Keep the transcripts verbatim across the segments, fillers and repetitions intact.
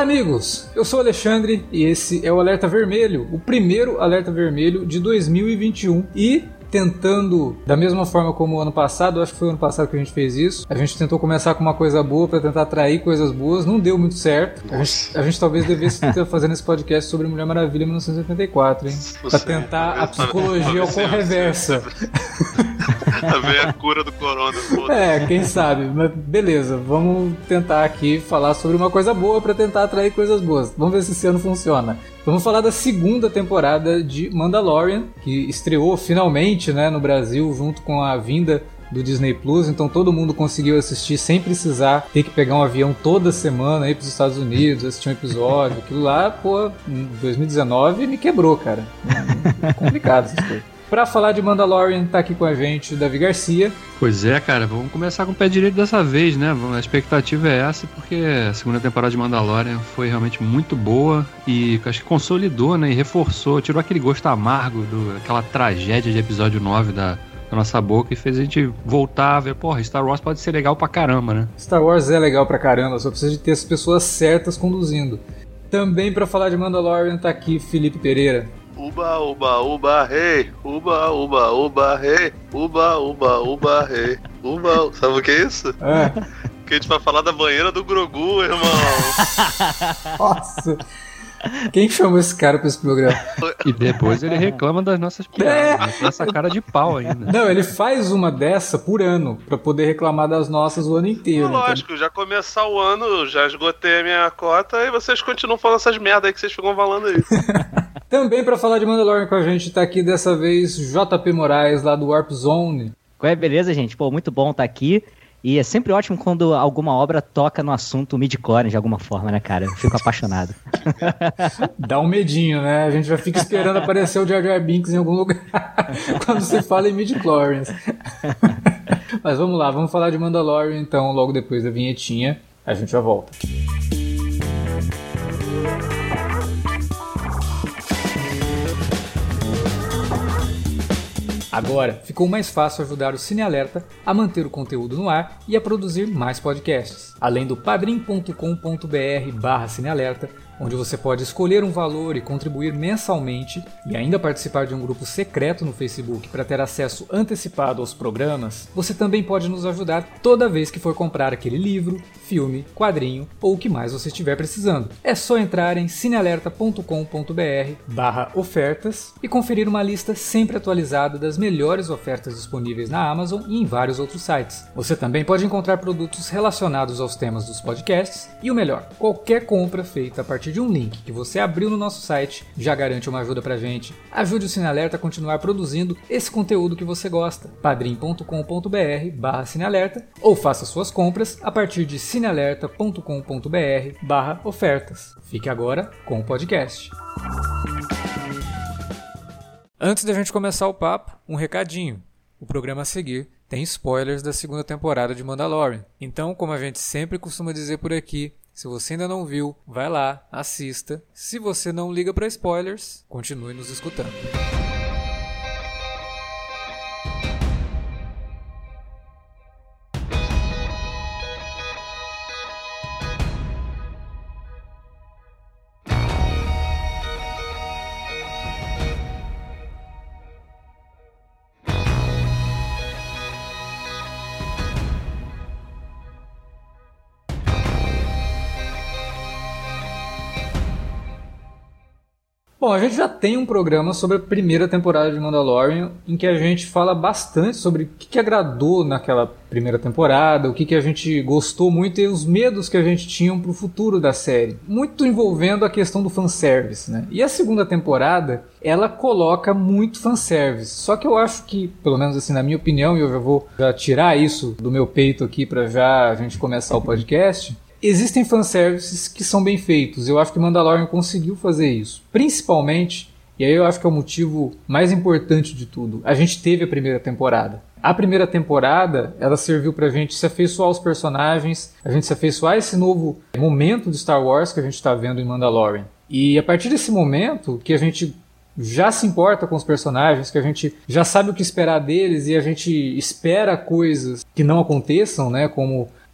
Olá, amigos! Eu sou o Alexandre e esse é o Alerta Vermelho, o primeiro Alerta Vermelho de dois mil e vinte e um. E tentando, da mesma forma como o ano passado, acho que foi o ano passado que a gente fez isso, a gente tentou começar com uma coisa boa para tentar atrair coisas boas, não deu muito certo. A gente, a gente talvez devesse estar fazendo esse podcast sobre Mulher Maravilha mil novecentos e oitenta e quatro, hein? Pra tentar a psicologia ao reversa. A ver a cura do corona. É, quem sabe, mas beleza, vamos tentar aqui falar sobre uma coisa boa para tentar atrair coisas boas. Vamos ver se esse ano funciona. Vamos falar da segunda temporada de Mandalorian, que estreou finalmente, né, no Brasil, junto com a vinda do Disney Plus, então todo mundo conseguiu assistir sem precisar ter que pegar um avião toda semana aí pros Estados Unidos, assistir um episódio. Aquilo lá, pô, em dois mil e dezenove me quebrou, cara. É complicado essas coisas. Pra falar de Mandalorian, tá aqui com a gente Davi Garcia. Pois é, cara, vamos começar com o pé direito dessa vez, né? A expectativa é essa, porque a segunda temporada de Mandalorian foi realmente muito boa e acho que consolidou, né? E reforçou, tirou aquele gosto amargo, do, aquela tragédia de episódio nove da, da nossa boca e fez a gente voltar a ver, porra, Star Wars pode ser legal pra caramba, né? Star Wars é legal pra caramba, só precisa de ter as pessoas certas conduzindo. Também pra falar de Mandalorian tá aqui Felipe Pereira. Uba, uba, uba, rei, uba, uba, uba, rei, uba, uba, uba, rei, uba, sabe o que é isso? É. Que a gente vai falar da banheira do Grogu, irmão. Nossa, quem chamou esse cara pra esse programa? E depois ele reclama das nossas piadas, é. Essa cara de pau ainda. Não, ele faz uma dessa por ano, pra poder reclamar das nossas o ano inteiro. Não, lógico, já começar o ano, já esgotei a minha cota e vocês continuam falando essas merda aí que vocês ficam falando aí. Também pra falar de Mandalorian com a gente tá aqui dessa vez J P Moraes lá do Warp Zone. Ué, beleza, gente? Pô, muito bom estar aqui. E é sempre ótimo quando alguma obra toca no assunto midi-chlorian de alguma forma, né, cara? Eu fico apaixonado. Dá um medinho, né? A gente já fica esperando aparecer o Jar Jar Binks em algum lugar quando se fala em midi-chlorians. Mas vamos lá, vamos falar de Mandalorian então, logo depois da vinhetinha. A gente já volta. Agora, ficou mais fácil ajudar o Cine Alerta a manter o conteúdo no ar e a produzir mais podcasts. Além do padrim ponto com ponto br barra cinealerta, onde você pode escolher um valor e contribuir mensalmente e ainda participar de um grupo secreto no Facebook para ter acesso antecipado aos programas, você também pode nos ajudar toda vez que for comprar aquele livro, filme, quadrinho ou o que mais você estiver precisando. É só entrar em cinealerta ponto com ponto br barra ofertas e conferir uma lista sempre atualizada das melhores ofertas disponíveis na Amazon e em vários outros sites. Você também pode encontrar produtos relacionados aos temas dos podcasts e o melhor, qualquer compra feita a partir de um link que você abriu no nosso site já garante uma ajuda pra gente. Ajude o Cine Alerta a continuar produzindo esse conteúdo que você gosta. padrim ponto com ponto br barra cinealerta ou faça suas compras a partir de cinealerta ponto com ponto br barra ofertas. Fique agora com o podcast. Antes da gente começar o papo, um recadinho. O programa a seguir tem spoilers da segunda temporada de Mandalorian. Então, como a gente sempre costuma dizer por aqui, se você ainda não viu, vai lá, assista. Se você não liga para spoilers, continue nos escutando. Bom, a gente já tem um programa sobre a primeira temporada de Mandalorian, em que a gente fala bastante sobre o que, que agradou naquela primeira temporada, o que, que a gente gostou muito e os medos que a gente tinha para o futuro da série. Muito envolvendo a questão do fanservice, né? E a segunda temporada, ela coloca muito fanservice. Só que eu acho que, pelo menos assim, na minha opinião, e eu já vou já tirar isso do meu peito aqui para já a gente começar o podcast... Existem fanservices que são bem feitos. Eu acho que Mandalorian conseguiu fazer isso. Principalmente, e aí eu acho que é o motivo mais importante de tudo, a gente teve a primeira temporada. A primeira temporada, ela serviu pra gente se afeiçoar aos personagens, a gente se afeiçoar a esse novo momento de Star Wars que a gente está vendo em Mandalorian. E a partir desse momento, que a gente já se importa com os personagens, que a gente já sabe o que esperar deles e a gente espera coisas que não aconteçam, né, como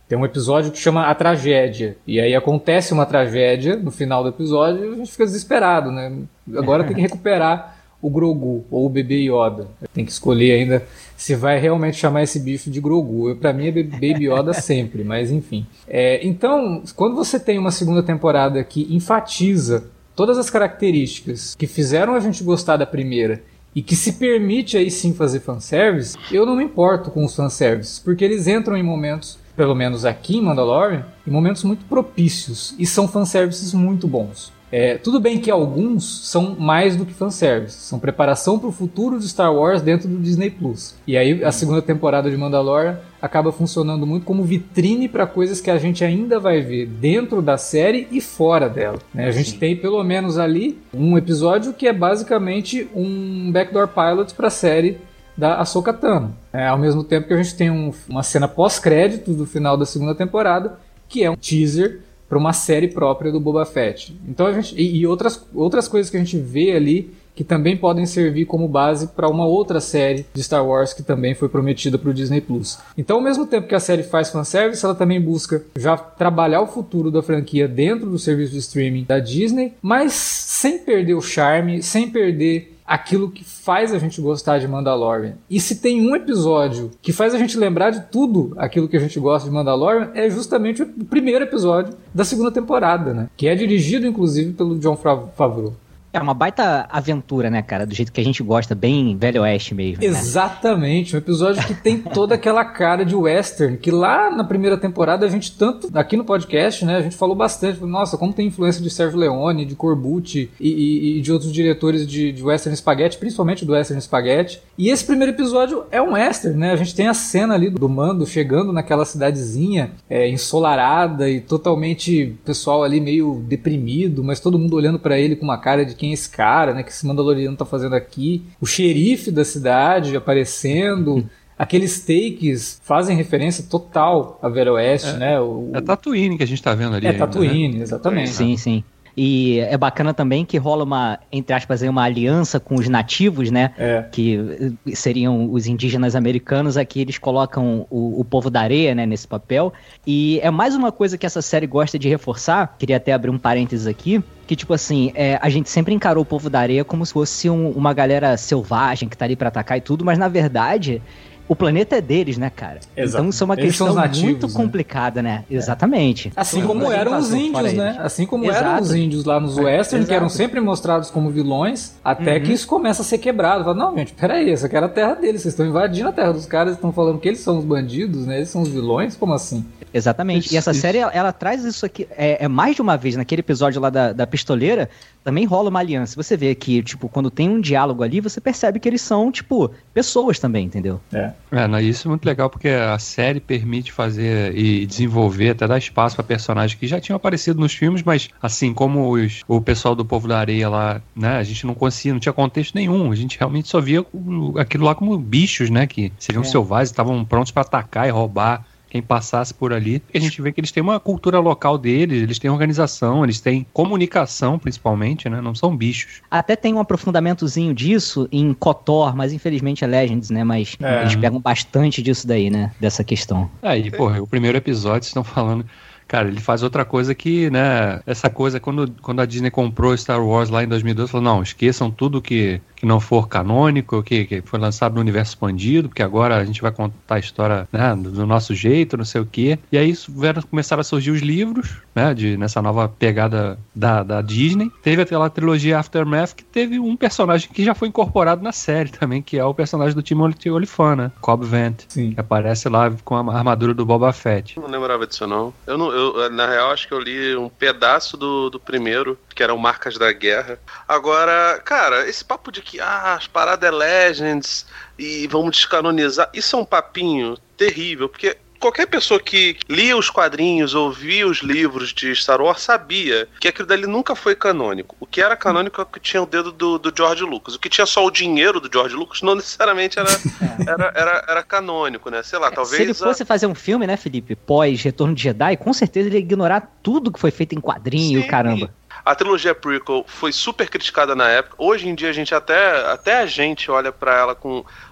Tem um episódio que chama A Tragédia. E aí acontece uma tragédia no final do episódio e a gente fica desesperado, né? Agora tem que recuperar o Grogu ou o bebê Yoda. Tem que escolher ainda se vai realmente chamar esse bicho de Grogu. Eu, pra mim é Baby Yoda sempre, mas enfim. É, então, quando você tem uma segunda temporada que enfatiza todas as características que fizeram a gente gostar da primeira e que se permite aí sim fazer fanservice, eu não me importo com os fanservices, porque eles entram em momentos, pelo menos aqui em Mandalorian, em momentos muito propícios e são fanservices muito bons. É, tudo bem que alguns são mais do que fanservice, são preparação para o futuro de Star Wars dentro do Disney Plus. E aí a segunda temporada de Mandalorian acaba funcionando muito como vitrine para coisas que a gente ainda vai ver dentro da série e fora dela, né? A gente Sim. tem pelo menos ali um episódio que é basicamente um backdoor pilot para a série da Ahsoka Tano. É, ao mesmo tempo que a gente tem um, uma cena pós-créditos do final da segunda temporada, que é um teaser para uma série própria do Boba Fett. Então a gente, e, e outras, outras coisas que a gente vê ali que também podem servir como base para uma outra série de Star Wars que também foi prometida para o Disney Plus. Então, ao mesmo tempo que a série faz fanservice, ela também busca já trabalhar o futuro da franquia dentro do serviço de streaming da Disney, mas sem perder o charme, sem perder aquilo que faz a gente gostar de Mandalorian. E se tem um episódio que faz a gente lembrar de tudo aquilo que a gente gosta de Mandalorian, é justamente o primeiro episódio da segunda temporada, né? Que é dirigido, inclusive, pelo Jon Favreau. É uma baita aventura, né, cara? Do jeito que a gente gosta, bem Velho Oeste mesmo. Exatamente, né? Um episódio que tem toda aquela cara de western, que lá na primeira temporada a gente tanto, aqui no podcast, né, a gente falou bastante, nossa, como tem influência de Sergio Leone, de Corbucci e, e, e de outros diretores de, de western spaghetti, principalmente do western spaghetti. E esse primeiro episódio é um western, né? A gente tem a cena ali do Mando chegando naquela cidadezinha é, ensolarada e totalmente pessoal ali meio deprimido, mas todo mundo olhando pra ele com uma cara de quem é esse cara, né, que esse Mandaloriano tá fazendo aqui, o xerife da cidade aparecendo, aqueles takes fazem referência total a Velho Oeste, é, né? O, é Tatooine que a gente tá vendo ali. É ainda, Tatooine, né? exatamente. Sim, sim. E é bacana também que rola uma, entre aspas, aí, uma aliança com os nativos, né? É. Que seriam os indígenas americanos. Aqui eles colocam o, o povo da areia, né, nesse papel. E é mais uma coisa que essa série gosta de reforçar. Queria até abrir um parênteses aqui. Que, tipo assim, é, a gente sempre encarou o povo da areia como se fosse um, uma galera selvagem que tá ali pra atacar e tudo. Mas, na verdade, o planeta é deles, né, cara? Exato. Então isso é uma Eles questão nativos, muito né? complicada, né? É. Exatamente. Assim como Toda eram os índios, né? Assim como Exato. eram os índios lá nos Western, que eram sempre mostrados como vilões, até uhum. que isso começa a ser quebrado. Fala, não, gente, peraí, essa aqui era a terra deles, vocês estão invadindo a terra dos caras, estão falando que eles são os bandidos, né? Eles são os vilões, como assim? Exatamente. Isso, e essa isso. série, ela, ela traz isso aqui, é, é mais de uma vez, naquele episódio lá da, da pistoleira, também rola uma aliança. Você vê que, tipo, quando tem um diálogo ali, você percebe que eles são, tipo, pessoas também, entendeu? É. É, não, isso é muito legal porque a série permite fazer e desenvolver, até dar espaço para personagens que já tinham aparecido nos filmes, mas assim como os, o pessoal do Povo da Areia lá, né, a gente não conseguia, não tinha contexto nenhum, a gente realmente só via aquilo lá como bichos, né, que seriam é. selvagens, estavam prontos para atacar e roubar quem passasse por ali. A gente vê que eles têm uma cultura local deles, eles têm organização, eles têm comunicação, principalmente, né? Não são bichos. Até tem um aprofundamentozinho disso em KOTOR, mas infelizmente é Legends, né? Mas é. eles pegam bastante disso daí, né? Dessa questão. Aí, porra, o primeiro episódio, vocês estão falando... Cara, ele faz outra coisa que, né, essa coisa, quando, quando a Disney comprou Star Wars lá em dois mil e doze, falou, não, esqueçam tudo que, que não for canônico, que, que foi lançado no universo expandido, porque agora a gente vai contar a história, né, do, do nosso jeito, não sei o quê. E aí vieram, começaram a surgir os livros, né, de, nessa nova pegada da, da Disney. Teve aquela trilogia Aftermath, que teve um personagem que já foi incorporado na série também, que é o personagem do Timothy Olyphant, né, Cobb Vanth, Sim. que aparece lá com a armadura do Boba Fett. Não lembrava disso, não. Eu não Eu, na real, acho que eu li um pedaço do, do primeiro, que eram Marcas da Guerra. Agora, cara, esse papo de que ah, as paradas é Legends e vamos descanonizar, isso é um papinho terrível, porque qualquer pessoa que lia os quadrinhos ou via os livros de Star Wars sabia que aquilo dali nunca foi canônico. O que era canônico é o que tinha o dedo do, do George Lucas. O que tinha só o dinheiro do George Lucas não necessariamente era, era, era, era canônico, né? Sei lá, talvez... Se ele fosse a... fazer um filme, né, Felipe, pós Retorno de Jedi, com certeza ele ia ignorar tudo que foi feito em quadrinho, Sim. caramba. A trilogia prequel foi super criticada na época. Hoje em dia a gente até, até a gente olha pra ela com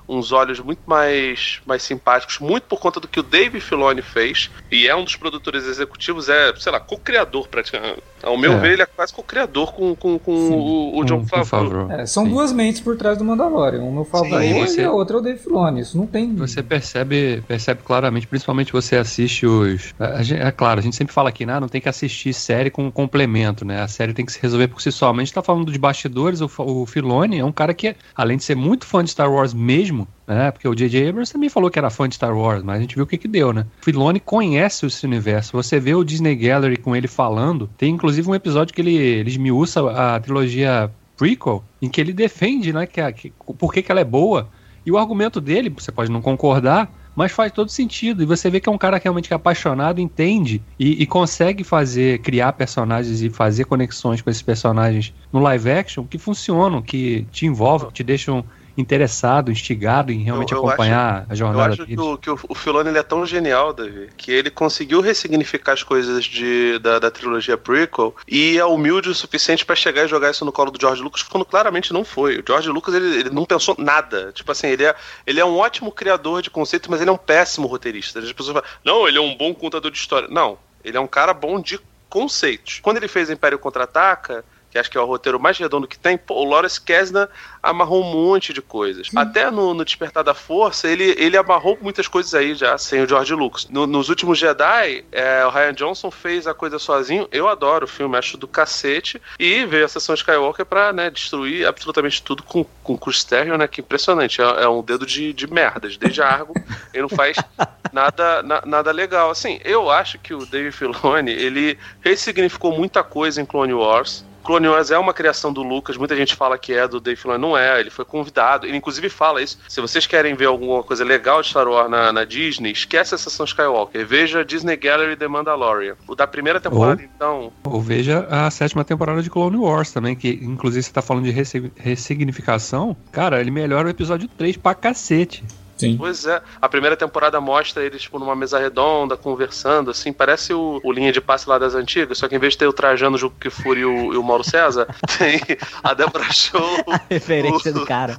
uns olhos muito mais, mais simpáticos, muito por conta do que o Dave Filoni fez, e é um dos produtores executivos, é, sei lá, co-criador praticamente. Ao meu É. ver, ele é quase co-criador com, com, com o, o John Com- com Favreau. É, são Sim. duas mentes por trás do Mandalorian. Uma é o Favreau Sim, e você- a outra é o Dave Filoni. Isso não tem... Você percebe, percebe claramente, principalmente você assiste os... a gente- é claro, a gente sempre fala aqui, né, não tem que assistir série com complemento, né? A série tem que se resolver por si só. Mas a gente tá falando de bastidores, o, Fa- o Filoni é um cara que, além de ser muito fã de Star Wars mesmo, né? Porque o J J Abrams também falou que era fã de Star Wars, mas a gente viu o que que deu, né? O Filoni conhece esse universo. Você vê o Disney Gallery com ele falando, tem inclusive um episódio que ele, ele esmiuça a trilogia prequel, em que ele defende, né, que, a, que por que que ela é boa, e o argumento dele, você pode não concordar, mas faz todo sentido, e você vê que é um cara realmente que é apaixonado, entende, e, e consegue fazer, criar personagens e fazer conexões com esses personagens no live action que funcionam, que te envolvem, que te deixam interessado, instigado em realmente Eu- eu acompanhar a Eu jornada acho que deles. o, que o, o Filoni ele é tão genial, Davi, que ele conseguiu ressignificar as coisas de, da, da trilogia prequel e é humilde o suficiente pra chegar e jogar isso no colo do George Lucas, quando claramente não foi. O George Lucas ele, ele não pensou nada. Tipo assim, ele é, ele é um ótimo criador de conceito, mas ele é um péssimo roteirista. As pessoas falam, não, ele é um bom contador de história. Não, ele é um cara bom de conceitos. Quando ele fez Império Contra-Ataca, que acho que é o roteiro mais redondo que tem, pô, o Lawrence Kasdan amarrou um monte de coisas. Sim. Até no, no Despertar da Força, ele, ele amarrou muitas coisas aí já, sem o George Lucas. No- nos últimos Jedi, é, o Rian Johnson fez a coisa sozinho. Eu adoro o filme, acho do cacete. E veio a Sessão Skywalker pra, né, destruir absolutamente tudo com, com Chris Terrio, né, que impressionante. É, é um dedo de, de merdas, desde Argo. Ele não faz nada, na- nada legal. Assim, eu acho que o Dave Filoni, ele ressignificou muita coisa em Clone Wars. Clone Wars é uma criação do Lucas, muita gente fala que é do Dave Filoni, não é, ele foi convidado, ele inclusive fala isso, se vocês querem ver alguma coisa legal de Star Wars na, na Disney, esquece a Sessão Skywalker, veja Disney Gallery The Mandalorian. O da primeira temporada, Ou- então... Ou veja a sétima temporada de Clone Wars também, que inclusive você tá falando de ressi- ressignificação, cara, ele melhora o episódio três pra cacete. Sim. Pois é, a primeira temporada mostra eles tipo, numa mesa redonda, conversando, assim, parece o, o Linha de Passe lá das antigas, só que em vez de ter o Trajano, o Juco Kfouri e o, e o Mauro César, tem a Deborah Show, A referência o- do cara.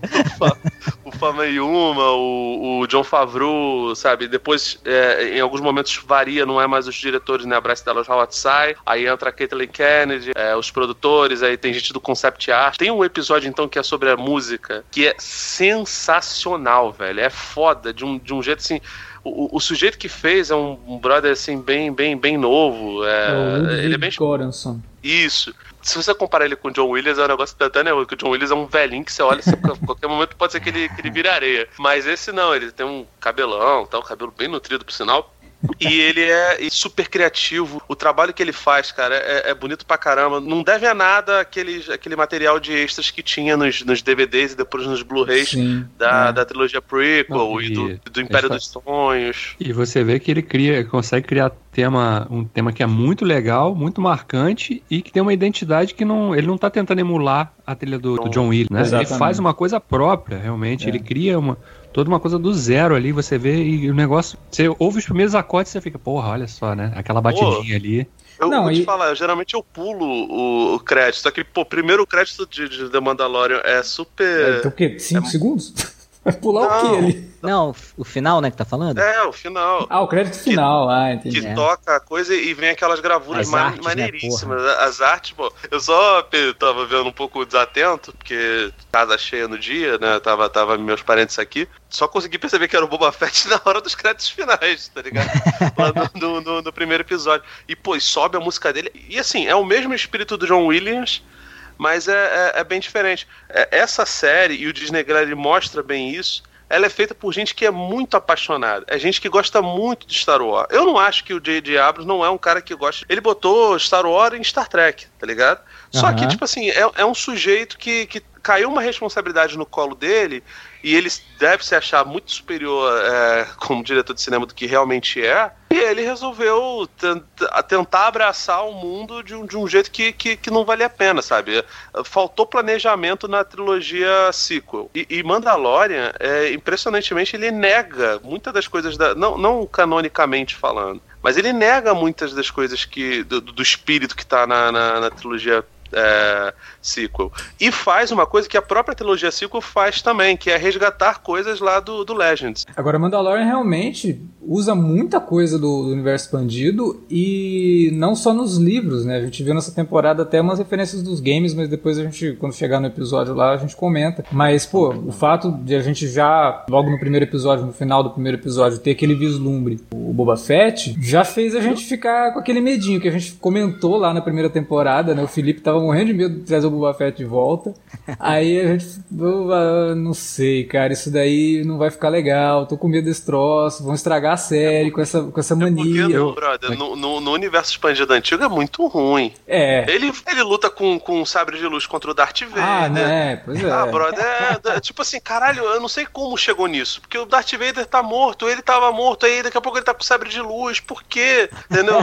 o Famayuma, o, o John Favreau, sabe? Depois, é, em alguns momentos varia, não é mais os diretores, né? A Bryce Dallas Howard sai, aí entra a Kathleen Kennedy, é, os produtores, aí tem gente do concept art. Tem um episódio, então, que é sobre a música, que é sensacional, velho. É foda, de um, de um jeito assim... O, o sujeito que fez é um, um brother, assim, bem, bem, bem novo. É, É o ele é Ludwig bem... Göransson. Isso. Se você comparar ele com o John Williams, é um negócio até nervoso, porque o John Williams é um velhinho que você olha, você, a qualquer momento pode ser que ele, que ele vira areia. Mas esse não, ele tem um cabelão, tá, um cabelo bem nutrido, por sinal. E ele é super criativo. O trabalho que ele faz, cara, é, é bonito pra caramba. Não deve a nada aquele, aquele material de extras que tinha nos, nos D V Ds e depois nos Blu-rays Sim. da, é. da trilogia prequel Não, e, e- do, do Império ele dos Sonhos. E você vê que ele cria, consegue criar tema, um tema que é muito legal, muito marcante e que tem uma identidade que não, ele não tá tentando emular a trilha do, do John Williams, né? Exatamente. Ele faz uma coisa própria, realmente. É. Ele cria uma, toda uma coisa do zero ali, você vê e o negócio... Você ouve os primeiros acordes e você fica, porra, olha só, né? Aquela batidinha ali. Eu Não, vou te e- falar, eu, geralmente eu pulo o, o crédito, só que, pô, primeiro o crédito de, de The Mandalorian é super... Então o quê? Cinco segundos? Vai pular o Não. quê ali? Não, o final, né, que tá falando? É, o final. Ah, o crédito final. Ah, entendi. Que É. toca a coisa e vem aquelas gravuras As ma- artes, né, maneiríssimas. As artes, pô. Eu só pe- tava vendo um pouco desatento, porque casa cheia no dia, né? Tava, tava meus parentes aqui. Só consegui perceber que era o Boba Fett na hora dos créditos finais, tá ligado? Lá no, no- no- no primeiro episódio. E, pô, e sobe a música dele. E assim, é o mesmo espírito do John Williams, mas é, é- é bem diferente. É, essa série, e o Disney Gallery mostra bem isso, ela é feita por gente que é muito apaixonada. É gente que gosta muito de Star Wars. Eu não acho que o J J Abrams não é um cara que gosta... Ele botou Star Wars em Star Trek, tá ligado? Só Aham. que, tipo assim, é, é um sujeito que, que caiu uma responsabilidade no colo dele e ele deve se achar muito superior é, como diretor de cinema do que realmente é. E ele resolveu tenta- tentar abraçar o mundo de um, de um jeito que, que, que não valia a pena, sabe? Faltou planejamento na trilogia sequel. E, e Mandalorian, é, impressionantemente, ele nega muitas das coisas, da, não, não canonicamente falando, mas ele nega muitas das coisas que do, do espírito que tá na, na, na trilogia é, sequel. E faz uma coisa que a própria trilogia sequel faz também, que é resgatar coisas lá do, do Legends. Agora, Mandalorian realmente usa muita coisa do, do universo expandido e não só nos livros, né? A gente viu nessa temporada até umas referências dos games, mas depois a gente, quando chegar no episódio lá, a gente comenta. Mas, pô, o fato de a gente já, logo no primeiro episódio, no final do primeiro episódio, ter aquele vislumbre, o Boba Fett, já fez a gente ficar com aquele medinho que a gente comentou lá na primeira temporada, né? O Felipe tava morrendo de medo de trazer o Boba Fett de volta. Aí a gente, eu, não sei, cara, isso daí não vai ficar legal, tô com medo desse troço, vão estragar a série com essa, com essa mania. É porque, brother, no, no, no universo expandido antigo é muito ruim. É. Ele, ele luta com, com um sabre de luz contra o Darth Vader. Ah, né? Pois é. Ah, brother, é, é, tipo assim, caralho, eu não sei como chegou nisso, porque o Darth Vader tá morto, ele tava morto, aí daqui a pouco ele tá com sabre de luz, por quê? Entendeu?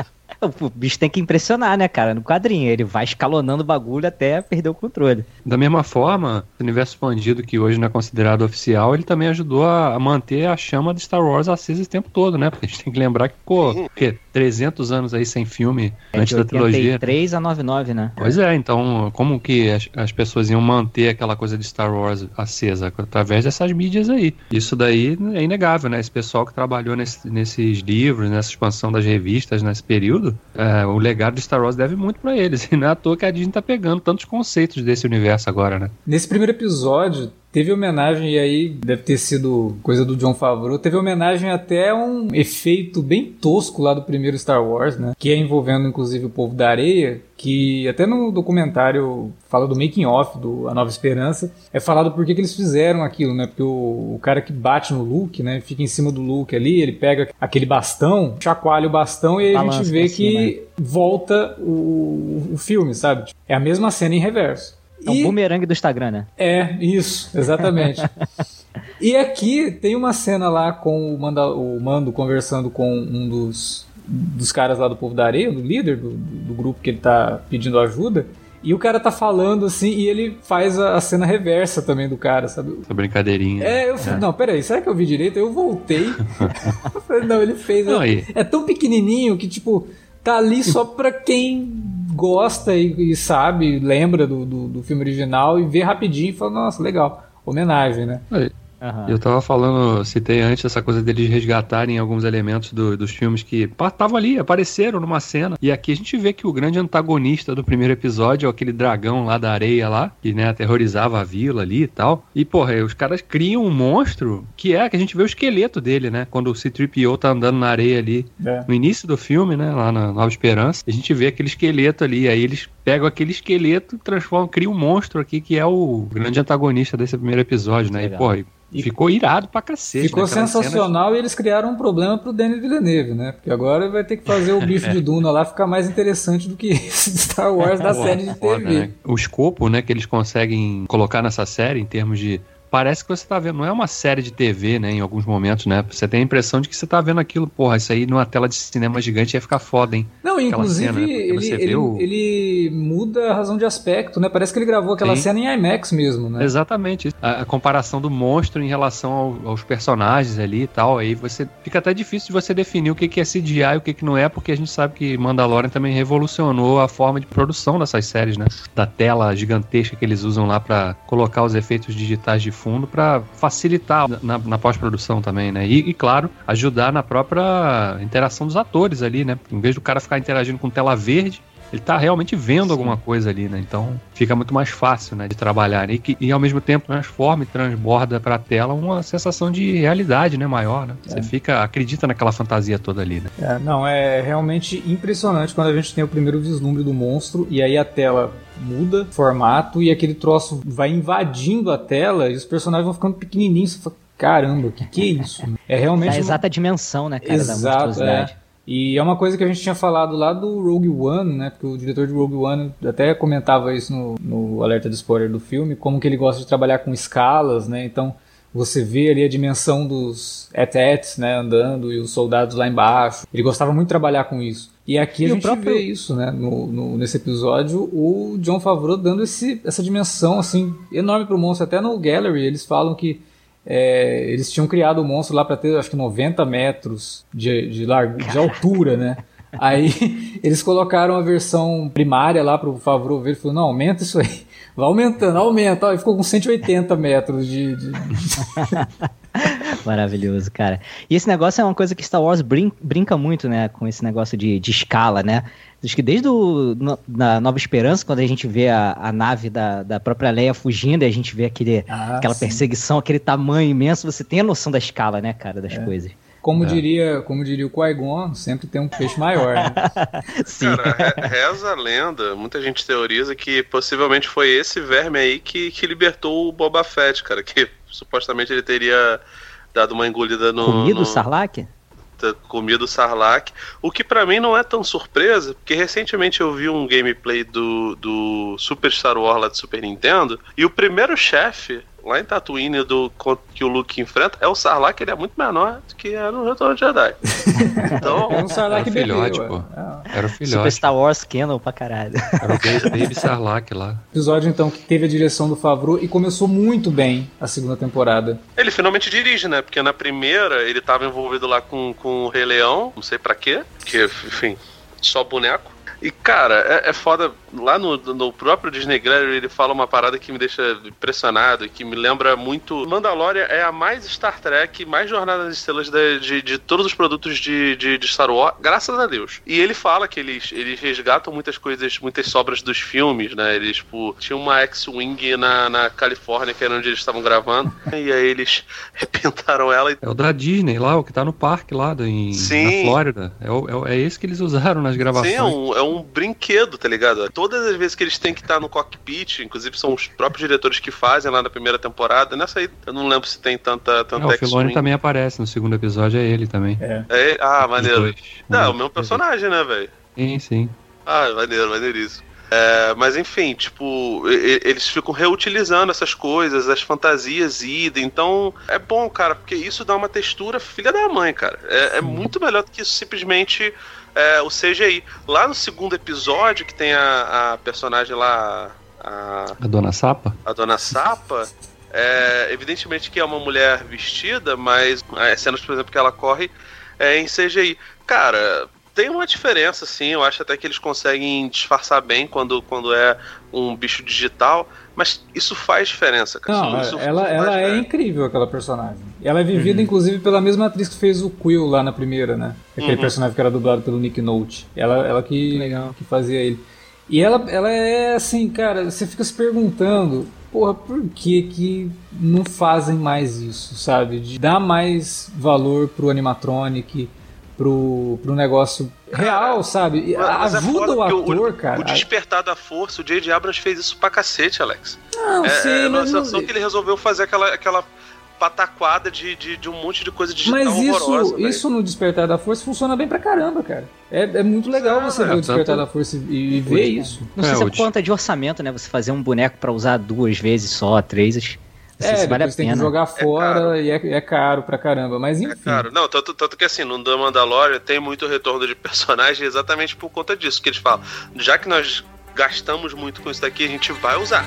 O bicho tem que impressionar, né, cara? No quadrinho, ele vai escalonando o bagulho até perder o controle. Da mesma forma, o universo expandido, que hoje não é considerado oficial, ele também ajudou a, a manter a chama de Star Wars acesa esse tempo todo, né? Porque a gente tem que lembrar que, pô, que trezentos anos aí sem filme é antes da trilogia. oitenta e três a noventa e nove, né? Pois é, então como que as, as pessoas iam manter aquela coisa de Star Wars acesa? Através dessas mídias aí. Isso daí é inegável, né? Esse pessoal que trabalhou nesse, nesses livros, nessa expansão das revistas nesse período, é, o legado de Star Wars deve muito pra eles. E não é à toa que a Disney tá pegando tantos conceitos desse universo agora, né? Nesse primeiro episódio, teve homenagem, e aí deve ter sido coisa do Jon Favreau, teve homenagem até a um efeito bem tosco lá do primeiro Star Wars, né? Que é envolvendo inclusive o povo da areia, que até no documentário fala do making of do A Nova Esperança, é falado por que que eles fizeram aquilo, né? Porque o, o cara que bate no Luke, né? Fica em cima do Luke ali, ele pega aquele bastão, chacoalha o bastão e aí a gente vê que volta o, o filme, sabe? É a mesma cena em reverso. É um bumerangue do Instagram, né? É, isso, exatamente. E aqui tem uma cena lá com o, Manda, o Mando conversando com um dos, dos caras lá do Povo da Areia, do líder do, do grupo que ele tá pedindo ajuda, e o cara tá falando assim, e ele faz a, a cena reversa também do cara, sabe? Essa brincadeirinha. É, eu falei, é. não, peraí, será que eu vi direito? Eu voltei. Eu falei, não, ele fez. Não, é, é tão pequenininho que, tipo, tá ali só pra quem gosta e, e sabe, lembra do, do, do filme original e vê rapidinho e fala, nossa, legal, homenagem, né? Aí. Uhum. Eu tava falando, citei antes essa coisa deles resgatarem alguns elementos do, dos filmes que estavam ali, apareceram numa cena, e aqui a gente vê que o grande antagonista do primeiro episódio é aquele dragão lá da areia lá, que, né, aterrorizava a vila ali e tal, e porra, os caras criam um monstro que é, que a gente vê o esqueleto dele, né, quando o C três P O tá andando na areia ali, é. no início do filme, né, lá na Nova Esperança, a gente vê aquele esqueleto ali, aí eles pegam aquele esqueleto e transformam, criam um monstro aqui que é o grande antagonista desse primeiro episódio, né, Legal. e porra, E ficou irado pra cacete. Ficou sensacional cenas... e eles criaram um problema pro Denis Villeneuve, né? Porque agora vai ter que fazer o bicho de Duna lá ficar mais interessante do que esse Star Wars da série de T V. Né? O escopo, né, que eles conseguem colocar nessa série em termos de... Parece que você tá vendo, não é uma série de T V, né, em alguns momentos, né? Você tem a impressão de que você tá vendo aquilo, porra, isso aí numa tela de cinema gigante ia ficar foda, hein? Não, inclusive, cena, né? ele, ele, o... ele muda a razão de aspecto, né? Parece que ele gravou aquela Sim. cena em IMAX mesmo, né? Exatamente. A, a comparação do monstro em relação ao, aos personagens ali e tal, aí você fica até difícil de você definir o que, que é C G I e o que, que não é, porque a gente sabe que Mandalorian também revolucionou a forma de produção dessas séries, né? Da tela gigantesca que eles usam lá pra colocar os efeitos digitais de fundo para facilitar na, na pós-produção também, né? E, e, claro, ajudar na própria interação dos atores ali, né? Em vez do cara ficar interagindo com tela verde, ele tá realmente vendo Sim. alguma coisa ali, né? Então fica muito mais fácil, né, de trabalhar. E, que, e ao mesmo tempo transforma e transborda pra tela uma sensação de realidade, né, maior, né? Você é. fica, acredita naquela fantasia toda ali, né? É, não, é realmente impressionante quando a gente tem o primeiro vislumbre do monstro e aí a tela muda formato e aquele troço vai invadindo a tela e os personagens vão ficando pequenininhos. Você fala, caramba, que que é isso? É realmente... É a exata uma... dimensão, né, cara, Exato, da monstruosidade. É. E é uma coisa que a gente tinha falado lá do Rogue One, né? Porque o diretor de Rogue One até comentava isso no, no alerta de spoiler do filme, como que ele gosta de trabalhar com escalas, né? Então você vê ali a dimensão dos A T A Ts, né, andando e os soldados lá embaixo. Ele gostava muito de trabalhar com isso. E aqui e a gente próprio... vê isso, né? No, no, nesse episódio, o Jon Favreau dando esse, essa dimensão assim enorme pro monstro. Até no Gallery eles falam que É, eles tinham criado o monstro lá para ter, acho que noventa metros de, de, largo, de altura, né? Aí eles colocaram a versão primária lá pro Favreau ver, ele falou, não, aumenta isso aí. Vai aumentando, aumenta. Ó, e ficou com cento e oitenta metros de... de... Maravilhoso, cara. E esse negócio é uma coisa que Star Wars brin- brinca muito, né? Com esse negócio de, de escala, né? Acho que desde o, no, na Nova Esperança, quando a gente vê a, a nave da, da própria Leia fugindo e a gente vê aquele, ah, aquela sim. perseguição, aquele tamanho imenso, você tem a noção da escala, né, cara, das é. coisas. Como, é. diria, como diria o Qui-Gon, sempre tem um peixe maior, né? Sim. Cara, reza a lenda, muita gente teoriza que possivelmente foi esse verme aí que, que libertou o Boba Fett, cara, que supostamente ele teria dado uma engolida no... Comido o no... Sarlacc? Comido o Sarlacc, o que pra mim não é tão surpresa, porque recentemente eu vi um gameplay do, do Super Star Wars lá do Super Nintendo, e o primeiro chefe lá em Tatooine do, que o Luke enfrenta é o Sarlacc, ele é muito menor do que é no Retorno de Jedi. Então, é um Sarlacc era o filhote, bebê, pô. É. Era o filhote. Super Star Wars canon pra caralho. Era o Baby Sarlacc lá. Episódio, então, que teve a direção do Favreau e começou muito bem a segunda temporada. Ele finalmente dirige, né? Porque na primeira ele tava envolvido lá com, com o Rei Leão, não sei pra quê, porque, enfim, só boneco. E, cara, é, é foda. Lá no, no próprio Disney Gallery ele fala uma parada que me deixa impressionado e que me lembra muito. Mandalorian é a mais Star Trek, mais Jornada nas Estrelas de, de, de todos os produtos de, de, de Star Wars, graças a Deus. E ele fala que eles, eles resgatam muitas coisas, muitas sobras dos filmes, né? Eles, tipo, tinha uma X-Wing na, na Califórnia, que era onde eles estavam gravando, e aí eles repintaram ela. E... É o da Disney lá, o que tá no parque lá do, em, na Flórida. É, o, é, é esse que eles usaram nas gravações. Sim, é um, é um brinquedo, tá ligado? Todas as vezes que eles têm que estar no cockpit, inclusive são os próprios diretores que fazem lá na primeira temporada, nessa aí eu não lembro se tem tanta, tanta é, o Filoni também aparece no segundo episódio, é ele também. É. É, ah, maneiro. Dois, não, é um, o mesmo personagem, né, velho? Sim, sim. Ah, maneiro, maneiríssimo. É, mas enfim, tipo, eles ficam reutilizando essas coisas, as fantasias ida, então é bom, cara, porque isso dá uma textura filha da mãe, cara. É, é muito melhor do que isso simplesmente é, o C G I. Lá no segundo episódio, que tem a, a personagem lá, a... A Dona Sapa? A Dona Sapa, é, evidentemente que é uma mulher vestida, mas as cenas, por exemplo, que ela corre é em C G I. Cara... Tem uma diferença, sim, eu acho até que eles conseguem disfarçar bem quando, quando é um bicho digital, mas isso faz diferença, cara. Não, isso, ela, isso ela é diferença. incrível, aquela personagem. Ela é vivida, uhum. inclusive, pela mesma atriz que fez o Quill lá na primeira, né? Aquele uhum. personagem que era dublado pelo Nick Nolte. Ela, ela que, que fazia ele. E ela, ela é assim, cara, você fica se perguntando... Porra, por que que não fazem mais isso, sabe? De dar mais valor pro animatronic... Pro, pro negócio real, sabe? Mas ajuda é o ator, o, cara. O Despertar da Força, o J J Abrams fez isso pra cacete, Alex. Não, é, sei, é mas... uma sensação que ele resolveu fazer aquela, aquela pataquada de, de, de um monte de coisa digital mas isso, horrorosa. Mas isso no Despertar da Força funciona bem pra caramba, cara. É, é muito legal ah, você é, ver o Despertar tanto... da Força e, e ver é. isso. Não sei é, se é por conta de orçamento, né? Você fazer um boneco pra usar duas vezes só, três... É, se vale depois a tem pena. Que jogar fora é e é, é caro pra caramba, mas enfim. É caro. Não, tanto, tanto que assim, no The Mandalorian tem muito retorno de personagem exatamente por conta disso, que eles falam, já que nós gastamos muito com isso daqui, a gente vai usar.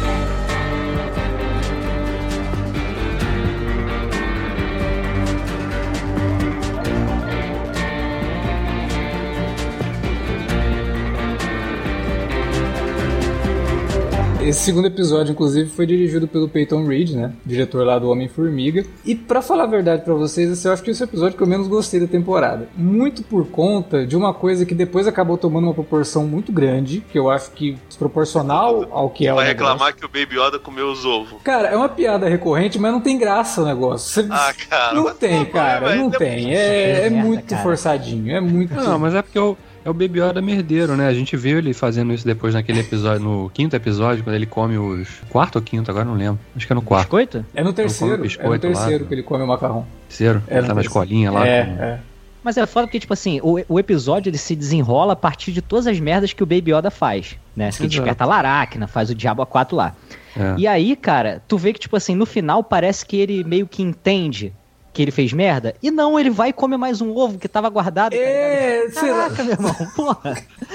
Esse segundo episódio, inclusive, foi dirigido pelo Peyton Reed, né? Diretor lá do Homem-Formiga. E pra falar a verdade pra vocês, esse eu acho que esse é o episódio que eu menos gostei da temporada. Muito por conta de uma coisa que depois acabou tomando uma proporção muito grande, que eu acho que desproporcional ao que é o Vai negócio. reclamar que o Baby Yoda comeu os ovos. Cara, é uma piada recorrente, mas não tem graça o negócio. Você... Ah, cara. Não tem, cara, não tem. É, é muito cara. forçadinho, é muito... Não, mas é porque eu... É o Baby Yoda merdeiro, né? A gente viu ele fazendo isso depois naquele episódio, no quinto episódio, quando ele come os... Quarto ou quinto? Agora não lembro. Acho que é no quarto. Biscoito? É no terceiro. É no terceiro lá, que ele come o macarrão. Terceiro? É ele tá na escolinha lá. É, com... é. Mas é foda porque, tipo assim, o, o episódio ele se desenrola a partir de todas as merdas que o Baby Yoda faz, né? Que desperta a Laracna, faz o Diabo A quatro lá. É. E aí, cara, tu vê que, tipo assim, no final parece que ele meio que entende que ele fez merda. E não, ele vai e come mais um ovo que tava guardado. É, tá Caraca, meu irmão, porra.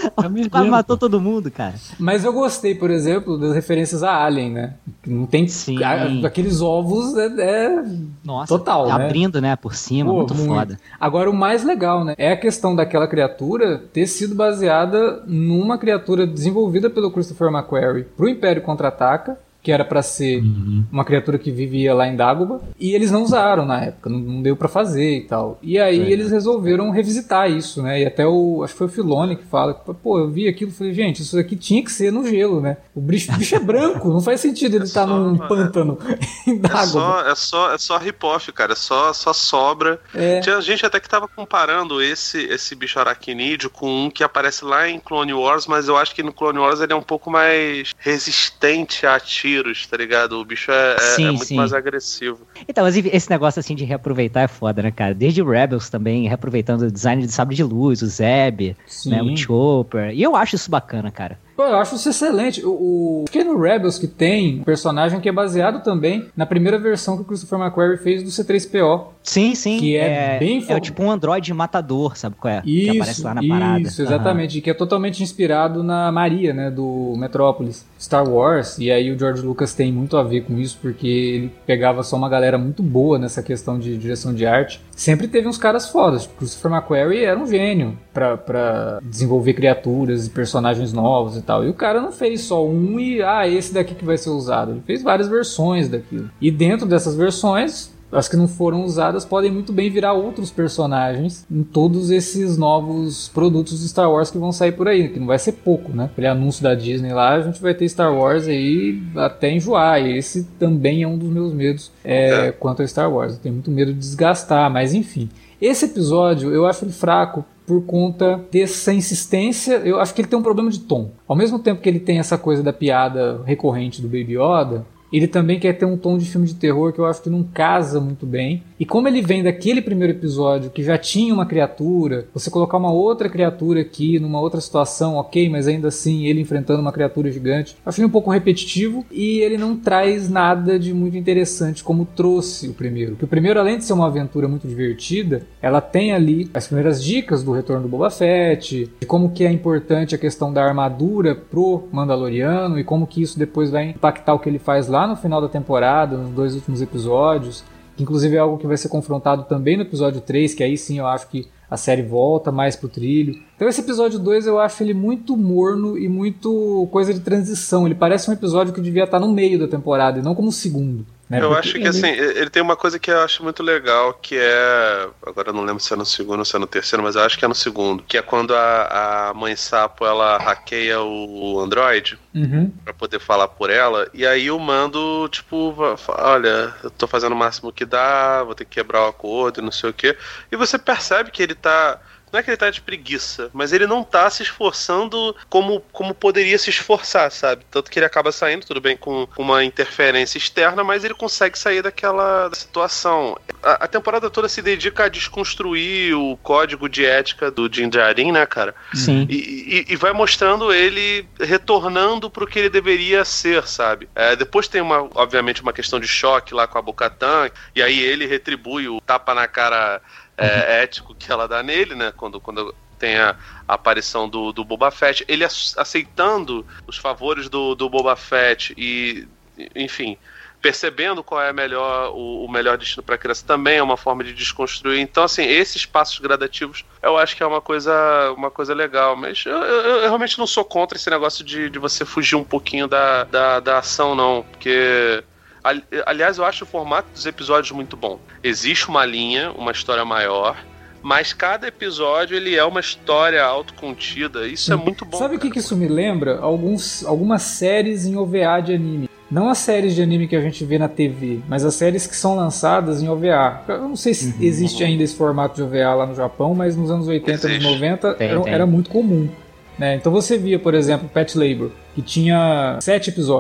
É quase matou todo mundo, cara. Mas eu gostei, por exemplo, das referências a Alien, né? Não tem... Sim. A, aqueles ovos é, é Nossa, total, né? Abrindo, né, por cima, Pô, muito, muito foda. Agora, o mais legal, né? É a questão daquela criatura ter sido baseada numa criatura desenvolvida pelo Christopher McQuarrie pro Império Contra-Ataca, que era pra ser uhum. uma criatura que vivia lá em Dagobah, e eles não usaram na época, não, não deu pra fazer e tal. E aí é. eles resolveram revisitar isso, né? E até o, acho que foi o Filoni que fala, pô, eu vi aquilo e falei, gente, isso aqui tinha que ser no gelo, né? O bicho, o bicho é branco, não faz sentido ele estar é tá num pântano é, em Dagobah. É só, é só, é só rip-off, cara, é só, só sobra. É. Tinha gente até que tava comparando esse, esse bicho aracnídeo com um que aparece lá em Clone Wars, mas eu acho que no Clone Wars ele é um pouco mais resistente a tiros, tá ligado? O bicho é, sim, é muito sim. mais agressivo. Então, mas esse negócio assim de reaproveitar é foda, né, cara? Desde o Rebels também, reaproveitando o design de sabre de luz, o Zeb, né, o Chopper. E eu acho isso bacana, cara. Pô, eu acho isso excelente. O, o... Acho que é no Rebels que tem um personagem que é baseado também na primeira versão que o Christopher McQuarrie fez do C três P O. Sim, sim. Que é, é bem... É tipo um androide matador, sabe qual é? Isso, que aparece lá na parada. Isso, exatamente. Uhum. Que é totalmente inspirado na Maria, né, do Metrópolis. Star Wars. E aí o George Lucas tem muito a ver com isso, porque ele pegava só uma galera muito boa nessa questão de direção de arte. Sempre teve uns caras fodas. Tipo, o Christopher McQuarrie era um gênio pra, pra desenvolver criaturas e personagens novos e tal. E o cara não fez só um e, ah, esse daqui que vai ser usado. Ele fez várias versões daquilo. E dentro dessas versões, as que não foram usadas podem muito bem virar outros personagens em todos esses novos produtos de Star Wars que vão sair por aí, que não vai ser pouco, né? Aquele anúncio da Disney lá, a gente vai ter Star Wars aí até enjoar, e esse também é um dos meus medos é, é. quanto a Star Wars. Eu tenho muito medo de desgastar, mas enfim. Esse episódio, eu acho ele fraco por conta dessa insistência. Eu acho que ele tem um problema de tom. Ao mesmo tempo que ele tem essa coisa da piada recorrente do Baby Yoda, ele também quer ter um tom de filme de terror que eu acho que não casa muito bem. E como ele vem daquele primeiro episódio que já tinha uma criatura, você colocar uma outra criatura aqui, numa outra situação, ok, mas ainda assim ele enfrentando uma criatura gigante, eu achei um pouco repetitivo e ele não traz nada de muito interessante como trouxe o primeiro. Porque o primeiro, além de ser uma aventura muito divertida, ela tem ali as primeiras dicas do retorno do Boba Fett, de como que é importante a questão da armadura pro Mandaloriano e como que isso depois vai impactar o que ele faz lá no final da temporada, nos dois últimos episódios, que inclusive é algo que vai ser confrontado também no episódio três, que aí sim eu acho que a série volta mais pro trilho. Então esse episódio dois eu acho ele muito morno e muito coisa de transição. Ele parece um episódio que devia estar no meio da temporada e não como o segundo. Né? Eu Porque acho que ele... assim, ele tem uma coisa que eu acho muito legal, que é... Agora eu não lembro se é no segundo ou se é no terceiro, mas eu acho que é no segundo. Que é quando a, a mãe sapo, ela hackeia o Android uhum. pra poder falar por ela. E aí o Mando, tipo, olha, eu tô fazendo o máximo que dá, vou ter que quebrar o acordo e não sei o quê. E você percebe que ele tá... Não é que ele tá de preguiça, mas ele não tá se esforçando como, como poderia se esforçar, sabe? Tanto que ele acaba saindo, tudo bem, com uma interferência externa, mas ele consegue sair daquela situação. A, a temporada toda se dedica a desconstruir o código de ética do Din Djarin, né, cara? Sim. E, e, e vai mostrando ele retornando pro que ele deveria ser, sabe? É, depois tem, uma, obviamente, uma questão de choque lá com a Bo-Katan, e aí ele retribui o tapa na cara... É, ético que ela dá nele, né? Quando, quando tem a, a aparição do, do Boba Fett, ele aceitando os favores do, do Boba Fett e, enfim, percebendo qual é a melhor, o, o melhor destino para a criança também é uma forma de desconstruir. Então, assim, esses passos gradativos eu acho que é uma coisa, uma coisa legal, mas eu, eu, eu realmente não sou contra esse negócio de, de você fugir um pouquinho da, da, da ação, não, porque... Aliás, eu acho o formato dos episódios muito bom. Existe uma linha, uma história maior, mas cada episódio ele é uma história autocontida. Isso Sim. é muito bom. Sabe o que, que isso me lembra? Alguns, algumas séries em O V A de anime. Não as séries de anime que a gente vê na T V, mas as séries que são lançadas em O V A. Eu não sei se uhum. existe ainda esse formato de O V A lá no Japão, mas nos anos oitenta, anos noventa tem, era, tem. era muito comum. Né? Então você via, por exemplo, Pet Labor, que tinha sete episódios.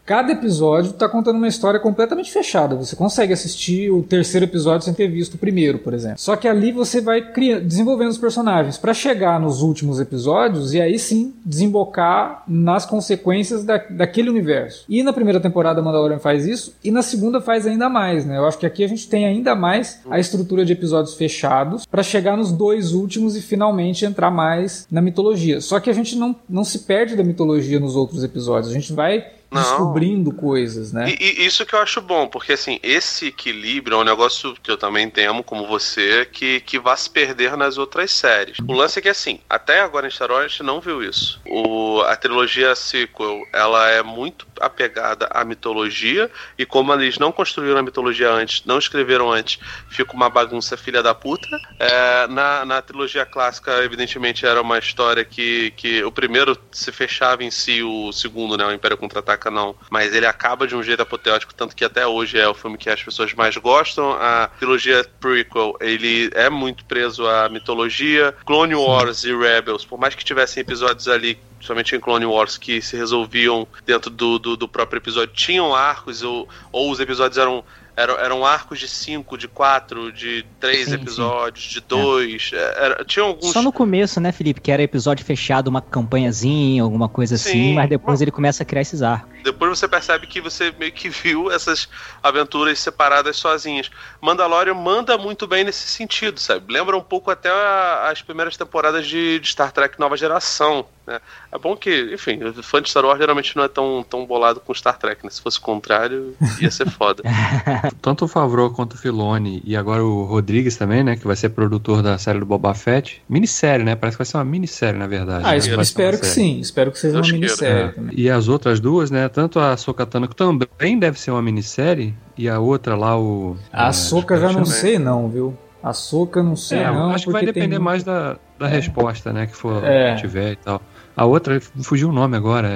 cada episódio tá contando uma história completamente fechada. Você consegue assistir o terceiro episódio sem ter visto o primeiro, por exemplo. Só que ali você vai criando, desenvolvendo os personagens para chegar nos últimos episódios e aí sim desembocar nas consequências da, daquele universo. E na primeira temporada Mandalorian faz isso, e na segunda faz ainda mais, né? Eu acho que aqui a gente tem ainda mais a estrutura de episódios fechados para chegar nos dois últimos e finalmente entrar mais na mitologia. Só que a gente não, não se perde da mitologia nos outros episódios. A gente vai Não. descobrindo coisas, né? E, e isso que eu acho bom, porque assim, esse equilíbrio é um negócio que eu também temo, como você, que, que vai se perder nas outras séries. O lance é que assim, até agora em Star Wars a gente não viu isso. O, a trilogia sequel, ela é muito apegada à mitologia, e como eles não construíram a mitologia antes, não escreveram antes, fica uma bagunça filha da puta. É, na, na trilogia clássica, evidentemente, era uma história que, que o primeiro se fechava em si, o segundo, né, o Império Contra-Ataca, não, mas ele acaba de um jeito apoteótico, tanto que até hoje é o filme que as pessoas mais gostam. A trilogia prequel, ele é muito preso à mitologia. Clone Wars e Rebels, por mais que tivessem episódios ali, somente em Clone Wars, que se resolviam dentro do, do, do próprio episódio, tinham arcos, ou, ou os episódios eram Eram, eram arcos de cinco, de quatro, de três sim, episódios, sim. de dois. É. Era, tinha alguns... Só no começo, né, Felipe? Que era episódio fechado, uma campanhazinha, alguma coisa sim, assim, mas depois mas... ele começa a criar esses arcos. Depois você percebe que você meio que viu essas aventuras separadas sozinhas. Mandalorian manda muito bem nesse sentido, sabe? Lembra um pouco até a, as primeiras temporadas de, de Star Trek Nova Geração, né? É bom que, enfim, o fã de Star Wars geralmente não é tão, tão bolado com Star Trek, né? Se fosse o contrário, ia ser foda. Tanto o Favreau quanto o Filoni, e agora o Rodrigues também, né? Que vai ser produtor da série do Boba Fett. Minissérie, né? Parece que vai ser uma minissérie, na verdade. Ah, né? espero que sim. Espero que seja uma minissérie. É. E as outras duas, né? Tanto a Ahsoka Tano, que também deve ser uma minissérie, e a outra lá, o... A Ahsoka é, já não sei não, viu? A Ahsoka não sei é, não. Acho que vai depender mais da, da é. resposta, né? Que for é. que tiver e tal. A outra, fugiu o nome agora.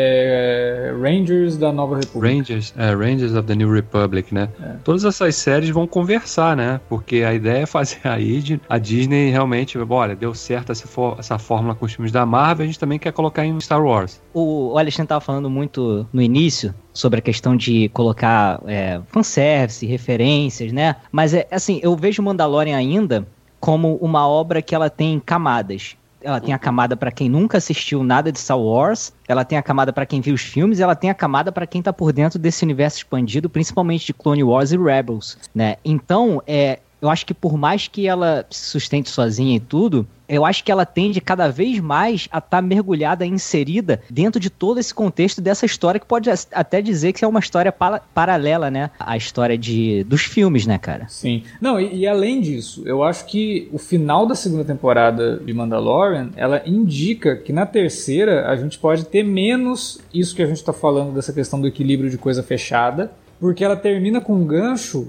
É... é Rangers da Nova República. Rangers, é, Rangers of the New Republic, né? É. Todas essas séries vão conversar, né? Porque a ideia é fazer aí a Disney realmente, olha, deu certo essa, for, essa fórmula com os filmes da Marvel, a gente também quer colocar em Star Wars. O, o Alexandre estava falando muito no início sobre a questão de colocar é, fanservice, referências, né? Mas, é, assim, eu vejo Mandalorian ainda como uma obra que ela tem camadas. Ela tem a camada para quem nunca assistiu nada de Star Wars, ela tem a camada para quem viu os filmes, ela tem a camada para quem tá por dentro desse universo expandido, principalmente de Clone Wars e Rebels, né? Então, é, eu acho que por mais que ela se sustente sozinha e tudo, eu acho que ela tende cada vez mais a estar tá mergulhada, inserida dentro de todo esse contexto dessa história, que pode até dizer que é uma história pa- paralela, né? À história de, dos filmes, né, cara? Sim. Não, e, e além disso, eu acho que o final da segunda temporada de Mandalorian, ela indica que na terceira a gente pode ter menos isso que a gente tá falando dessa questão do equilíbrio de coisa fechada, porque ela termina com um gancho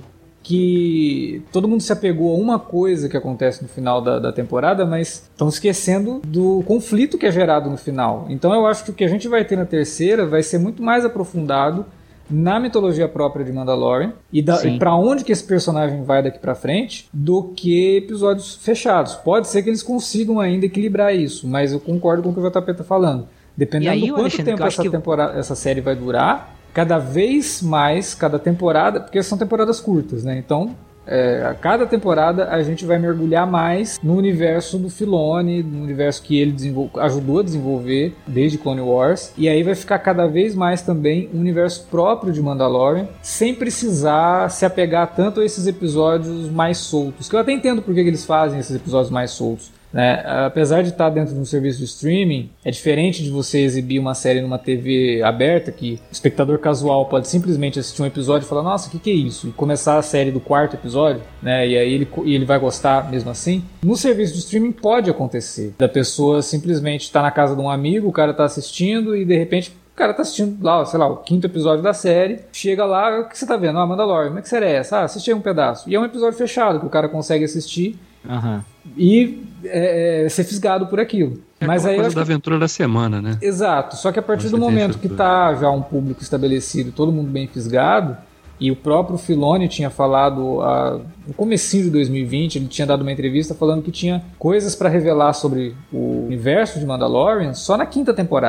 que todo mundo se apegou a uma coisa que acontece no final da, da temporada, mas estão esquecendo do conflito que é gerado no final. Então eu acho que o que a gente vai ter na terceira vai ser muito mais aprofundado na mitologia própria de Mandalorian e, da, e para onde que esse personagem vai daqui para frente do que episódios fechados. Pode ser que eles consigam ainda equilibrar isso, mas eu concordo com o que o J P tá falando. Dependendo aí, do quanto Alexandre, tempo essa, que... temporada, essa série vai durar, cada vez mais, cada temporada, porque são temporadas curtas, né? Então, é, a cada temporada a gente vai mergulhar mais no universo do Filoni, no universo que ele desenvol- ajudou a desenvolver desde Clone Wars, e aí vai ficar cada vez mais também um universo próprio de Mandalorian, sem precisar se apegar tanto a esses episódios mais soltos, que eu até entendo por que eles fazem esses episódios mais soltos. Né? Apesar de estar dentro de um serviço de streaming, é diferente de você exibir uma série numa T V aberta, que o espectador casual pode simplesmente assistir um episódio e falar, nossa, o que, que é isso? E começar a série do quarto episódio, né? E aí ele, e ele vai gostar mesmo assim. No serviço de streaming pode acontecer, da pessoa simplesmente estar na casa de um amigo, o cara está assistindo e de repente o cara tá assistindo lá, sei lá, o quinto episódio da série, chega lá, o que você tá vendo? Ah, Mandalorian, como é que série é essa? Ah, assisti um pedaço. E é um episódio fechado, que o cara consegue assistir uhum. e é, ser fisgado por aquilo. É mas aí coisa eu da que... aventura da semana, né? Exato, só que a partir do momento que tá já um público estabelecido, todo mundo bem fisgado, e o próprio Filoni tinha falado a, no comecinho de dois mil e vinte, ele tinha dado uma entrevista falando que tinha coisas para revelar sobre o universo de Mandalorian só na quinta temporada.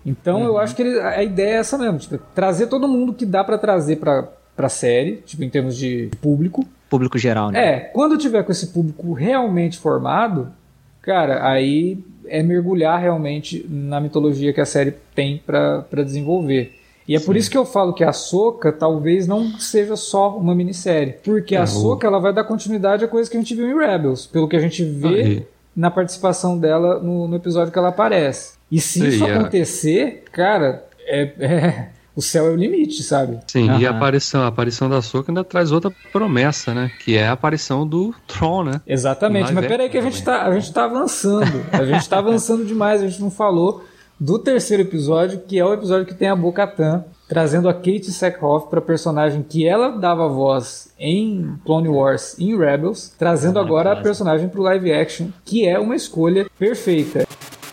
Então uhum. eu acho que ele, a ideia é essa mesmo, tipo, trazer todo mundo que dá pra trazer pra, pra série, tipo, em termos de público. Público geral, né? É, quando tiver com esse público realmente formado, cara, aí é mergulhar realmente na mitologia que a série tem pra, pra desenvolver. E é Sim. por isso que eu falo que a Ahsoka talvez não seja só uma minissérie. Porque a Ahsoka ela vai dar continuidade a coisas que a gente viu em Rebels, pelo que a gente vê Aí. na participação dela no, no episódio que ela aparece. E se Aí, isso acontecer, é. cara, é, é, o céu é o limite, sabe? Sim, uhum. e a aparição, a aparição da Ahsoka ainda traz outra promessa, né? Que é a aparição do Thrawn, né? Exatamente, mas peraí que a gente, tá, a gente tá avançando. A gente tá avançando demais, a gente não falou do terceiro episódio, que é o episódio que tem a Bo-Katan trazendo a Kate Sackhoff para personagem que ela dava voz em Clone Wars e em Rebels, trazendo é agora a personagem para o live action, que é uma escolha perfeita.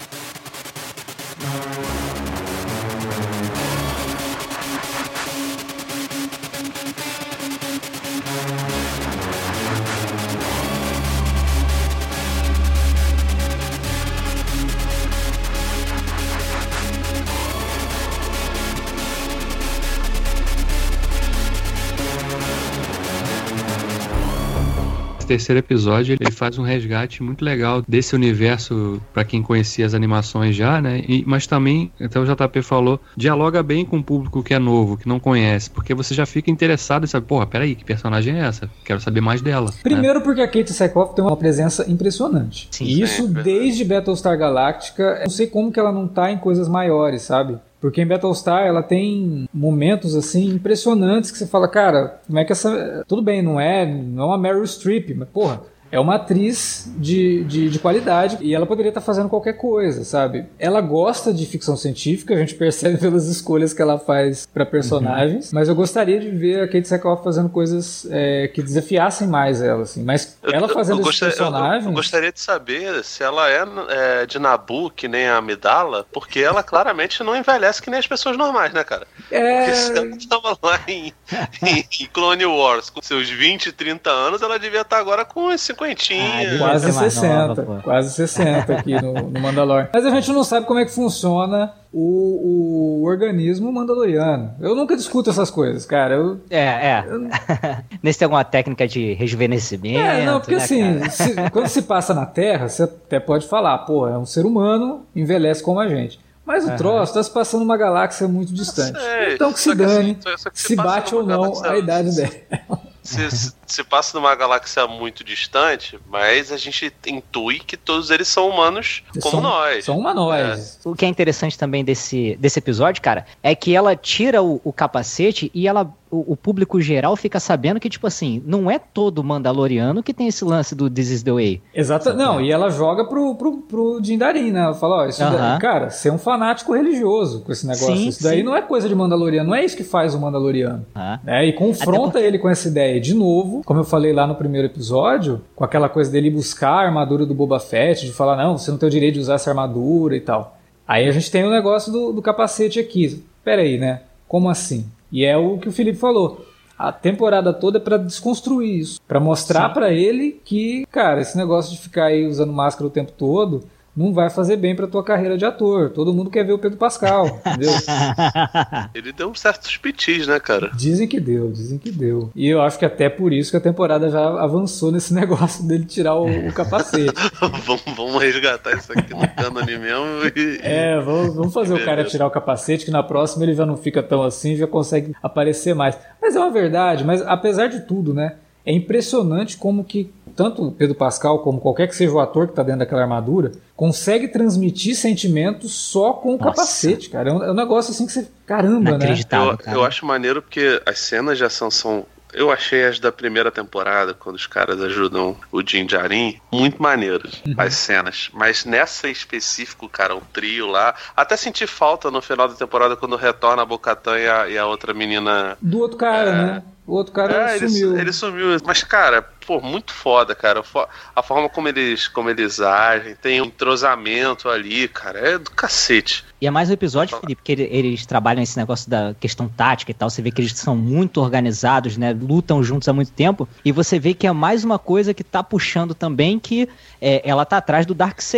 Terceiro episódio ele faz um resgate muito legal desse universo para quem conhecia as animações já, né? E, mas também, até o J P falou, dialoga bem com o público que é novo, que não conhece, porque você já fica interessado e sabe, porra, peraí, que personagem é essa? Quero saber mais dela. Primeiro né? porque a Kate Sackhoff tem uma presença impressionante. Sim, e isso é desde Battlestar Galactica, não sei como que ela não tá em coisas maiores, sabe? Porque em Battlestar ela tem momentos assim impressionantes que você fala, cara, como é que essa... Tudo bem, não é, não é uma Meryl Streep, mas porra, é uma atriz de, de, de qualidade e ela poderia estar fazendo qualquer coisa, sabe? Ela gosta de ficção científica, a gente percebe pelas escolhas que ela faz para personagens, uhum. mas eu gostaria de ver a Kate Sackhoff fazendo coisas é, que desafiassem mais ela, assim. Mas eu, ela fazendo esse personagem... Eu, eu gostaria de saber se ela é, é de Naboo, que nem a Amidala, porque ela claramente não envelhece que nem as pessoas normais, né, cara? É... Porque se ela estava lá em, em, em Clone Wars com seus vinte, trinta anos, ela devia estar agora com uns cinquentinha. Ah, quase sessenta, nova, quase sessenta aqui no, no Mandalorian. Mas a gente não sabe como é que funciona o, o organismo mandaloriano. Eu nunca discuto essas coisas, cara. Eu, é, é. Eu... Nesse tem alguma técnica de rejuvenescimento? É, não, porque né, assim, se, quando se passa na Terra, você até pode falar, pô, é um ser humano, envelhece como a gente. Mas o uhum. troço está se passando numa galáxia muito distante. Sei, então que se dane, que assim, que se, se bate ou não a idade dela. Se, se passa numa galáxia muito distante, mas a gente intui que todos eles são humanos como são, nós. São humanoides. É. O que é interessante também desse, desse episódio, cara, é que ela tira o, o capacete e ela, o, o público geral fica sabendo que, tipo assim, não é todo mandaloriano que tem esse lance do This is the Way. Exato. Não, e ela joga pro, pro, pro Jindarin, né? Ela fala, ó, isso uh-huh. daí, cara, você é um fanático religioso com esse negócio. Sim, isso daí sim. não é coisa de mandaloriano, não é isso que faz o mandaloriano. Uh-huh. Né? E confronta porque... ele com essa ideia. De novo, como eu falei lá no primeiro episódio, com aquela coisa dele buscar a armadura do Boba Fett, de falar, não, você não tem o direito de usar essa armadura e tal. Aí a gente tem o negócio do, do capacete aqui. Pera aí, né? Como assim? E é o que o Felipe falou. A temporada toda é pra desconstruir isso. Pra mostrar Sim. pra ele que, cara, esse negócio de ficar aí usando máscara o tempo todo não vai fazer bem pra tua carreira de ator. Todo mundo quer ver o Pedro Pascal, entendeu? Ele deu um certo pitis, né, cara? Dizem que deu, dizem que deu. E eu acho que até por isso que a temporada já avançou nesse negócio dele tirar o, o capacete. vamos, vamos resgatar isso aqui no cânone mesmo. E... É, vamos, vamos fazer o cara tirar o capacete, que na próxima ele já não fica tão assim, já consegue aparecer mais. Mas é uma verdade, mas apesar de tudo, né? É impressionante como que tanto o Pedro Pascal como qualquer que seja o ator que está dentro daquela armadura consegue transmitir sentimentos só com o Nossa. capacete, cara. É um, é um negócio assim que você... Caramba, né? Eu, eu acho maneiro porque as cenas de ação são... Eu achei as da primeira temporada, quando os caras ajudam o Din Djarin, muito maneiras, uhum. as cenas. Mas nessa em específico, cara, o trio lá... Até senti falta no final da temporada quando retorna a Bo-Katan e a, e a outra menina... Do outro cara, é... né? O outro cara é, sumiu. Ele, ele sumiu. Mas, cara, pô, muito foda, cara. A forma como eles, como eles agem, tem um entrosamento ali, cara, é do cacete. E é mais um episódio, Felipe, que eles trabalham esse negócio da questão tática e tal. Você vê que eles são muito organizados, né? Lutam juntos há muito tempo. E você vê que é mais uma coisa que tá puxando também, que é, ela tá atrás do Darksaber.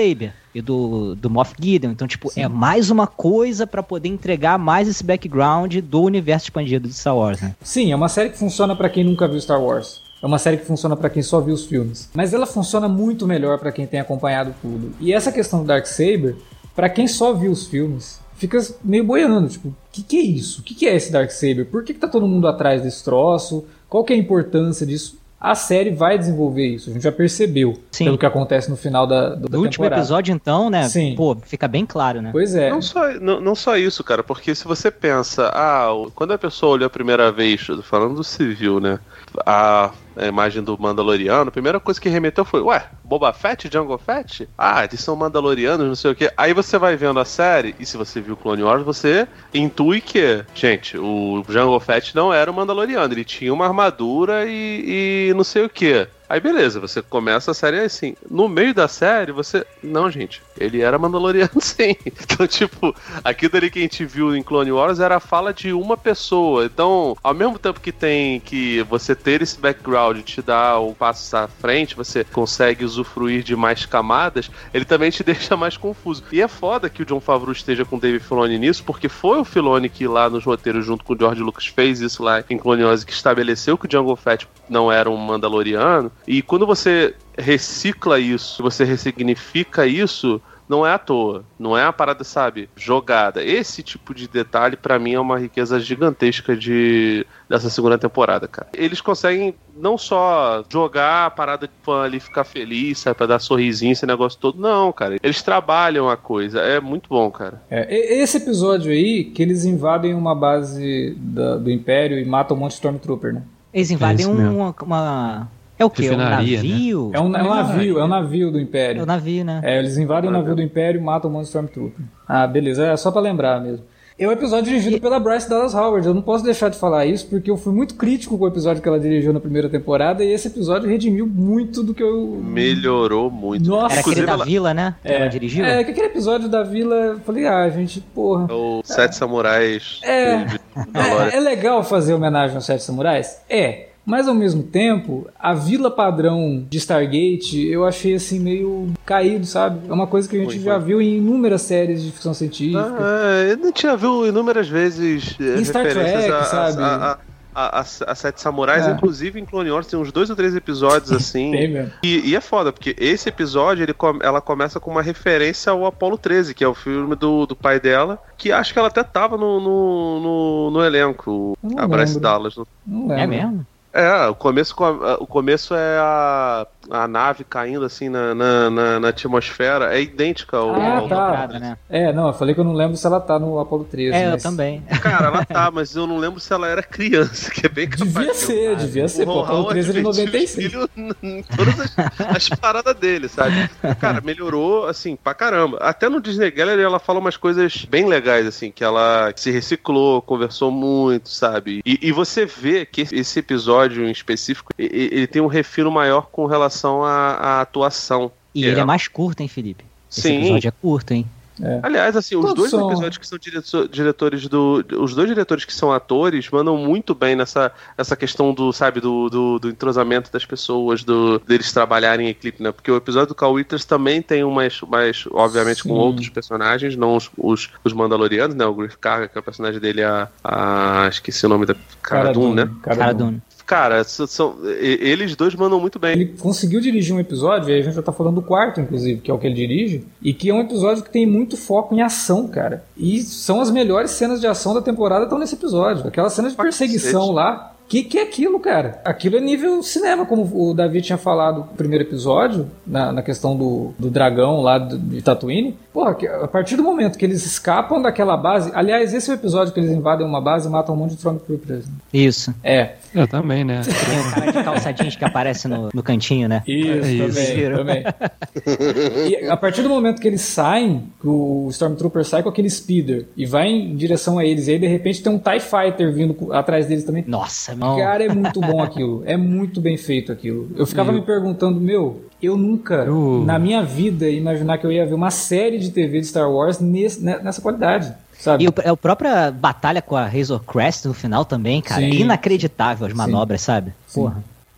e do, do Moff Gideon. Então, tipo, Sim. é mais uma coisa pra poder entregar mais esse background do universo expandido de Star Wars, né? Sim, é uma série que funciona pra quem nunca viu Star Wars. É uma série que funciona pra quem só viu os filmes. Mas ela funciona muito melhor pra quem tem acompanhado tudo. E essa questão do Darksaber, pra quem só viu os filmes, fica meio boiando. Tipo, o que, que é isso? O que, que é esse Darksaber? Por que, que tá todo mundo atrás desse troço? Qual que é a importância disso? A série vai desenvolver isso, a gente já percebeu, Sim. pelo que acontece no final da, do, da no último episódio, então, né? Sim. Pô, fica bem claro, né? Pois é. Não só, não, não só isso, cara, porque se você pensa, ah, quando a pessoa olhou a primeira vez, falando do civil, né? A, a imagem do Mandaloriano, a primeira coisa que remeteu foi, ué, Boba Fett, Jango Fett? Ah, eles são Mandalorianos, não sei o quê. Aí você vai vendo a série, e se você viu Clone Wars, você intui que, gente, o Jango Fett não era um Mandaloriano, ele tinha uma armadura e, e não sei o quê. Aí beleza, você começa a série assim. No meio da série, você... Não, gente, ele era Mandaloriano sim. Então, tipo, aquilo ali que a gente viu em Clone Wars era a fala de uma pessoa. Então, ao mesmo tempo que tem que você ter esse background te dá um passo à frente, você consegue usufruir de mais camadas, ele também te deixa mais confuso. E é foda que o Jon Favreau esteja com o Dave Filoni nisso, porque foi o Filoni que lá nos roteiros, junto com o George Lucas, fez isso lá em Clone Wars, que estabeleceu que o Jango Fett não era um Mandaloriano. E quando você recicla isso, você ressignifica isso, não é à toa. Não é uma parada, sabe, jogada. Esse tipo de detalhe, pra mim, é uma riqueza gigantesca de, dessa segunda temporada, cara. Eles conseguem não só jogar a parada de fã ali, ficar feliz, sabe, pra dar sorrisinho, esse negócio todo. Não, cara. Eles trabalham a coisa. É muito bom, cara. É, esse episódio aí, que eles invadem uma base da, do Império e matam um monte de Stormtrooper, né? Eles invadem é uma... uma... É o quê? É um navio? Né? É, um, é um navio, é um navio do Império. É um navio, né? É, eles invadem o navio do Império e matam um monte de Stormtrooper. Ah, beleza, é só pra lembrar mesmo. É um episódio dirigido e... pela Bryce Dallas Howard. Eu não posso deixar de falar isso, porque eu fui muito crítico com o episódio que ela dirigiu na primeira temporada, e esse episódio redimiu muito do que eu... Melhorou muito. Nossa. Era aquele da ela... Vila, né? Que é, ela dirigiu? É, que aquele episódio da Vila, eu falei, ah, gente, porra... O Sete Samurais. É, de... é, é legal fazer homenagem aos Sete Samurais? É. Mas ao mesmo tempo, a vila padrão de Stargate eu achei assim meio caído, sabe? É uma coisa que a gente Muito já bom. viu em inúmeras séries de ficção científica. Ah, é, a gente já viu inúmeras vezes em Star Trek, a, sabe? A, a, a, a, a Sete Samurais, é. inclusive em Clone Wars, tem uns dois ou três episódios assim. Tem mesmo. E, e é foda, porque esse episódio ele, ela começa com uma referência ao Apollo treze, que é o filme do, do pai dela, que acho que ela até tava no, no, no, no elenco, a Bryce Dallas. No... Não é mesmo? É, o começo, o começo é a, a nave caindo assim na, na, na, na atmosfera, é idêntica ao... Ah, ao tá. Né? É, não, eu falei que eu não lembro se ela tá no Apollo treze. É, mas... eu também. Cara, ela tá, mas eu não lembro se ela era criança, que é bem capaz. Devia ser, de devia ser, pô, o Apollo treze é de noventa e seis. Em todas as, as paradas dele, sabe? Cara, melhorou, assim, pra caramba. Até no Disney Gallery ela fala umas coisas bem legais, assim, que ela se reciclou, conversou muito, sabe? E, e você vê que esse episódio em específico, ele tem um refino maior com relação à, à atuação. E ele é. é mais curto, hein, Felipe? Esse Sim. episódio é curto, hein? É. Aliás, assim, os Todos dois são... episódios que são diretor, diretores do... Os dois diretores que são atores mandam muito bem nessa essa questão do, sabe, do, do, do entrosamento das pessoas, do, deles trabalharem em equipe, né? Porque o episódio do Carl Weathers também tem umas, mais, obviamente, Sim. com outros personagens, não os, os, os Mandalorianos, né? O Griff Karga, que é o personagem dele, a... a esqueci o nome da... Cara Dune, né? Cara Dune. Cara, são, eles dois mandam muito bem. Ele conseguiu dirigir um episódio, e a gente já tá falando do quarto, inclusive, que é o que ele dirige, e que é um episódio que tem muito foco em ação, cara. E são as melhores cenas de ação da temporada estão nesse episódio. Aquela cena de perseguição lá. Que que é aquilo, cara? Aquilo é nível cinema, como o Davi tinha falado no primeiro episódio, na, na questão do, do dragão lá de Tatooine. Porra, a partir do momento que eles escapam daquela base... Aliás, esse é o episódio que eles invadem uma base e matam um monte de Stormtroopers. Isso. É. Eu também, né? Tem o cara de calça jeans que aparece no, no cantinho, né? Isso, é isso. também. também. E a partir do momento que eles saem, que o Stormtrooper sai com aquele speeder e vai em direção a eles, e aí de repente tem um TIE Fighter vindo atrás deles também. Nossa, mano. Cara, é muito bom aquilo. É muito bem feito aquilo. Eu ficava eu... me perguntando, meu, eu nunca, eu... na minha vida, ia imaginar que eu ia ver uma série de T V de Star Wars nesse, nessa qualidade. Sabe? E o, a própria batalha com a Razor Crest no final também, cara, Sim. é inacreditável as manobras, Sim. sabe? Porra.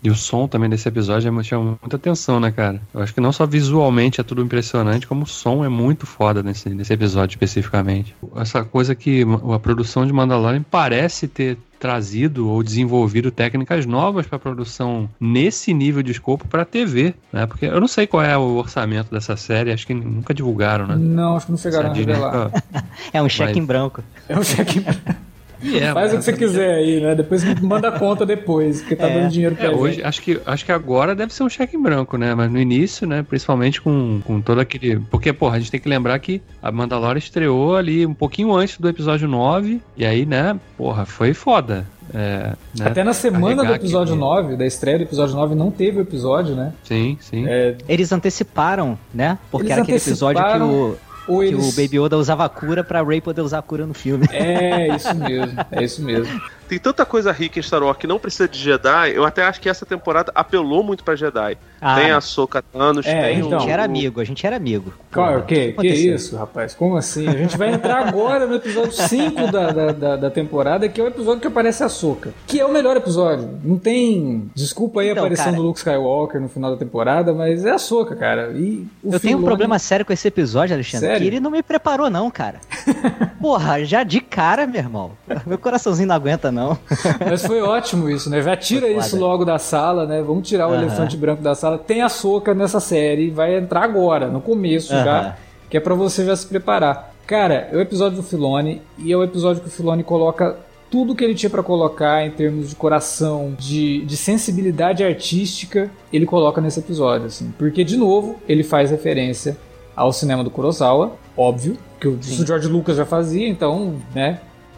E o som também desse episódio me chama muita atenção, né, cara? Eu acho que não só visualmente é tudo impressionante, como o som é muito foda nesse, nesse episódio especificamente. Essa coisa que a produção de Mandalorian parece ter trazido ou desenvolvido técnicas novas para produção nesse nível de escopo para T V, né? Porque eu não sei qual é o orçamento dessa séérie, acho que nunca divulgaram, né? Não, acho que não chegaram a revelar. Nunca... É um cheque Mas... em branco. É um cheque em branco. Yeah, Faz o que você quiser aí, né? Depois manda a conta depois, porque tá é. dando dinheiro pra é, gente. Hoje, acho que, acho que agora deve ser um cheque em branco, né? Mas no início, né? Principalmente com, com todo aquele... Porque, porra, a gente tem que lembrar que a Mandalorian estreou ali um pouquinho antes do episódio nove, e aí, né? Porra, foi foda. É, né? Até na semana do episódio aqui... nove, da estreia do episódio nove, não teve o episódio, né? Sim, sim. É... Eles anteciparam, né? Porque Eles era aquele episódio que o... Ou que eles... o Baby Yoda usava a cura pra Rey poder usar a cura no filme. É, isso mesmo, é isso mesmo. Tem tanta coisa rica em Star Wars que não precisa de Jedi. Eu até acho que essa temporada apelou muito pra Jedi. Ah, tem a Ahsoka Thanos, é, tem então, a gente era o... amigo, a gente era amigo. Qual, o que? Que isso, rapaz? Como assim? A gente vai entrar agora no episódio cinco da, da, da, da temporada, que é o episódio que aparece a Ahsoka. Que é o melhor episódio. Não tem... Desculpa aí a então, aparição cara... do Luke Skywalker no final da temporada, mas é a Ahsoka, cara. E o Eu Filoni... tenho um problema sério com esse episódio, Alexandre. Sério? Que ele não me preparou não, cara. Porra, já de cara, meu irmão. Meu coraçãozinho não aguenta, não. Mas foi ótimo isso, né? Já tira isso logo da sala, né? Vamos tirar o uh-huh. elefante branco da sala. Tem a Ahsoka nessa série, vai entrar agora, no começo uh-huh. já, que é pra você já se preparar. Cara, é o episódio do Filoni, e é o episódio que o Filoni coloca tudo que ele tinha pra colocar em termos de coração, de, de sensibilidade artística, ele coloca nesse episódio, assim. Porque, de novo, ele faz referência ao cinema do Kurosawa, óbvio, que o, o George Lucas já fazia, então, né?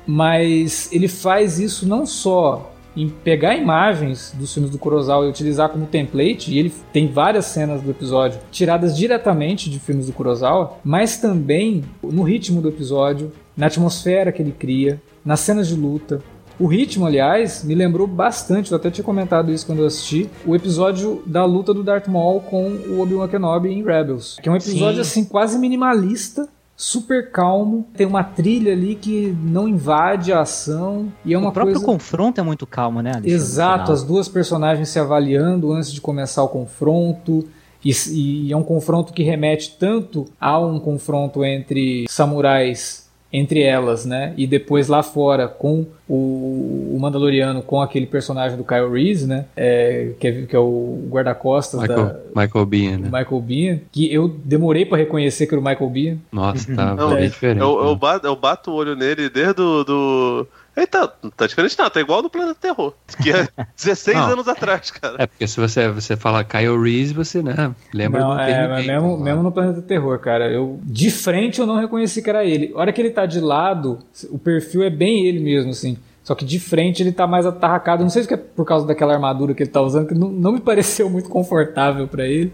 Mas ele faz isso não só em pegar imagens dos filmes do Kurosawa e utilizar como template, e ele tem várias cenas do episódio tiradas diretamente de filmes do Kurosawa, mas também no ritmo do episódio, na atmosfera que ele cria, nas cenas de luta. O ritmo, aliás, me lembrou bastante, eu até tinha comentado isso quando eu assisti, o episódio da luta do Darth Maul com o Obi-Wan Kenobi em Rebels, que é um episódio Sim. assim quase minimalista, super calmo, tem uma trilha ali que não invade a ação e é uma o próprio coisa... confronto é muito calmo, né, Alexandre? Exato, as duas personagens se avaliando antes de começar o confronto, e, e é um confronto que remete tanto a um confronto entre samurais, entre elas, né, e depois lá fora com o, o Mandaloriano, com aquele personagem do Kyle Reese, né, é, que, é, que é o guarda-costas Michael, da... Michael Biehn, né? Michael Biehn, que eu demorei pra reconhecer que era o Michael Biehn. Nossa, tá Não, bem é, diferente. Eu, né? eu, bato, eu bato o olho nele desde o... Do... Ele tá, não tá diferente não, tá igual no Planeta Terror, que é dezesseis anos atrás, cara. É, porque se você, você fala Kyle Reese, você, né, lembra não, do é, mas mesmo, mesmo no Planeta Terror, cara, eu de frente eu não reconheci que era ele. A hora que ele tá de lado, o perfil é bem ele mesmo, assim. Só que de frente ele tá mais atarracado. Não sei se é por causa daquela armadura que ele tá usando, que não, não me pareceu muito confortável pra ele.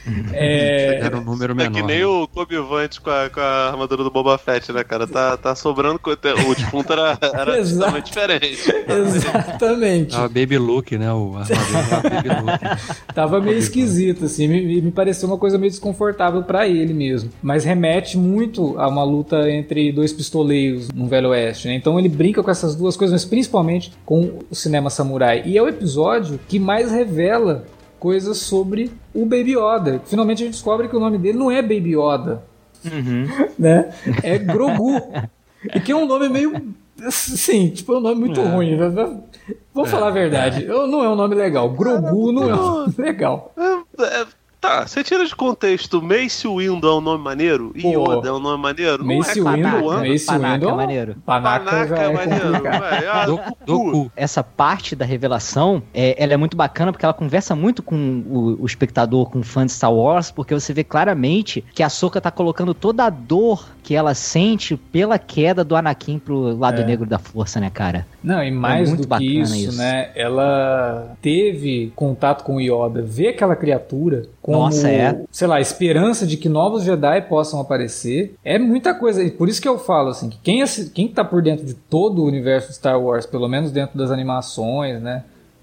É... Era um número menor. É que nem o Kobe Vant com a, com a armadura do Boba Fett, né, cara? Tá, tá sobrando. O defunto era, era totalmente diferente. Exatamente. Tava Baby Luke, né? O armadura tava Baby Luke. Tava meio esquisito, assim. Me, me pareceu uma coisa meio desconfortável pra ele mesmo. Mas remete muito a uma luta entre dois pistoleiros no Velho Oeste, né? Então ele brinca com essas duas coisas, mas principalmente com o cinema samurai. E é o episódio que mais revela coisas sobre o Baby Yoda. Finalmente a gente descobre que o nome dele não é Baby Yoda, uhum. né? É Grogu. E que é um nome meio... Sim, tipo, é um nome muito é. ruim. Vamos é. falar a verdade. Não é um nome legal. Grogu não é um nome legal. É, é, tá, você tira de contexto, Mace Windu é um nome maneiro? Pô, Yoda é um nome maneiro? Mace não é Windu, Mace Windu é maneiro. Panaca, Panaca é maneiro. Vai, Doku, Doku. Essa parte da revelação, é, ela é muito bacana porque ela conversa muito com o, o espectador, com o fã de Star Wars, porque você vê claramente que a Ahsoka tá colocando toda a dor que ela sente pela queda do Anakin pro lado é. negro da força, né, cara? Não, e mais é do que isso, isso, né? Ela teve contato com o Yoda, vê aquela criatura como, Nossa, é. sei lá, esperança de que novos Jedi possam aparecer. É muita coisa. E por isso que eu falo, assim, que quem, quem tá por dentro de todo o universo de Star Wars, pelo menos dentro das animações, né?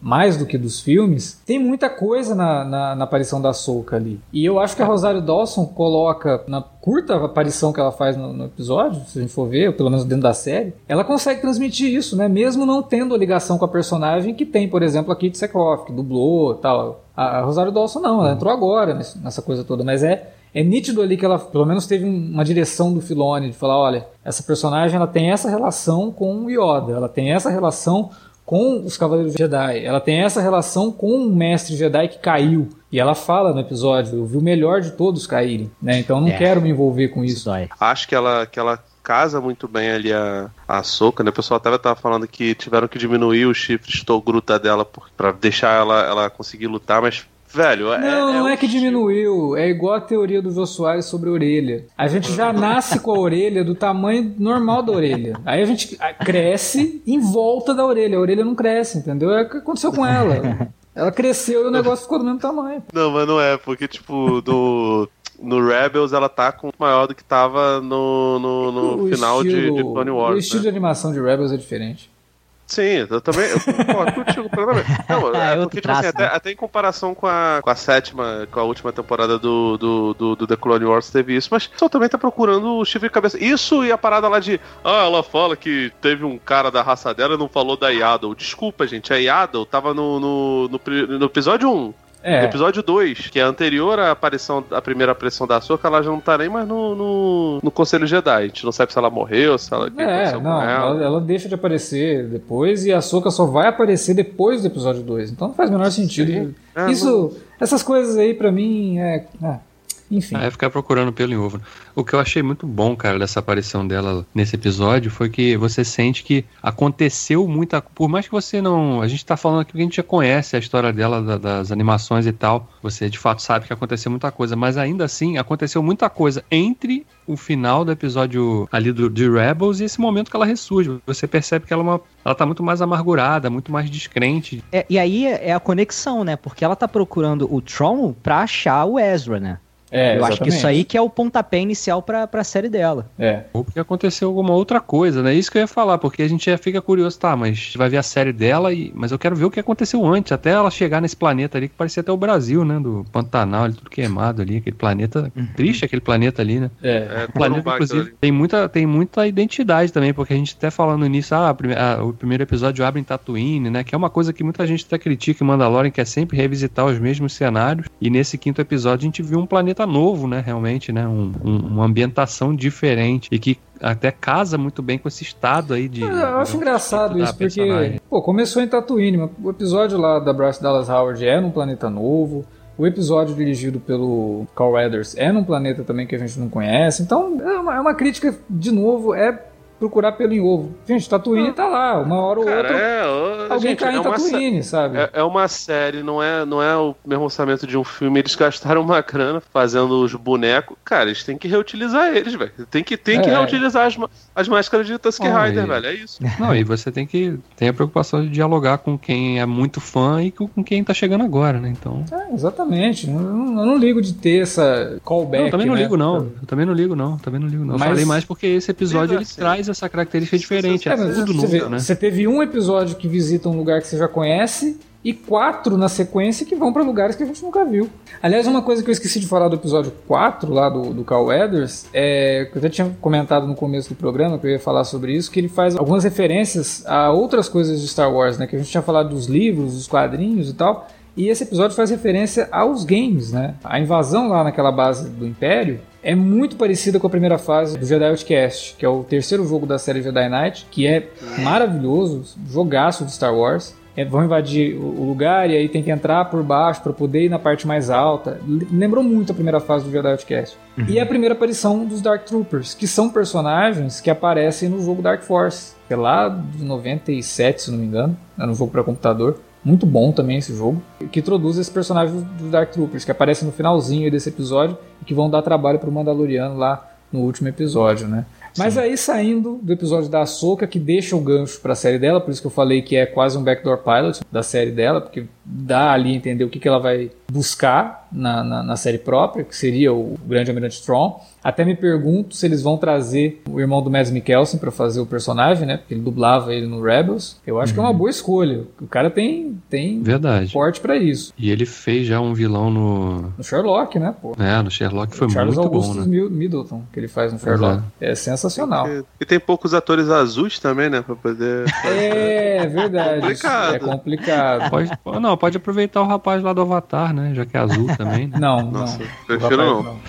mais do que dos filmes, tem muita coisa na, na, na aparição da Ahsoka ali. E eu acho que a Rosário Dawson coloca, na curta aparição que ela faz no, no episódio, se a gente for ver, ou pelo menos dentro da série, ela consegue transmitir isso, né? Mesmo não tendo a ligação com a personagem que tem, por exemplo, a Kate Sackhoff, que dublou e tal. A, a Rosário Dawson não, ela entrou agora nesse, nessa coisa toda, mas é É nítido ali que ela, pelo menos, teve uma direção do Filoni de falar, olha, essa personagem ela tem essa relação com o Yoda, ela tem essa relação com os Cavaleiros Jedi, ela tem essa relação com um mestre Jedi que caiu. E ela fala no episódio, eu vi o melhor de todos caírem, né? Então eu não é. quero me envolver com isso. isso Acho que ela, que ela casa muito bem ali a, a Ahsoka, né? O pessoal até tava falando que tiveram que diminuir os chifres Togruta dela por, pra deixar ela, ela conseguir lutar, mas velho, não, é, não é, é que diminuiu, é igual a teoria do Jô Soares sobre a orelha. A gente já nasce com a orelha do tamanho normal da orelha. Aí a gente cresce em volta da orelha. A orelha não cresce, entendeu? É o que aconteceu com ela. Ela cresceu e o negócio ficou do mesmo tamanho. Não, mas não é, porque tipo, do... no Rebels ela tá com maior do que tava no, no, no final estilo, de, de Clone Wars. O estilo né? de animação de Rebels é diferente. Sim, eu também eu concordo contigo plenamente. Não, é porque, tipo assim, até, até em comparação com a, com a sétima, com a última temporada do, do, do, do The Clone Wars teve isso, mas o pessoal também tá procurando o chifre de cabeça. Isso e a parada lá de, ah, ela fala que teve um cara da raça dela e não falou da Yaddle. Desculpa, gente, a Yaddle tava no, no, no, no episódio um. É. No episódio dois, que é anterior à aparição, à primeira aparição da Ahsoka, ela já não tá nem mais no, no, no Conselho Jedi. A gente não sabe se ela morreu, se ela... É, não, ela. Ela, ela deixa de aparecer depois e a Ahsoka só vai aparecer depois do episódio dois. Então não faz o menor sentido. É, Isso, não... essas coisas aí pra mim é... é. Enfim. É ficar procurando pelo em ovo. O que eu achei muito bom, cara, dessa aparição dela nesse episódio foi que você sente que aconteceu muita... Por mais que você não... A gente tá falando aqui que a gente já conhece a história dela, da, das animações e tal. Você, de fato, sabe que aconteceu muita coisa. Mas ainda assim, aconteceu muita coisa entre o final do episódio ali do, de Rebels e esse momento que ela ressurge. Você percebe que ela, é uma, ela tá muito mais amargurada, muito mais descrente. É, e aí é a conexão, né? Porque ela tá procurando o Tron pra achar o Ezra, né? É, eu exatamente. Acho que isso aí que é o pontapé inicial pra, pra série dela. É. Ou porque aconteceu alguma outra coisa, né? Isso que eu ia falar, porque a gente já fica curioso, tá, mas vai ver a série dela, e... mas eu quero ver o que aconteceu antes, até ela chegar nesse planeta ali, que parecia até o Brasil, né? Do Pantanal, ali, tudo queimado ali, aquele planeta, uhum. triste aquele planeta ali, né? É. O planeta, inclusive, tem muita, tem muita identidade também, porque a gente até falando no início, ah, a prime... ah, o primeiro episódio abre em Tatooine, né? Que é uma coisa que muita gente até critica em Mandalorian, que é sempre revisitar os mesmos cenários, e nesse quinto episódio a gente viu um planeta novo, né, realmente, né, um, um, uma ambientação diferente e que até casa muito bem com esse estado aí de... Eu acho engraçado isso, porque, pô, começou em Tatooine, mas o episódio lá da Bryce Dallas Howard é num planeta novo, o episódio dirigido pelo Carl Weathers é num planeta também que a gente não conhece, então é uma, é uma crítica, de novo, é procurar pelo em ovo. Gente, Tatooine ah, tá lá, uma hora ou outra é, ó, alguém gente, cai é em Tatooine, sabe? É, é uma série, não é, não é o mesmo orçamento de um filme, eles gastaram uma grana fazendo os bonecos, cara, eles têm que reutilizar eles, velho. Tem que, tem é. que reutilizar as, as máscaras de Tusk oh, Rider, e... velho, é isso. Não, e você tem que ter a preocupação de dialogar com quem é muito fã e com quem tá chegando agora, né, então... É, exatamente, eu não, eu não ligo de ter essa callback, não, eu também não né? ligo não, eu também não ligo não, também não ligo não. Mas... Eu falei mais porque esse episódio, ele assim. traz essa característica diferente, é, é tudo novo, né? Você teve um episódio que visita um lugar que você já conhece e quatro na sequência que vão pra lugares que a gente nunca viu. Aliás, uma coisa que eu esqueci de falar do episódio quatro, lá do, do Carl Weathers, é que eu até tinha comentado no começo do programa, que eu ia falar sobre isso, que ele faz algumas referências a outras coisas de Star Wars, né? Que a gente tinha falado dos livros, dos quadrinhos e tal, e esse episódio faz referência aos games, né? A invasão lá naquela base do Império é muito parecida com a primeira fase do Jedi Outcast, que é o terceiro jogo da série Jedi Knight, que é maravilhoso, jogaço de Star Wars. É, vão invadir o lugar e aí tem que entrar por baixo para poder ir na parte mais alta. Lembrou muito a primeira fase do Jedi Outcast. Uhum. E a primeira aparição dos Dark Troopers, que são personagens que aparecem no jogo Dark Force, que é lá de noventa e sete, se não me engano, era um jogo para computador. Muito bom também esse jogo, que introduz esses personagens dos Dark Troopers, que aparecem no finalzinho desse episódio e que vão dar trabalho pro Mandaloriano lá no último episódio, né? Sim. Mas aí, saindo do episódio da Ahsoka, que deixa o gancho pra série dela, por isso que eu falei que é quase um backdoor pilot da série dela, porque dá ali a entender o que, que ela vai buscar na, na, na série própria, que seria o Grande Almirante Thrawn. Até me pergunto se eles vão trazer o irmão do Mads Mikkelsen para fazer o personagem, né? Porque ele dublava ele no Rebels. Eu acho uhum. que é uma boa escolha. O cara tem, tem Verdade. porte para isso. E ele fez já um vilão no... No Sherlock, né? Pô. É, no Sherlock foi Charles muito Augustus bom, né? Middleton, que ele faz no Sherlock. Uhum. É sensacional. E, e tem poucos atores azuis também, né? Pra poder... É, verdade. complicado. É complicado. Pode, não, pode aproveitar o rapaz lá do Avatar, né? Já que é azul também. Né? Não, Nossa, não. prefiro não. não.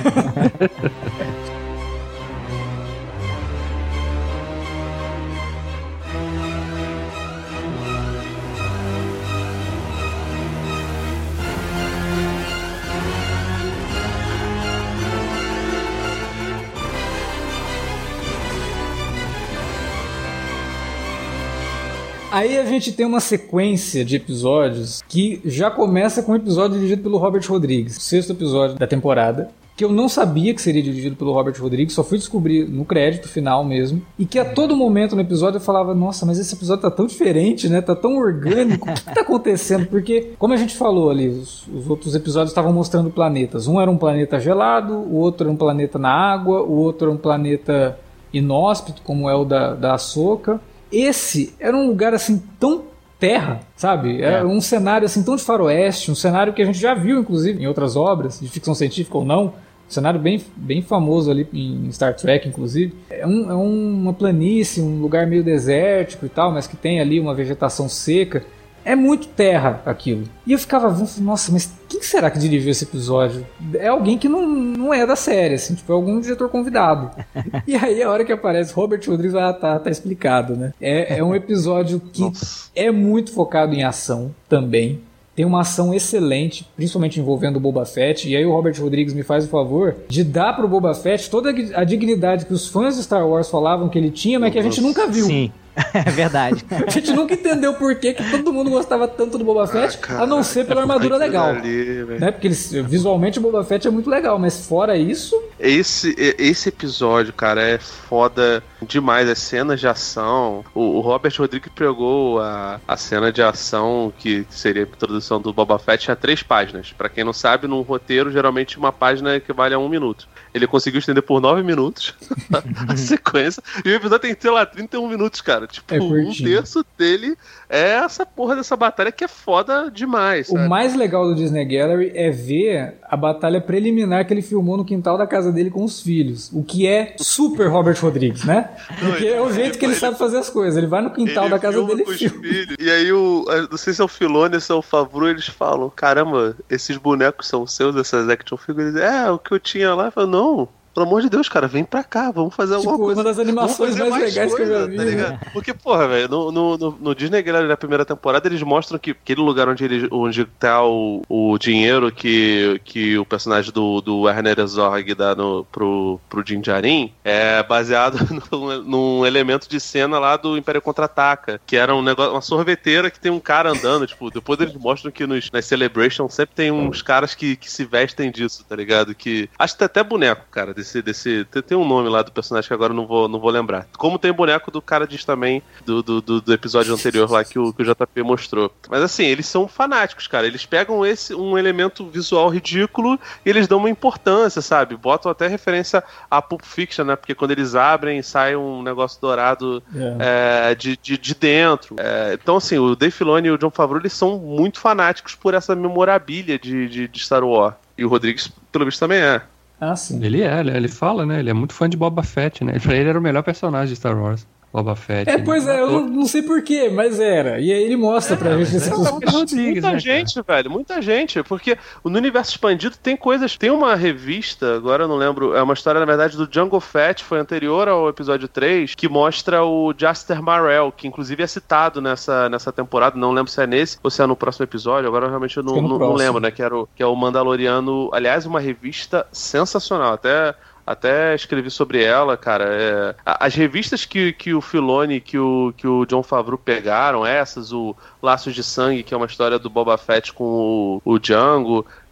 Aí a gente tem uma sequência de episódios que já começa com um episódio dirigido pelo Robert Rodrigues, o sexto episódio da temporada, que eu não sabia que seria dirigido pelo Robert Rodrigues, só fui descobrir no crédito final mesmo, e que a todo momento no episódio eu falava, nossa, mas esse episódio tá tão diferente, né, tá tão orgânico, o que tá acontecendo? Porque, como a gente falou ali, os, os outros episódios estavam mostrando planetas, um era um planeta gelado, o outro era um planeta na água, o outro era um planeta inóspito, como é o da, da Ahsoka. Esse era um lugar assim tão terra, sabe? Era é. um cenário assim tão de faroeste, um cenário que a gente já viu inclusive em outras obras, de ficção científica ou não, um cenário bem, bem famoso ali em Star Trek inclusive. É, um, é uma planície, um lugar meio desértico e tal, mas que tem ali uma vegetação seca. É muito terra aquilo. E eu ficava vendo, nossa, mas quem será que dirigiu esse episódio? É alguém que não, não é da série, assim, tipo, é algum diretor convidado. E aí a hora que aparece Robert Rodrigues, ah, tá, tá explicado, né? É, é um episódio que nossa. é muito focado em ação também. Tem uma ação excelente, principalmente envolvendo o Boba Fett, e aí o Robert Rodrigues me faz o favor de dar pro Boba Fett toda a dignidade que os fãs de Star Wars falavam que ele tinha, mas que a gente nunca viu. Sim. É verdade. A gente nunca entendeu por que, que todo mundo gostava tanto do Boba Fett, ah, cara, a não ser pela armadura legal. Ali, né? Porque eles, visualmente o Boba Fett é muito legal, mas fora isso... Esse, esse episódio, cara, é foda demais. As cenas de ação. O, o Robert Rodrigues pegou a, a cena de ação, que seria a introdução do Boba Fett, a três páginas. Pra quem não sabe, num roteiro, geralmente uma página equivale a um minuto. Ele conseguiu estender por nove minutos a sequência. E o episódio tem, sei lá, trinta e um minutos, cara. Tipo, é um terço dele é essa porra dessa batalha que é foda demais, sabe? O mais legal do Disney Gallery é ver a batalha preliminar que ele filmou no quintal da casa dele com os filhos. O que é super Robert Rodrigues, né? Porque é o jeito que ele, ele sabe fazer as coisas. Ele vai no quintal da casa dele e filma. Filhos. E aí, o, não sei se é o Filoni ou se é o Favreau, eles falam, caramba, esses bonecos são seus, essas action figures? É, o que eu tinha lá. Eu falo, não... Pelo amor de Deus, cara, vem pra cá, vamos fazer alguma tipo, coisa. Uma das animações mais, mais legais coisa, que eu já vi. Tá ligado? Né? Porque, porra, velho, no, no, no, no Disney Gallery da primeira temporada, eles mostram que aquele lugar onde, ele, onde tá o, o dinheiro que, que o personagem do, do Werner Herzog dá no, pro, pro Din Djarin é baseado num, num elemento de cena lá do Império Contra-Ataca, que era um negócio, uma sorveteira que tem um cara andando, tipo, depois eles mostram que nos, nas Celebrations sempre tem uns caras que, que se vestem disso, tá ligado? Que, acho que tem até boneco, cara, Desse, desse, tem um nome lá do personagem que agora eu não vou, não vou lembrar. Como tem o boneco do cara diz também do, do, do, do episódio anterior lá que o, que o J P mostrou. Mas assim, eles são fanáticos, cara. Eles pegam esse, um elemento visual ridículo e eles dão uma importância, sabe? Botam até referência a Pulp Fiction, né? Porque quando eles abrem, sai um negócio dourado yeah. é, de, de, de dentro. É, então assim, o Dave Filoni e o Jon Favreau, eles são muito fanáticos por essa memorabilia de, de, de Star Wars. E o Rodrigues, pelo visto, também é. Ah, sim. Ele é, ele fala, né? Ele é muito fã de Boba Fett, né? Pra ele era o melhor personagem de Star Wars. Boba Fett. É, pois é, eu não, não sei porquê, mas era. E aí ele mostra é, pra gente esse Rodrigues, Muita né, gente, cara? velho, muita gente. Porque no universo expandido tem coisas. Tem uma revista, agora eu não lembro, é uma história, na verdade, do Jango Fett, foi anterior ao episódio três, que mostra o Jaster Marrell, que inclusive é citado nessa, nessa temporada. Não lembro se é nesse ou se é no próximo episódio. Agora realmente eu não, não, não lembro, né? Que, era o, que é o Mandaloriano. Aliás, uma revista sensacional. Até. Até escrevi sobre ela, cara. É, as revistas que, que o Filoni, que o, que o Jon Favreau pegaram, essas, o Laços de Sangue, que é uma história do Boba Fett com o, o Django,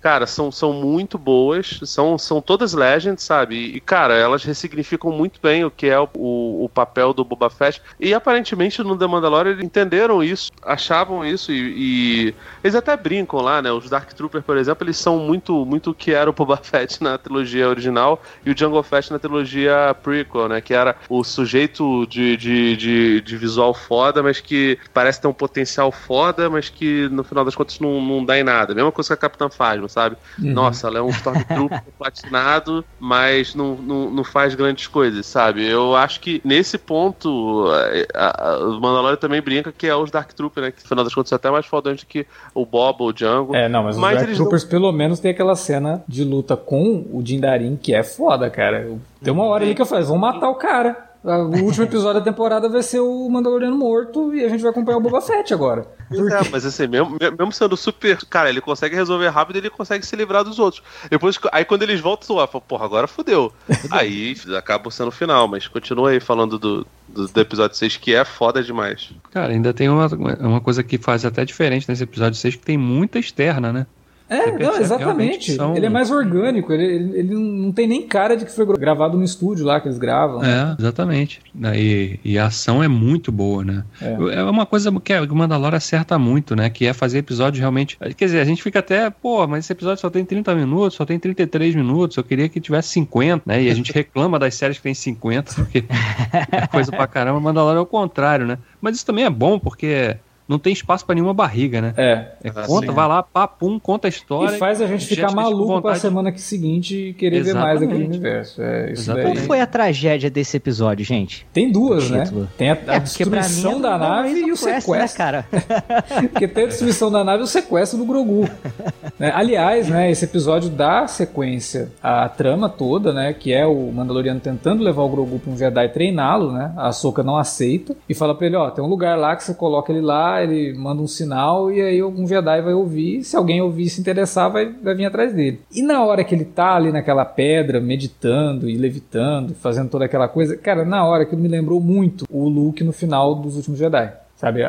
cara, são, são muito boas, são, são todas Legends, sabe? E, cara, elas ressignificam muito bem o que é o, o, o papel do Boba Fett. E aparentemente no The Mandalorian eles entenderam isso, achavam isso e, e eles até brincam lá, né? Os Dark Troopers, por exemplo, eles são muito, muito o que era o Boba Fett na trilogia original e o Jango Fett na trilogia prequel, né? Que era o sujeito de, de, de, de visual foda, mas que parece ter um potencial foda, mas que no final das contas não, não dá em nada. Mesma coisa que a Capitã Phasma, sabe? Uhum. Nossa, ela é um Stormtrooper platinado, mas não, não, não faz grandes coisas, sabe? Eu acho que nesse ponto a, a, o Mandalorian também brinca que é os Dark Troopers, né? Que no final das contas é até mais fodante que o Boba ou o Jango. É, não, mas, mas os Dark Troopers não... pelo menos tem aquela cena de luta com o Din Djarin que é foda, cara. Tem uma hora ali que eu falei, vão matar o cara. O último episódio da temporada vai ser o Mandaloriano morto e a gente vai acompanhar o Boba Fett agora. Porque... É, mas assim, mesmo, mesmo sendo super... Cara, ele consegue resolver rápido e ele consegue se livrar dos outros. Depois, aí quando eles voltam, eu falo, porra, agora fodeu. Aí acaba sendo o final, mas continua aí falando do, do, do episódio seis, que é foda demais. Cara, ainda tem uma, uma coisa que faz até diferente nesse episódio seis, que tem muita externa, né? É, não, exatamente. São... Ele é mais orgânico, ele, ele, ele não tem nem cara de que foi gravado no estúdio lá que eles gravam. Né? É, exatamente. E, e a ação é muito boa, né? É, é uma coisa que o Mandalorian acerta muito, né? Que é fazer episódios realmente... Quer dizer, a gente fica até, pô, mas esse episódio só tem trinta minutos, só tem trinta e três minutos, eu queria que tivesse cinquenta, né? E a gente reclama das séries que tem cinquenta, porque é coisa pra caramba. O Mandalorian é o contrário, né? Mas isso também é bom, porque... não tem espaço pra nenhuma barriga, né? É. é conta, sim. Vai lá, papum, conta a história. E faz a gente ficar gente maluco pra semana seguinte e querer Exatamente. ver mais daquele universo. É, isso daí. Qual foi a tragédia desse episódio, gente? Tem duas, né? Tem a, a é, destruição da nave e o sequestro. Né, cara? Porque tem a destruição da nave e o sequestro do Grogu. Né? Aliás, né, esse episódio dá sequência à trama toda, né? Que é o Mandaloriano tentando levar o Grogu pra um Jedi e treiná-lo, né? A Ahsoka não aceita e fala pra ele, ó, tem um lugar lá que você coloca ele lá, ele manda um sinal e aí algum Jedi vai ouvir, se alguém ouvir e se interessar vai, vai vir atrás dele. E na hora que ele tá ali naquela pedra meditando e levitando, fazendo toda aquela coisa, cara, na hora que me lembrou muito o Luke no final dos Últimos Jedi. Sabe, uhum.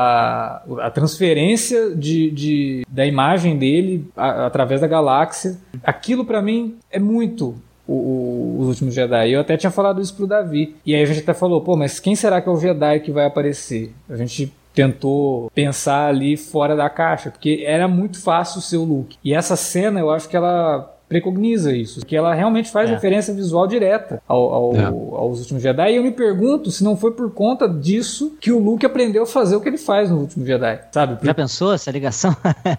a, a, a transferência de, de, da imagem dele a, através da galáxia, aquilo pra mim é muito o, o, os Últimos Jedi. Eu até tinha falado isso pro Davi. E aí a gente até falou, pô, mas quem será que é o Jedi que vai aparecer? A gente tentou pensar ali fora da caixa, porque era muito fácil ser o Luke. E essa cena, eu acho que ela precogniza isso, que ela realmente faz é. referência visual direta ao, ao, é. aos Últimos Jedi, e eu me pergunto se não foi por conta disso que o Luke aprendeu a fazer o que ele faz no Último Jedi, sabe? Já pensou essa ligação?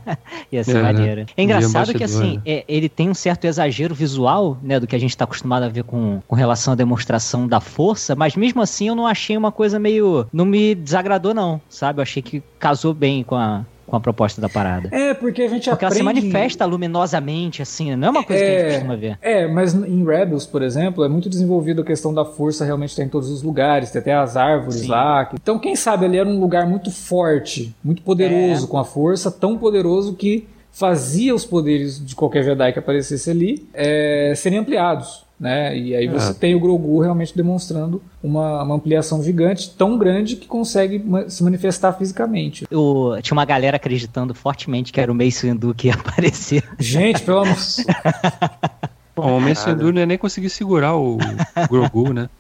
Ia ser é, maneiro. É engraçado que assim, é, ele tem um certo exagero visual, né, do que a gente está acostumado a ver com, com relação à demonstração da força, mas mesmo assim eu não achei uma coisa meio... não me desagradou não, sabe? Eu achei que casou bem com a... com a proposta da parada. É, porque a gente porque aprende... ela se manifesta luminosamente, assim, não é uma coisa é, que a gente costuma ver. É, mas em Rebels, por exemplo, é muito desenvolvido a questão da força realmente estar em todos os lugares, tem até as árvores Sim. lá. Então, quem sabe ali era um lugar muito forte, muito poderoso, é. com a força, tão poderoso que fazia os poderes de qualquer Jedi que aparecesse ali é, serem ampliados. Né? E aí você é. tem o Grogu realmente demonstrando uma, uma ampliação gigante, tão grande que consegue ma- se manifestar fisicamente. Eu, tinha uma galera acreditando fortemente que era o Mace Windu que ia aparecer. Gente, pelo amor... Bom, o Mace Windu não ia nem conseguir segurar o Grogu, né?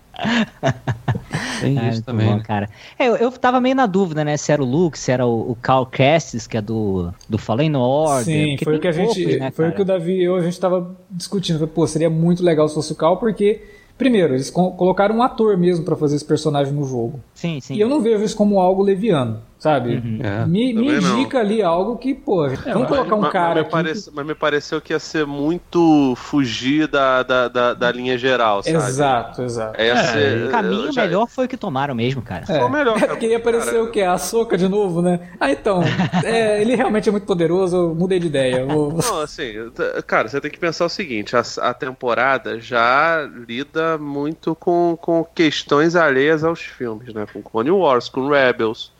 Tem ah, isso também. Bom, né? cara. É, eu, eu tava meio na dúvida, né? Se era o Luke, se era o, o Cal Kestis, que é do, do Fallen Order. Sim, foi o que a gente. Poucos, né, foi cara? o que o Davi e eu a gente tava discutindo. Falei, pô, seria muito legal se fosse o Cal, porque. Primeiro, eles co- colocaram um ator mesmo pra fazer esse personagem no jogo. Sim, sim. E eu não vejo isso como algo leviano, sabe? Uhum. É, me, me indica não. ali algo que, pô, é, vamos colocar um mas, cara mas aqui... Parece, que... Mas me pareceu que ia ser muito fugir da, da, da, da linha geral, sabe? Exato, exato. É, ser, o caminho já... melhor foi o que tomaram mesmo, cara. É. Foi o melhor. É porque ia aparecer cara. o quê? A Ahsoka de novo, né? Ah, então, é, ele realmente é muito poderoso, eu mudei de ideia. Vou... Não, assim, cara, você tem que pensar o seguinte, a, a temporada já lida muito com, com questões alheias aos filmes, né? Com Clone Wars, com Rebels. Uhum. A gente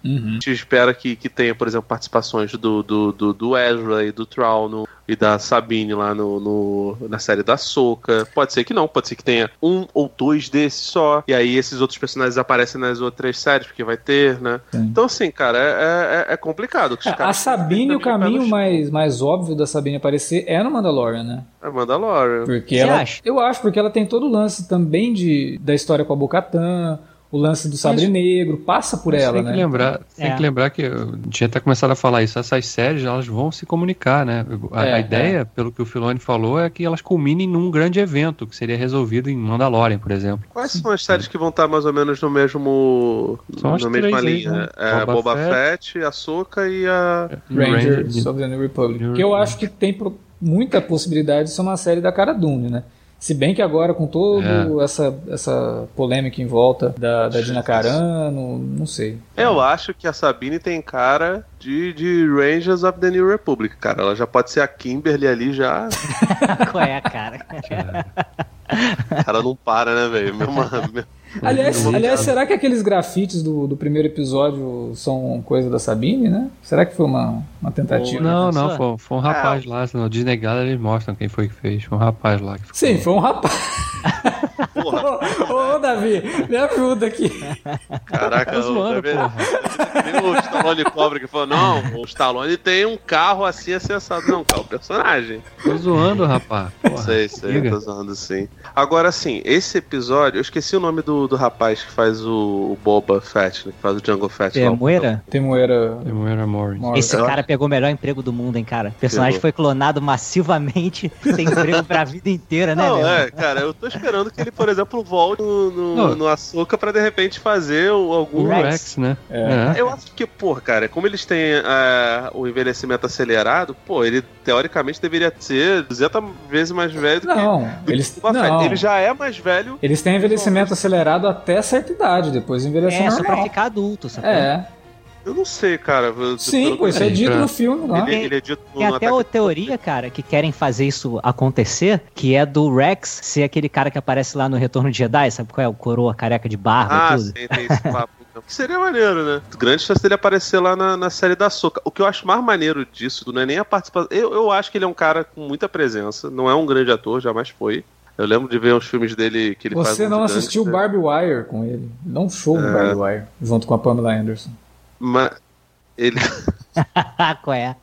gente espera que, que tenha, por exemplo, participações do, do, do, do Ezra e do Thrawn no, e da Sabine lá no, no, na série da Ahsoka. Pode ser que não, pode ser que tenha um ou dois desses só, e aí esses outros personagens aparecem nas outras séries, porque vai ter, né? Sim. Então, assim, cara, é, é, é complicado. É, a Sabine, o caminho mais, mais óbvio da Sabine aparecer é no Mandalorian, né? É Mandalorian. Porque Você ela, acha? Eu acho, porque ela tem todo o lance também de, da história com a Bo-Katan, o lance do sabre mas, negro, passa por ela, tem né? Que lembrar, é. Tem que lembrar que eu tinha até começado a falar isso, essas séries, elas vão se comunicar, né? A, é, a ideia, é. pelo que o Filoni falou, é que elas culminem num grande evento, que seria resolvido em Mandalorian, por exemplo. Quais são as séries que vão estar mais ou menos no mesmo... São as na mesma três, linha? Né? É, Boba, Boba Fett, Fett, Ahsoka e a... Rangers Ranger, of the New Republic. New que eu acho que tem pro, muita possibilidade de ser uma série da Cara Dune, né? Se bem que agora, com toda é. essa, essa polêmica em volta da, da Gina Carano, não sei. Eu acho que a Sabine tem cara de, de Rangers of the New Republic, cara. Ela já pode ser a Kimberly ali já. Qual é a cara? O cara não para, né, velho? Aliás, aliás, será que aqueles grafites do, do primeiro episódio são coisa da Sabine, né? Será que foi uma, uma tentativa? Não, não, foi, foi um rapaz é. lá. No Disney Gallery eles mostram quem foi que fez. Foi um rapaz lá. Que ficou... Sim, foi um rapaz. Ô, ô, ô, Davi, me ajuda aqui. Caraca, tô zoando, porra. Tem o Stallone pobre que falou, não, o Stallone tem um carro assim acessado. Não, cara, o personagem. Tô zoando, rapaz. Porra, sei, sei, liga. Tô zoando sim. Agora, assim, esse episódio, eu esqueci o nome do, do rapaz que faz o, o Boba Fett, né, que faz o Jango Fett. Temuera? Temuera. Temuera Morris. Esse eu cara acho... pegou o melhor emprego do mundo, hein, cara. O personagem pegou. Foi clonado massivamente, tem emprego pra vida inteira, né, Não, mesmo? é, cara, eu tô esperando que ele, por exemplo, volte no, no, no Ahsoka pra, de repente, fazer algum... O Rex, né? É. Eu acho que, pô, cara, como eles têm uh, o envelhecimento acelerado, pô, ele, teoricamente, deveria ser duzentas vezes mais velho do não, que... Eles, do não, ele já é mais velho... Eles têm envelhecimento acelerado até certa idade, depois envelhecer É, normal. só pra ficar adulto, sabe? É. Eu não sei, cara. Sim, pô, isso é dito no filme lá. Ele, ele é dito no Tem até a teoria, cara, que querem fazer isso acontecer, que é do Rex ser aquele cara que aparece lá no Retorno de Jedi, sabe qual é? O coroa careca de barba ah, e tudo. Sim, tem esse papo. Que seria maneiro, né? Grande chance dele aparecer lá na, na série da Ahsoka. O que eu acho mais maneiro disso não é nem a participação... Eu, eu acho que ele é um cara com muita presença, não é um grande ator, jamais foi. Eu lembro de ver os filmes dele que ele Você faz... Você não assistiu né? Barbie Wire com ele. Dá um show no é... Barbie Wire, junto com a Pamela Anderson. Mas... Ele... Qual é?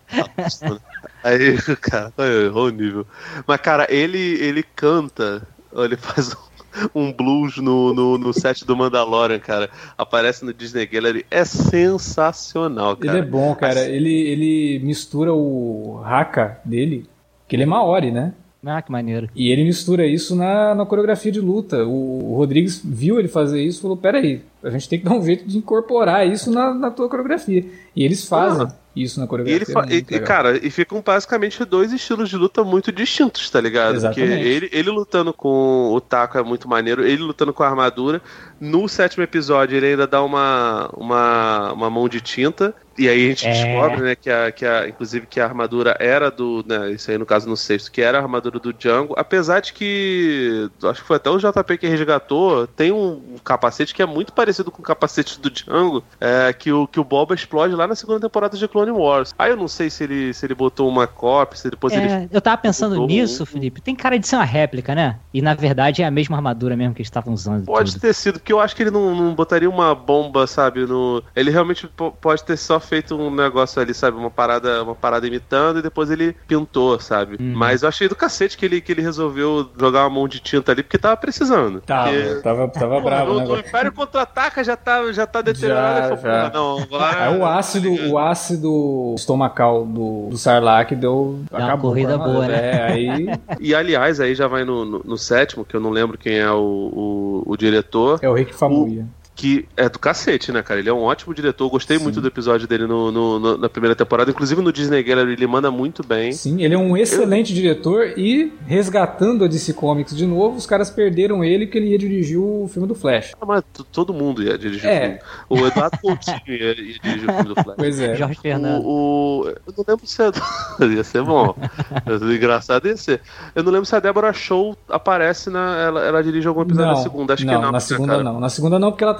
Aí, cara, errou o nível. Mas, cara, ele, ele canta, ele faz um, um blues no, no, no set do Mandalorian, cara. Aparece no Disney Gallery. É sensacional, cara. Ele é bom, cara. Assim... Ele, ele mistura o haka dele, que ele é maori, né? Ah, que maneiro. E ele mistura isso na, na coreografia de luta. O, o Rodrigues viu ele fazer isso e falou, peraí, a gente tem que dar um jeito de incorporar isso na, na tua coreografia. E eles fazem uhum. isso na coreografia. E, ele fa- e, e cara, e ficam basicamente dois estilos de luta muito distintos, tá ligado? Exatamente. Porque ele, ele lutando com o taco é muito maneiro, ele lutando com a armadura. No sétimo episódio ele ainda dá uma, uma, uma mão de tinta. E aí a gente é. descobre, né, que a, que a, inclusive que a armadura era do, né, isso aí no caso no sexto, que era a armadura do Django, apesar de que, acho que foi até o J P que resgatou, tem um, um capacete que é muito parecido com o capacete do Django, é, que, o, que o Boba explode lá na segunda temporada de Clone Wars. Aí eu não sei se ele, se ele botou uma cópia, se depois é, ele... Eu tava pensando nisso, um... Felipe, tem cara de ser uma réplica, né? E na verdade é a mesma armadura mesmo que eles estavam usando. Pode tudo. ter sido, porque eu acho que ele não, não botaria uma bomba, sabe, no... Ele realmente p- pode ter só feito um negócio ali, sabe, uma parada, uma parada imitando e depois ele pintou, sabe? Hum. Mas eu achei do cacete que ele, que ele resolveu jogar uma mão de tinta ali porque tava precisando. Tava, porque... tava, tava bravo, no, né? O Império Contra-Ataca já tá, já tá deteriorado. Já, já. Não, agora... É o ácido, o ácido estomacal do, do Sarlacc deu... Deu uma corrida boa, né? É, aí... E aliás, aí já vai no, no, no sétimo, que eu não lembro quem é o, o, o diretor. É o Rick Famuyiwa. Que é do cacete, né, cara? Ele é um ótimo diretor. Eu gostei Sim. muito do episódio dele no, no, no, na primeira temporada. Inclusive no Disney Gallery ele manda muito bem. Sim, ele é um excelente Eu... diretor. E resgatando a D C Comics de novo, os caras perderam ele porque ele ia dirigir o filme do Flash. Ah, mas t- todo mundo ia dirigir é. o filme. O Eduardo Coutinho ia, ia dirigir o filme do Flash. Pois é. Jorge Fernando. O, o... Eu não lembro se é... ia ser bom. Engraçado ia ser. Eu não lembro se a Deborah Shaw aparece na... Ela, ela dirige algum episódio não, na segunda. Acho não, que não. Na segunda cara. não. Na segunda não, porque ela tá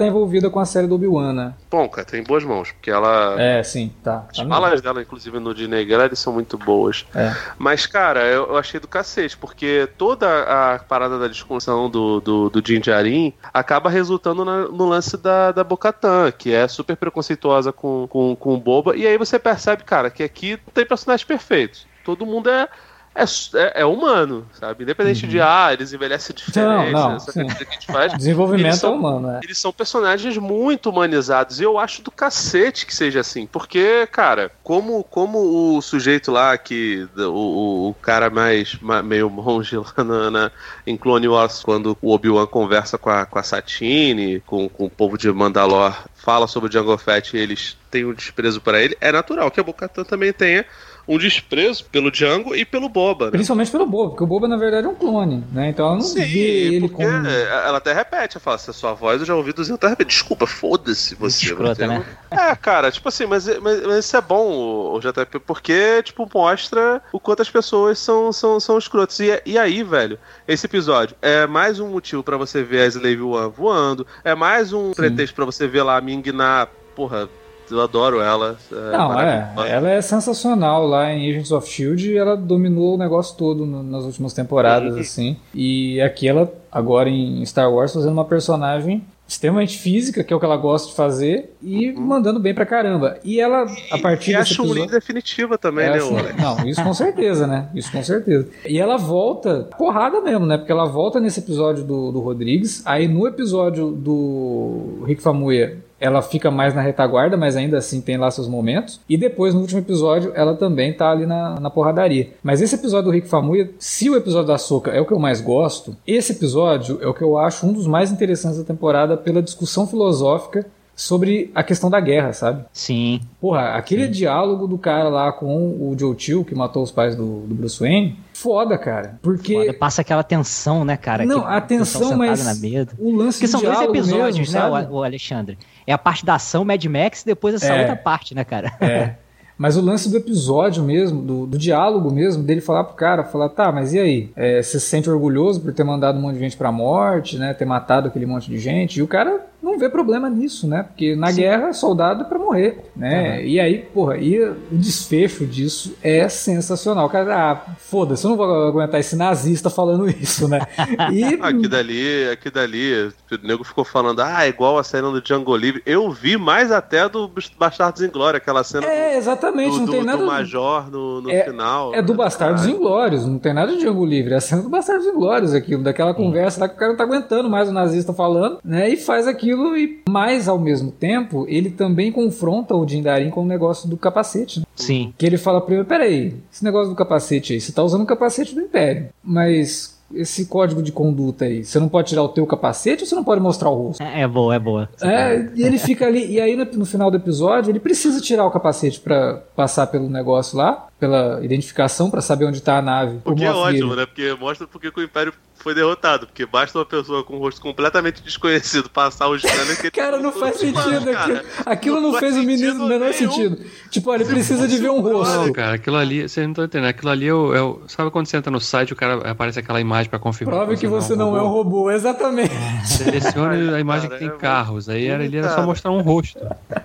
envolvida com a série do Obi-Wan, né? Bom, cara, tem boas mãos, porque ela... É, sim, tá. As tá falas dela, inclusive, no Disney Gallery são muito boas. É. Mas, cara, eu, eu achei do cacete, porque toda a parada da discussão do, do, do Din Djarin acaba resultando na, no lance da, da Bo-Katan, que é super preconceituosa com, com, com o Boba, e aí você percebe, cara, que aqui não tem personagens perfeitos. Todo mundo é... É, é, é humano, sabe? Independente uhum. de, ah, eles envelhecem diferente, não, não, essa coisa que a gente faz. Desenvolvimento são, é humano, é. Eles são personagens muito humanizados, e eu acho do cacete que seja assim, porque, cara, como, como o sujeito lá, que o, o cara mais, meio monge lá na, na, em Clone Wars, quando o Obi-Wan conversa com a, com a Satine, com, com o povo de Mandalore, fala sobre o Jango Fett e eles têm um desprezo para ele, é natural que a Bo-Katan também tenha um desprezo pelo Django e pelo Boba, né? Principalmente pelo Boba, porque o Boba na verdade é um clone, né? Então ela não Sim, vê ele como... ela até repete, ela fala, se a sua voz eu já ouvi duzentas vezes, desculpa, foda-se você. Escrota, você né? É, cara, tipo assim, mas, mas, mas isso é bom, o J P, porque, tipo, mostra o quanto as pessoas são, são, são escrotas. E, e aí, velho, esse episódio é mais um motivo pra você ver a Slave One voando, é mais um Sim. pretexto pra você ver lá a Ming na, porra... Eu adoro ela. É Não, é. Ela é sensacional lá em Agents of Shield e ela dominou o negócio todo no, nas últimas temporadas, uhum. assim. E aqui ela, agora em Star Wars, fazendo uma personagem extremamente física, que é o que ela gosta de fazer, e uhum. mandando bem pra caramba. E ela, a partir e desse episódio... E a Chun-Li definitiva também, é, né? Chun... Não, isso com certeza, né? Isso com certeza. E ela volta, porrada mesmo, né? Porque ela volta nesse episódio do, do Rodrigues, aí no episódio do Rick Famuyiwa, ela fica mais na retaguarda, mas ainda assim tem lá seus momentos. E depois, no último episódio, ela também tá ali na, na porradaria. Mas esse episódio do Rick Famuyiwa, se o episódio da Ahsoka é o que eu mais gosto, esse episódio é o que eu acho um dos mais interessantes da temporada pela discussão filosófica sobre a questão da guerra, sabe? Sim. Porra, aquele Sim. diálogo do cara lá com o Joe Chill, que matou os pais do, do Bruce Wayne, foda, cara. Porque... Foda, passa aquela tensão, né, cara? Não, a tensão, mas na mesa. o lance Porque do são dois episódios, mesmo, né, sabe? o Alexandre? É a parte da ação Mad Max e depois essa é, outra parte, né, cara? É. Mas o lance do episódio mesmo, do, do diálogo mesmo, dele falar pro cara, falar, tá, mas e aí? É, você se sente orgulhoso por ter mandado um monte de gente pra morte, né? Ter matado aquele monte de gente? E o cara não vê problema nisso, né? Porque na Sim. guerra, soldado é pra morrer, né? Uhum. E aí, porra, e o desfecho disso é sensacional. O cara, ah, foda-se, eu não vou aguentar esse nazista falando isso, né? E... aqui dali, aqui dali, o nego ficou falando, ah, igual a cena do Django Livre. Eu vi mais até do Bastardos Inglórios, aquela cena é, exatamente, do, não do, tem nada... do Major no, no é, final. É do né? Bastardos Inglórios, não tem nada de Django Livre, é a cena do Bastardos Inglórios, aquilo, daquela conversa lá que o cara não tá aguentando mais o nazista falando, né? E faz aquilo e mais ao mesmo tempo, ele também confronta o Din Djarin com o negócio do capacete, né? Sim. Que ele fala pra ele, peraí, esse negócio do capacete aí, você tá usando o capacete do Império, mas esse código de conduta aí, você não pode tirar o teu capacete ou você não pode mostrar o rosto? É, é boa, é boa. É, e ele fica ali, e aí no, no final do episódio, ele precisa tirar o capacete pra passar pelo negócio lá, pela identificação, pra saber onde tá a nave. O que é ótimo, né? Porque mostra porque que o Império foi derrotado, porque basta uma pessoa com um rosto completamente desconhecido passar o scanner que cara, não faz sentido aquilo. Aquilo não, não fez o menino no menor sentido. Tipo, olha, ele precisa de ver um rosto. Não, cara, aquilo ali, vocês não estão entendendo. Aquilo ali é o, é o. Sabe quando você entra no site, o cara aparece aquela imagem pra confirmar. Prove que você não é um robô, exatamente. Selecione a imagem cara, que tem é carros. muito, Aí era, ele era cara. só mostrar um rosto.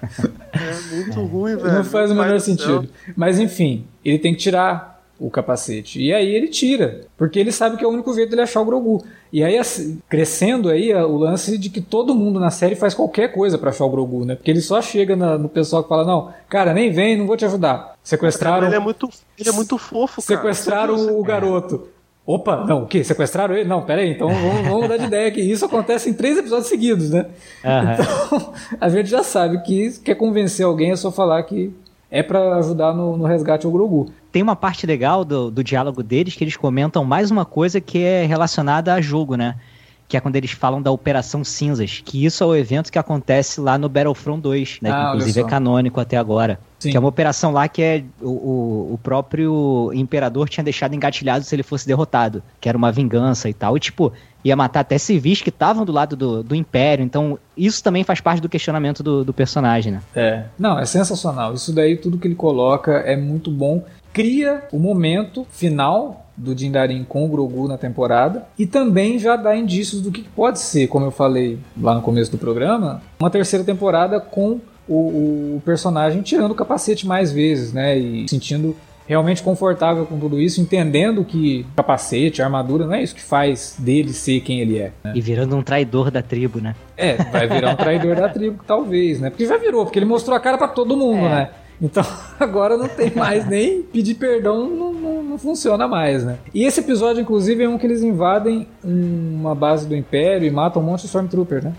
É muito ruim, velho. Não faz o menor sentido. Mas enfim, ele tem que tirar o capacete. E aí ele tira, porque ele sabe que é o único jeito dele achar o Grogu. E aí, assim, crescendo aí o lance de que todo mundo na série faz qualquer coisa pra achar o Grogu, né? Porque ele só chega na, no pessoal que fala, não, cara, nem vem, não vou te ajudar. Sequestraram... Ele é muito, ele é muito fofo, cara. Sequestraram o garoto. Opa, não, o quê? Sequestraram ele? Não, peraí, então vamos, vamos mudar de ideia aqui. Isso acontece em três episódios seguidos, né? Uhum. Então, a gente já sabe que quer convencer alguém é só falar que é pra ajudar no, no resgate ao Grogu. Tem uma parte legal do, do diálogo deles que eles comentam mais uma coisa que é relacionada a jogo, né? Que é quando eles falam da Operação Cinzas, que isso é o evento que acontece lá no Battlefront dois, né? Ah, que inclusive é canônico até agora. Sim. Que é uma operação lá que é o, o, o próprio Imperador tinha deixado engatilhado se ele fosse derrotado, que era uma vingança e tal. E tipo, ia matar até civis que estavam do lado do, do Império. Então isso também faz parte do questionamento do, do personagem, né? É, não, é sensacional. Isso daí, tudo que ele coloca é muito bom. Cria o momento final do Dindarin com o Grogu na temporada, e também já dá indícios do que pode ser, como eu falei lá no começo do programa, uma terceira temporada com o, o personagem tirando o capacete mais vezes, né, e sentindo realmente confortável com tudo isso, entendendo que o capacete, a armadura, não é isso que faz dele ser quem ele é, né? E virando um traidor da tribo, né? É, vai virar um traidor da tribo, talvez, né? Porque já virou, porque ele mostrou a cara pra todo mundo, é. né? Então agora não tem mais, nem pedir perdão não, não, não funciona mais, né? E esse episódio, inclusive, é um que eles invadem uma base do Império e matam um monte de Stormtrooper, né?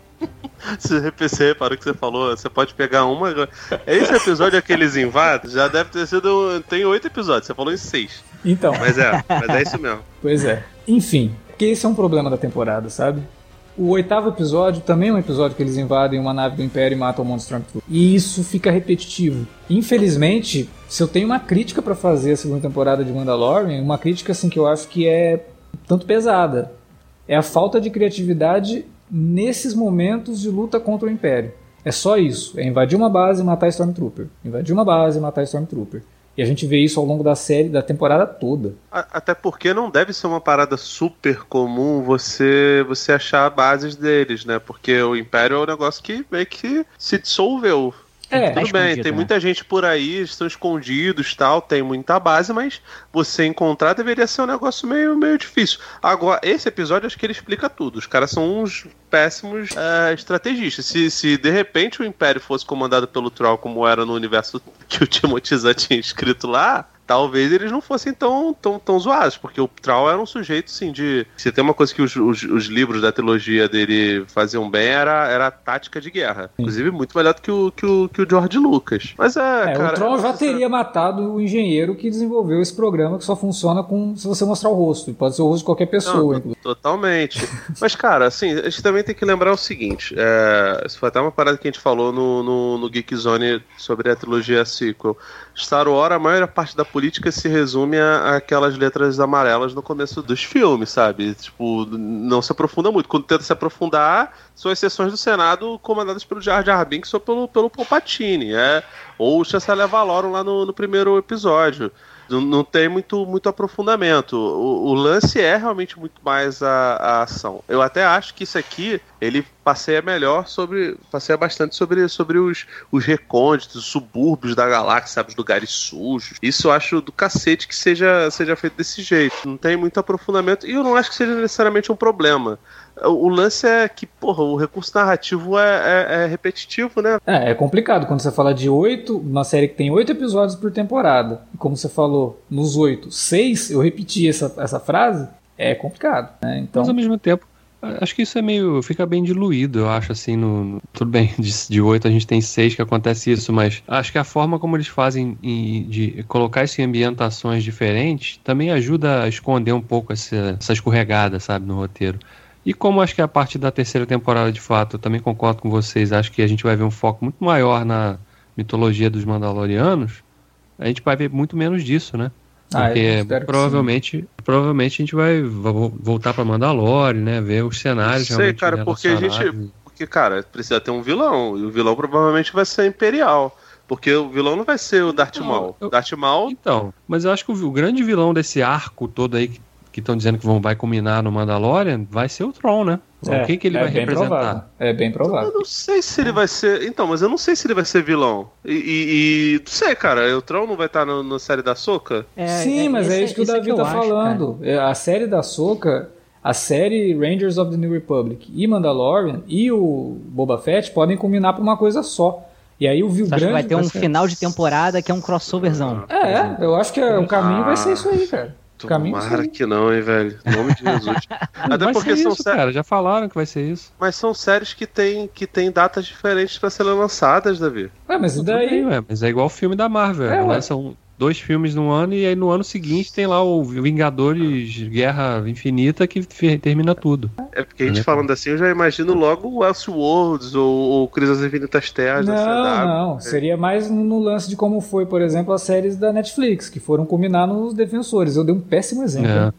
Se você reparou o que você falou, você pode pegar uma. Esse episódio é que eles invadem, já deve ter sido. Tem oito episódios, você falou em seis. Então. Mas é, mas é isso mesmo. Pois é. Enfim, porque esse é um problema da temporada, sabe? O oitavo episódio também é um episódio que eles invadem uma nave do Império e matam um monte de Stormtrooper. E isso fica repetitivo. Infelizmente, se eu tenho uma crítica pra fazer a segunda temporada de Mandalorian, uma crítica assim que eu acho que é tanto pesada, é a falta de criatividade nesses momentos de luta contra o Império. É só isso. É invadir uma base e matar Stormtrooper. Invadir uma base e matar Stormtrooper. E a gente vê isso ao longo da série, da temporada toda. Até porque não deve ser uma parada super comum você, você achar bases deles, né? Porque o Império é um negócio que meio que se dissolveu. É, tudo tá bem, tem né? muita gente por aí, estão escondidos, tal, tem muita base, mas você encontrar deveria ser um negócio meio, meio difícil. Agora, esse episódio acho que ele explica tudo. Os caras são uns péssimos é, estrategistas. Se, se de repente o Império fosse comandado pelo Troll, como era no universo que o Timothy Zahn tinha escrito lá, talvez eles não fossem tão, tão, tão zoados, porque o Troll era um sujeito, assim, de... Se tem uma coisa que os, os, os livros da trilogia dele faziam bem, era, era a tática de guerra. Sim. Inclusive, muito melhor do que o, que o, que o George Lucas. Mas é, é cara... O Troll já teria matado o engenheiro que desenvolveu esse programa, que só funciona com se você mostrar o rosto. Pode ser o rosto de qualquer pessoa. Não, totalmente. Mas, cara, assim, a gente também tem que lembrar o seguinte. É, isso foi até uma parada que a gente falou no, no, no Geek Zone sobre a trilogia sequel. Star Wars, a maior parte da política se resume a, a aquelas letras amarelas no começo dos filmes, sabe? Tipo, não se aprofunda muito. Quando tenta se aprofundar, são exceções do Senado comandadas pelo Jar Jar Binks ou pelo, pelo Palpatine, é? Ou o Chanceler Valorum lá no, no primeiro episódio. Não, não tem muito, muito aprofundamento. O, o lance é realmente muito mais a, a ação. Eu até acho que isso aqui, ele passeia melhor sobre... Passeia bastante sobre, sobre os, os recônditos, os subúrbios da galáxia, sabe? Os lugares sujos. Isso eu acho do cacete que seja, seja feito desse jeito. Não tem muito aprofundamento. E eu não acho que seja necessariamente um problema. O lance é que, porra, o recurso narrativo é, é, é repetitivo, né? É, é complicado quando você fala de oito, uma série que tem oito episódios por temporada. E como você falou, nos oito, seis, eu repeti essa, essa frase, é complicado, né? Então... Mas ao mesmo tempo, acho que isso é meio... fica bem diluído, eu acho, assim, no... no tudo bem, de, de oito a gente tem seis que acontece isso, mas acho que a forma como eles fazem em, de colocar isso em ambientações diferentes também ajuda a esconder um pouco essa, essa escorregada, sabe, no roteiro. E como acho que a parte da terceira temporada, de fato, eu também concordo com vocês, acho que a gente vai ver um foco muito maior na mitologia dos Mandalorianos, a gente vai ver muito menos disso, né? Porque ah, provavelmente, provavelmente a gente vai voltar pra Mandalorian, né? Ver os cenários. Não sei, cara, porque a gente... Porque, cara, precisa ter um vilão, e o vilão provavelmente vai ser Imperial. Porque o vilão não vai ser o Darth Maul. Eu... Darth Maul... Então, mas eu acho que o, o grande vilão desse arco todo aí, que que estão dizendo que vão, vai culminar no Mandalorian, vai ser o Tron, né? É, o que, que ele é vai bem representar? Provável. É bem provável. Eu não sei se ele vai ser... Então, mas eu não sei se ele vai ser vilão. E, e, e não sei, cara, o Tron não vai estar no, na série da Ahsoka? É, Sim, é, mas é isso que o Davi que tá acho, falando. Cara. A série da Ahsoka, a série Rangers of the New Republic e Mandalorian e o Boba Fett podem culminar pra uma coisa só. E aí o Vil grande... vai ter um final de temporada que é um crossoverzão. É, eu acho que o caminho ah. vai ser isso aí, cara. Tomara que não, hein, velho. Em nome de Jesus. Até porque são isso, sé... cara, já falaram que vai ser isso. Mas são séries que tem, que tem datas diferentes pra serem lançadas, Davi. Ué, mas e daí? Bem, ué, mas é igual o filme da Marvel. É, lançam dois filmes no ano e aí no ano seguinte tem lá o Vingadores Guerra Infinita que termina tudo. É porque a gente é. falando assim, eu já imagino logo o Elseworlds ou o Crise das Infinitas Terras. Não, da não. Seria mais no lance de como foi, por exemplo, as séries da Netflix, que foram culminar nos Defensores. Eu dei um péssimo exemplo. É.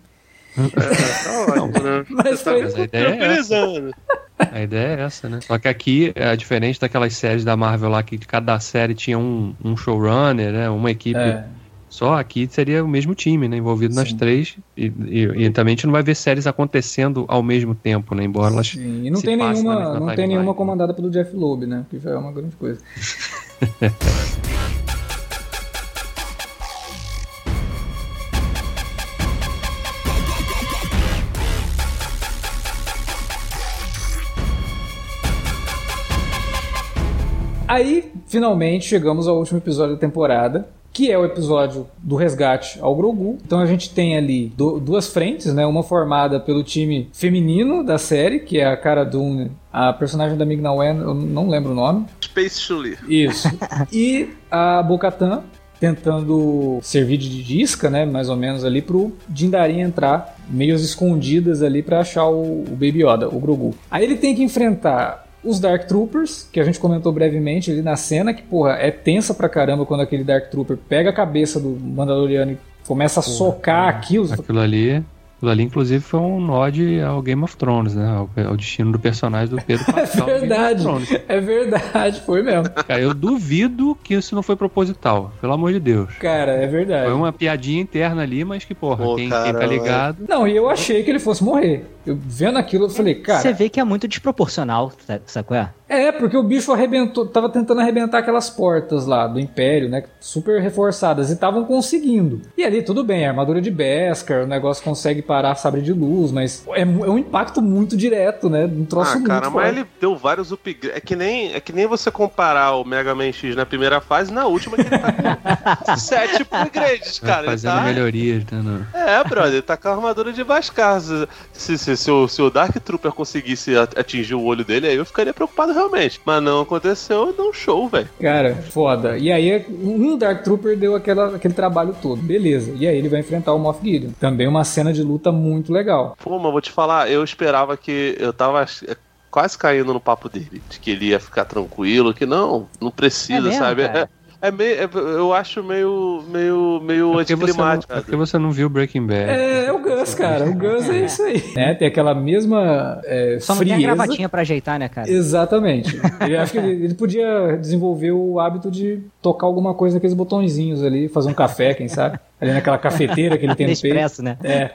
É, tá ótimo, né? Mas Você foi... tá a ideia é essa. A ideia é essa, né? Só que aqui é diferente daquelas séries da Marvel lá que cada série tinha um, um showrunner, né? Uma equipe é. Só aqui seria o mesmo time, né? Envolvido Sim. nas três. E, e, e também a gente não vai ver séries acontecendo ao mesmo tempo, né? Embora elas. Sim, e não tem nenhuma, não tem nenhuma comandada pelo Jeff Loeb, né? Que já é uma grande coisa. Aí, finalmente, chegamos ao último episódio da temporada, que é o episódio do resgate ao Grogu. Então a gente tem ali do, duas frentes, né? Uma formada pelo time feminino da série, que é a Cara Dune, a personagem da Ming-Na Wen, eu não lembro o nome. Space Chun-Li. Isso. E a Bo-Katan tentando servir de isca, né? Mais ou menos ali pro Dindarin entrar meio escondidas ali pra achar o, o Baby Yoda, o Grogu. Aí ele tem que enfrentar os Dark Troopers, que a gente comentou brevemente ali na cena, que, porra, é tensa pra caramba quando aquele Dark Trooper pega a cabeça do Mandaloriano e começa a porra, socar aquilo. Aquilo ali, aquilo ali, inclusive, foi um nod ao Game of Thrones, né? Ao, ao destino do personagem do Pedro Pascal. É verdade, é verdade, foi mesmo. Cara, eu duvido que isso não foi proposital, pelo amor de Deus. Cara, é verdade. Foi uma piadinha interna ali, mas que, porra, Pô, quem, cara, quem tá ligado... Não, e eu achei que ele fosse morrer. Eu vendo aquilo, eu falei, cara... Você vê que é muito desproporcional, sabe qual é? É, porque o bicho arrebentou, tava tentando arrebentar aquelas portas lá do Império, né? Super reforçadas, e estavam conseguindo. E ali, tudo bem, a armadura de Beskar, o negócio consegue parar sabre de luz, mas é, é um impacto muito direto, né? Um troço ah, muito cara, forte. Mas ele deu vários upgrades. É que nem, é que nem você comparar o Mega Man X na primeira fase e na última que ele tá com sete upgrades, cara. Fazendo tá... melhorias, né? No... É, brother, ele tá com a armadura de Beskar. Se, se, se, se, o, se o Dark Trooper conseguisse atingir o olho dele, aí eu ficaria preocupado realmente. Mas não aconteceu, deu um show, velho. Cara, foda. E aí, um Dark Trooper deu aquela, aquele trabalho todo. Beleza. E aí ele vai enfrentar o Moff Gideon. Também uma cena de luta muito legal. Pô, mas vou te falar, eu esperava que... Eu tava quase caindo no papo dele. De que ele ia ficar tranquilo, que não, não precisa, é mesmo, sabe? É, é meio... É, eu acho meio... Meio, meio é anticlimático. É porque você não viu Breaking Bad. É, é o Gus, cara. O Gus é isso aí. É, tem aquela mesma é, Só não frieza. tem a gravatinha pra ajeitar, né, cara? Exatamente. Eu acho que ele, ele podia desenvolver o hábito de tocar alguma coisa naqueles botõezinhos ali, fazer um café, quem sabe? Ali naquela cafeteira que ele tem no peito. Expresso, né? É.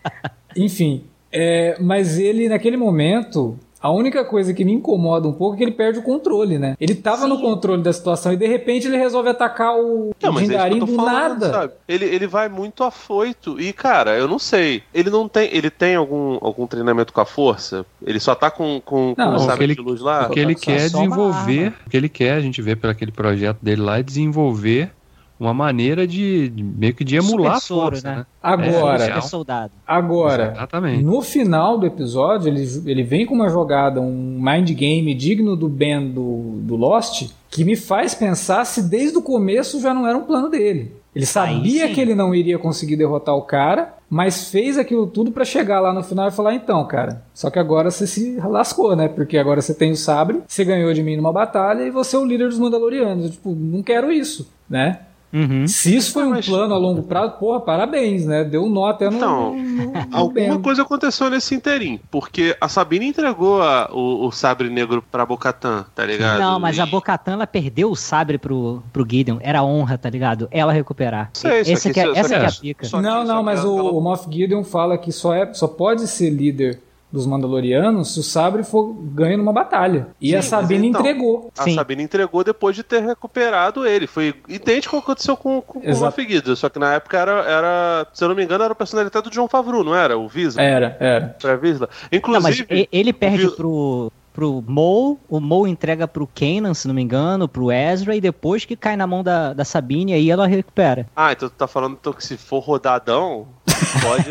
Enfim. É, mas ele, naquele momento... A única coisa que me incomoda um pouco é que ele perde o controle, né? Ele tava Sim. no controle da situação e de repente ele resolve atacar o Dindarin do falando, nada. Sabe? Ele, ele vai muito afoito e, cara, eu não sei. Ele não tem, ele tem algum, algum treinamento com a força? Ele só tá com, com, não, com o sabre ele, de luz lá? O que ele quer é desenvolver, o que ele quer, a gente vê pelo aquele projeto dele lá, é desenvolver uma maneira de, de meio que de emular Super a força, soro, né? Agora, é, soldado. agora Exatamente. No final do episódio, ele, ele vem com uma jogada, um mind game digno do Ben do, do Lost, que me faz pensar se desde o começo já não era um plano dele. Ele sabia que ele não iria conseguir derrotar o cara, mas fez aquilo tudo pra chegar lá no final e falar, então, cara, só que agora você se lascou, né? Porque agora você tem o sabre, você ganhou de mim numa batalha e você é o líder dos Mandalorianos. Eu, tipo, não quero isso, né? Uhum. Se isso foi um Mas... plano a longo prazo, porra, parabéns, né? Deu um nó até no... Então, no, no alguma bem. coisa aconteceu nesse inteirinho, porque a Sabine entregou a, o, o sabre negro pra Bo-Katan, tá ligado? Não, mas e... a Bo-Katan, ela perdeu o sabre pro, pro Gideon, era honra, tá ligado? Ela recuperar. Sei, Esse que é, essa que é a pica. Não, não, mas o, ela... o Moff Gideon fala que só, é, só pode ser líder dos Mandalorianos se o sabre for ganho numa batalha. E Sim, a Sabine então, entregou. A Sim. Sabine entregou depois de ter recuperado ele. Foi idêntico ao que aconteceu com, com, com o Moff Gideon. Só que na época era, era, se eu não me engano, era o personagem até do John Favreau, não era? O Vizsla? Era, era. Pra Vizsla. Inclusive... Não, mas ele perde pro... pro Maul, o Maul entrega pro Kanan, se não me engano, pro Ezra, e depois que cai na mão da, da Sabine, aí ela recupera. Ah, então tu tá falando então, que se for rodadão, pode...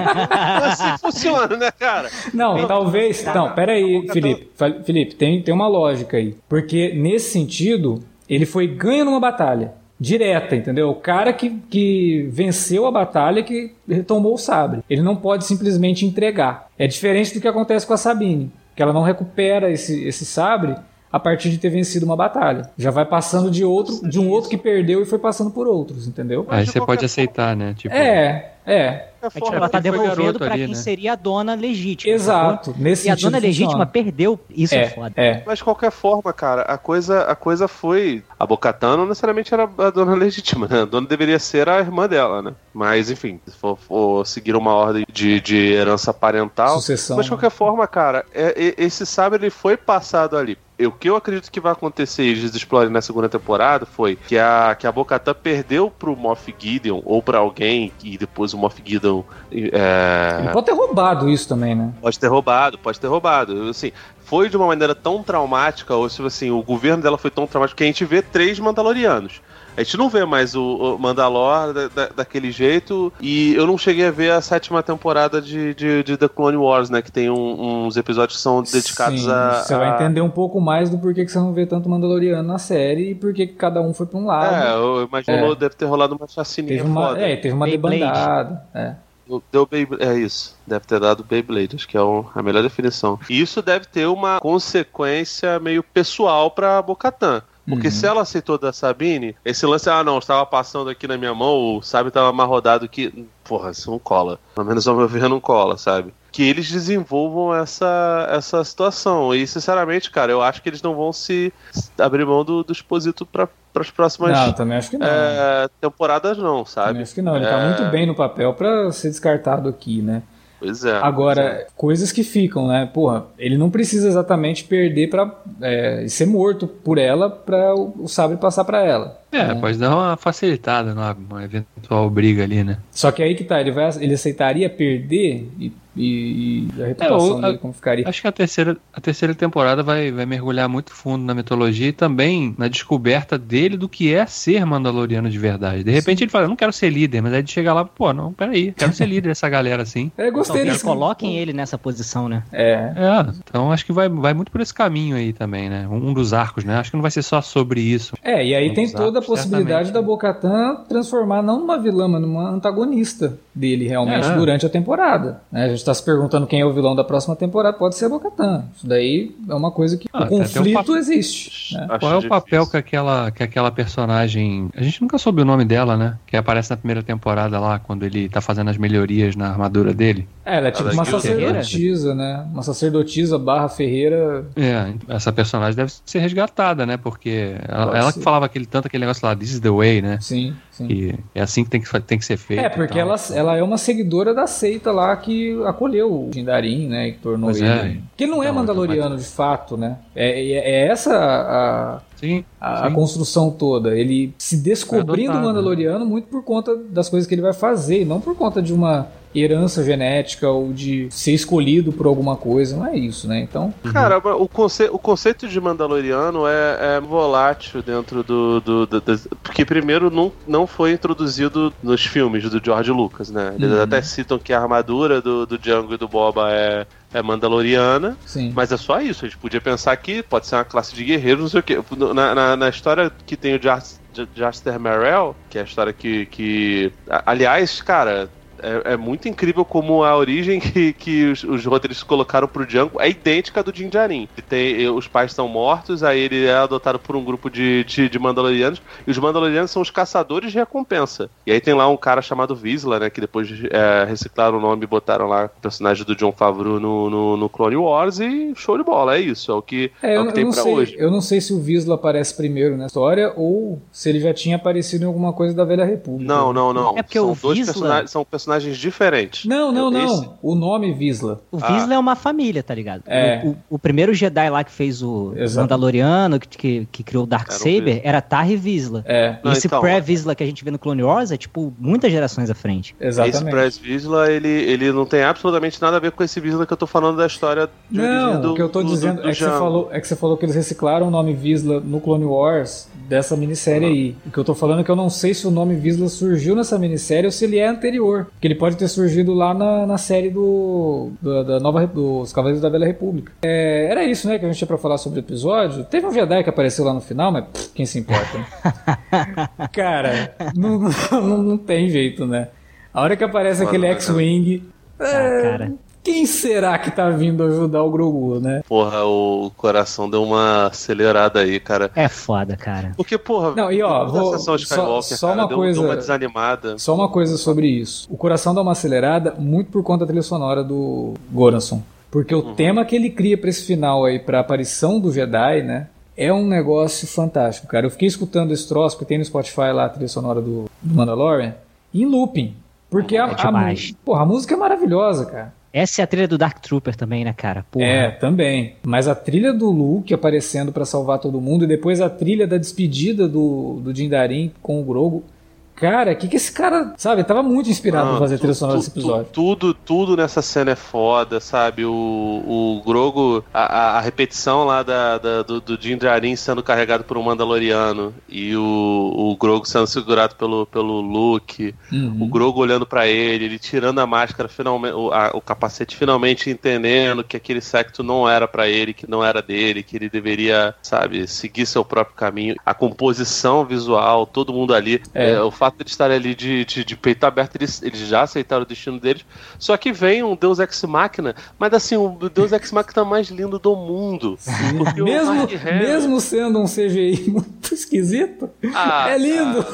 assim funciona, né, cara? Não, não talvez... Tá, não, pera aí, Felipe. Felipe, tem, tem uma lógica aí. Porque, nesse sentido, ele foi ganho numa batalha. Direta, entendeu? O cara que, que venceu a batalha que retomou o sabre. Ele não pode simplesmente entregar. É diferente do que acontece com a Sabine, que ela não recupera esse, esse sabre a partir de ter vencido uma batalha. Já vai passando de outro, de um outro que perdeu e foi passando por outros, entendeu? Aí você pode aceitar, né? Tipo, é, é. É tipo, ela tá devolvendo pra ali, quem né? seria a dona legítima. Exato. Nesse e a dona legítima funciona. perdeu. Isso é, é foda. É. Mas de qualquer forma, cara, a coisa, a coisa foi... A Bo-Katan não necessariamente era a dona legítima, né? A dona deveria ser a irmã dela, né? Mas, enfim, se for, for seguir uma ordem de, de herança parental... Sucessão. Mas de qualquer forma, cara, é, é, esse sabre ele foi passado ali. O que eu acredito que vai acontecer e eles explorem na segunda temporada foi que a, que a Bo-Katan perdeu pro Moff Gideon ou pra alguém e depois o Moff Gideon é... Ele pode ter roubado isso também, né? Pode ter roubado, pode ter roubado. Assim, foi de uma maneira tão traumática, ou se assim, o governo dela foi tão traumático que a gente vê três Mandalorianos. A gente não vê mais o, o Mandalor da, da, daquele jeito. E eu não cheguei a ver a sétima temporada de, de, de The Clone Wars, né? Que tem um, uns episódios que são dedicados Sim, a... Você vai entender um pouco mais do porquê que você não vê tanto Mandaloriano na série e porquê que cada um foi pra um lado. É, eu imagino É. que deve ter rolado uma chacininha Teve uma, foda. é, teve uma Beyblade. debandada. É. Deu Beyblade, é isso, deve ter dado Beyblade, acho que é o- a melhor definição. E isso deve ter uma consequência meio pessoal pra Bo-Katan. Porque Uhum. se ela aceitou da Sabine, esse lance, ah não, estava passando aqui na minha mão, o sabe, estava mais rodado que. Porra, isso não cola. Pelo menos ao meu ver não cola, sabe? Que eles desenvolvam essa, essa situação. E sinceramente, cara, eu acho que eles não vão se abrir mão do, do Exposito pra, pras próximas Não, também acho que não. é, temporadas, não, sabe? Também acho que não. Ele tá É. muito bem no papel pra ser descartado aqui, né? Pois é. Agora, pois é. coisas que ficam, né? Porra, ele não precisa exatamente perder pra é, ser morto por ela pra o, o sabre passar pra ela. É, né? pode dar uma facilitada numa uma eventual briga ali, né? Só que aí que tá, ele, vai, ele aceitaria perder e, e, e a reputação É, o- dele como ficaria? Acho que a terceira, a terceira temporada vai, vai mergulhar muito fundo na mitologia e também na descoberta dele do que é ser Mandaloriano de verdade. De repente ele fala, eu não quero ser líder, mas aí ele chega lá, pô, não, peraí, quero ser líder dessa galera assim. É, gostei Talvez desse. coloquem ele nessa posição, né? É. É, então acho que vai, vai muito por esse caminho aí também, né? Um, um dos arcos, né? Acho que não vai ser só sobre isso. É, e aí tem Exato, toda a possibilidade certamente. da Bo-Katan transformar não numa vilã, mas numa antagonista dele realmente É. durante a temporada. Né? A gente tá se perguntando quem é o vilão da próxima temporada, pode ser a Bo-Katan. Isso daí é uma coisa que Ah, o tem até um conflito papo- existe. Né? Acho Qual é o difícil. papel que aquela, que aquela personagem. A gente nunca soube o nome dela, né? Que aparece na primeira temporada lá, quando ele tá fazendo as melhorias na armadura dele. É, ela é tipo Ela é uma Guilda sacerdotisa, né? Uma sacerdotisa barra ferreira. É, essa personagem deve ser resgatada, né? Porque ela, Pode ela ser. que falava aquele tanto aquele negócio lá, this is the way, né? Sim, sim. Que é assim que tem que, fa- tem que ser feito. É, e porque tal. ela, ela é uma seguidora da seita lá que acolheu o Jindarin, né? E tornou Pois ele. é. Que ele não é Então, mandaloriano de fato, né? É, é, é essa a, Sim, a, a sim. construção toda. Ele se descobrindo Foi adotado, mandaloriano muito por conta das coisas que ele vai fazer, e não por conta de uma herança genética ou de ser escolhido por alguma coisa. Não é isso, né? Então. Cara, o, conce o conceito de Mandaloriano é, é volátil dentro do, do, do, do- Porque primeiro não, não foi introduzido nos filmes do George Lucas, né? Eles Uhum. até citam que a armadura do, do Django e do Boba é, é Mandaloriana, Sim. mas é só isso. A gente podia pensar que pode ser uma classe de guerreiros, não sei o quê. Na, na, na história que tem o Jar- Jar- Jaster Merrell, que é a história que... que a- aliás, cara... É, é muito incrível como a origem que, que os, os roteiristas colocaram pro Django é idêntica à do Din Djarin. Ele tem, os pais estão mortos, aí ele é adotado por um grupo de, de, de Mandalorianos, e os Mandalorianos são os caçadores de recompensa. E aí tem lá um cara chamado Vizsla, né, que depois é, reciclaram o nome e botaram lá o personagem do Jon Favreau no, no, no Clone Wars, e show de bola, é isso, é o que, É, é eu, o que eu tem não pra sei, hoje. eu não sei se o Vizsla aparece primeiro na história ou se ele já tinha aparecido em alguma coisa da Velha República. Não, não, não. É porque são o dois Vizsla- personagens, são personagens diferentes. Não, não, não. Esse- O nome Vizsla. O Ah. Vizsla é uma família, tá ligado? É. O, o- o primeiro Jedi lá que fez o Exato. Mandaloriano, que, que, que criou o Era o Darksaber, Vizsla. era Tarre Vizsla. É, Não, Esse então, pré-Vizsla que a gente vê no Clone Wars é, tipo, muitas gerações à frente. Esse exatamente. Press Vizsla, ele, ele não tem absolutamente nada a ver com esse Vizsla que eu tô falando da história de origem Não, do, o que eu tô do- dizendo do- do é, que você Django. falou, é que você falou que eles reciclaram o nome Vizsla no Clone Wars dessa minissérie aí. O que eu tô falando é que eu não sei se o nome Vizsla surgiu nessa minissérie ou se ele é anterior. Porque ele pode ter surgido lá na, na série do, da, da nova, Re- dos Cavaleiros da Velha República. É, era isso, né, que a gente tinha pra falar sobre o episódio. Teve um Jedi que apareceu lá no final, mas pff, quem se importa, né? Cara, não, não, não tem jeito, né? A hora que aparece Mano, aquele é- X-Wing... Ah, cara. Quem será que tá vindo ajudar o Grogu, né? Porra, o coração deu uma acelerada aí, cara. É foda, cara. Porque, porra, não, e ó, vou, só, só cara, uma deu, coisa, deu uma desanimada. Só uma coisa sobre isso. O coração dá uma acelerada muito por conta da trilha sonora do Goranson. Porque o uhum. tema que ele cria pra esse final aí, pra aparição do Jedi, né? É um negócio fantástico, cara. Eu fiquei escutando esse troço, porque tem no Spotify lá a trilha sonora do, do Mandalorian, em looping. Porque é a, a, porra, a música é maravilhosa, cara. Essa é a trilha do Dark Trooper também, né, cara? Porra. É, também. Mas a trilha do Luke aparecendo pra salvar todo mundo e depois a trilha da despedida do, do Din Djarin com o Grogu. Cara, o que que esse cara... Sabe, tava muito inspirado pra fazer a trilha sonora desse episódio. Tudo, tudo nessa cena é foda, sabe? O, o Grogu... A, a repetição lá da, da, do, do Din Djarin sendo carregado por um Mandaloriano e o, o Grogu sendo segurado pelo, pelo Luke. Uhum. O Grogu olhando pra ele, ele tirando a máscara, finalmente, o, a, o capacete finalmente entendendo que aquele secto não era pra ele, que não era dele, que ele deveria, sabe, seguir seu próprio caminho. A composição visual, todo mundo ali... É. É, o fato de estarem ali de, de, de peito aberto, eles, eles já aceitaram o destino deles, só que vem um Deus Ex Machina, mas assim, o Deus Ex Machina mais lindo do mundo. Mesmo, mesmo sendo um C G I muito esquisito, ah, é lindo.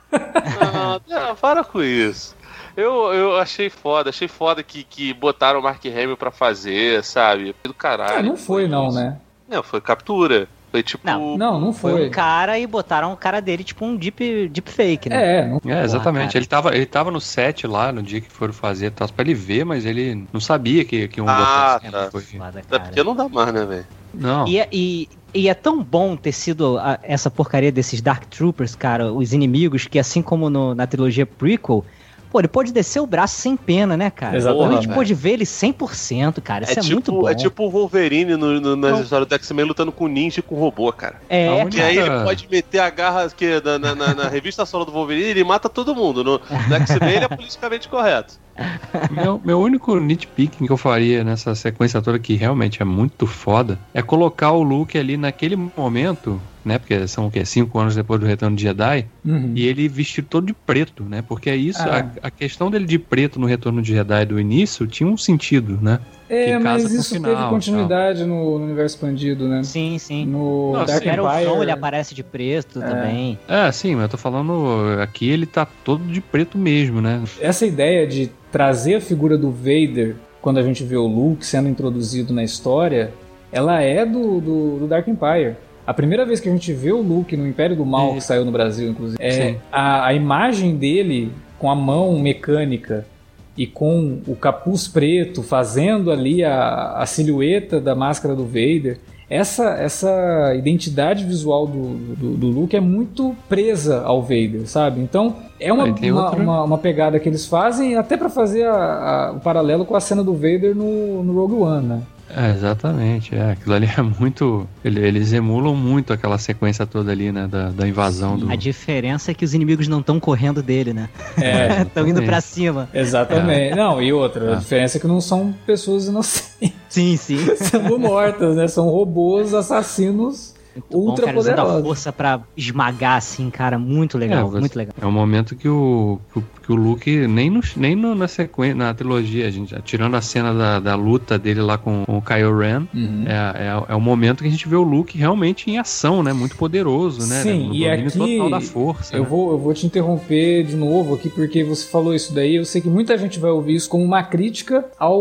Não, não, para com isso. Eu, eu achei foda, achei foda que, que botaram o Mark Hamill pra fazer, sabe? Do caralho. Ah, não foi, foi não, isso. né? Não, foi captura. Foi tipo... Não, não, não foi. Foi um cara e botaram o cara dele tipo um deep, deep fake, né? É, não... é exatamente. Porra, ele, tava, ele tava no set lá no dia que foram fazer, pra ele ver, mas ele não sabia que, que um ah, botar tá. Foi foda, é porque não dá mais, né, velho? Não. E, e, e é tão bom ter sido a, essa porcaria desses Dark Troopers, cara, os inimigos, que assim como no, na trilogia prequel, pô, ele pode descer o braço sem pena, né, cara? Exatamente. A gente pode ver ele cem por cento, cara. Isso é, é tipo, muito bom. É tipo o Wolverine no, no, nas histórias do X-Men lutando com ninja e com robô, cara. É, e aí ele pode meter a garra que, na, na, na, na revista solo do Wolverine, ele mata todo mundo. No, no X-Men ele é politicamente correto. Meu, meu único nitpicking que eu faria nessa sequência toda, que realmente é muito foda, é colocar o Luke ali naquele momento, né? Porque são o quê? Cinco anos depois do Retorno de Jedi, uhum. e ele vestido todo de preto, né? Porque é isso, ah. a, a questão dele de preto no Retorno de Jedi do início tinha um sentido, né? É, mas isso final, teve continuidade no, no universo expandido, né? Sim, sim. No Não, Dark Empire... Empire... O ele aparece de preto é. também. É, sim, mas eu tô falando... Aqui ele tá todo de preto mesmo, né? Essa ideia de trazer a figura do Vader, quando a gente vê o Luke sendo introduzido na história, ela é do, do, do Dark Empire. A primeira vez que a gente vê o Luke no Império do Mal, é. que saiu no Brasil, inclusive, é a, a imagem dele com a mão mecânica e com o capuz preto fazendo ali a, a silhueta da máscara do Vader. Essa, essa identidade visual do, do, do Luke é muito presa ao Vader, sabe? Então é uma, uma, outra... uma, uma pegada que eles fazem até para fazer a, a, o paralelo com a cena do Vader no, no Rogue One, né? É, exatamente, é, aquilo ali é muito, eles emulam muito aquela sequência toda ali, né, da, da invasão. Sim, do... A diferença é que os inimigos não estão correndo dele, né? É, estão indo pra cima. Exatamente, é. Não, e outra, é. a diferença é que não são pessoas inocentes. Sim, sim. Sendo mortas, né, são robôs assassinos muito ultra bom, cara, poderosos. A força pra esmagar, assim, cara, muito legal, é, muito legal. É um momento que o, que o, que o Luke, nem, no, nem no, na sequência, na trilogia, a gente, tirando a cena da, da luta dele lá com, com o Kylo Ren, uhum. é, é, é o momento que a gente vê o Luke realmente em ação, né, muito poderoso, né, Sim, no e domínio aqui, total da força. Eu, né? vou, eu vou te interromper de novo aqui, porque você falou isso daí, eu sei que muita gente vai ouvir isso como uma crítica ao,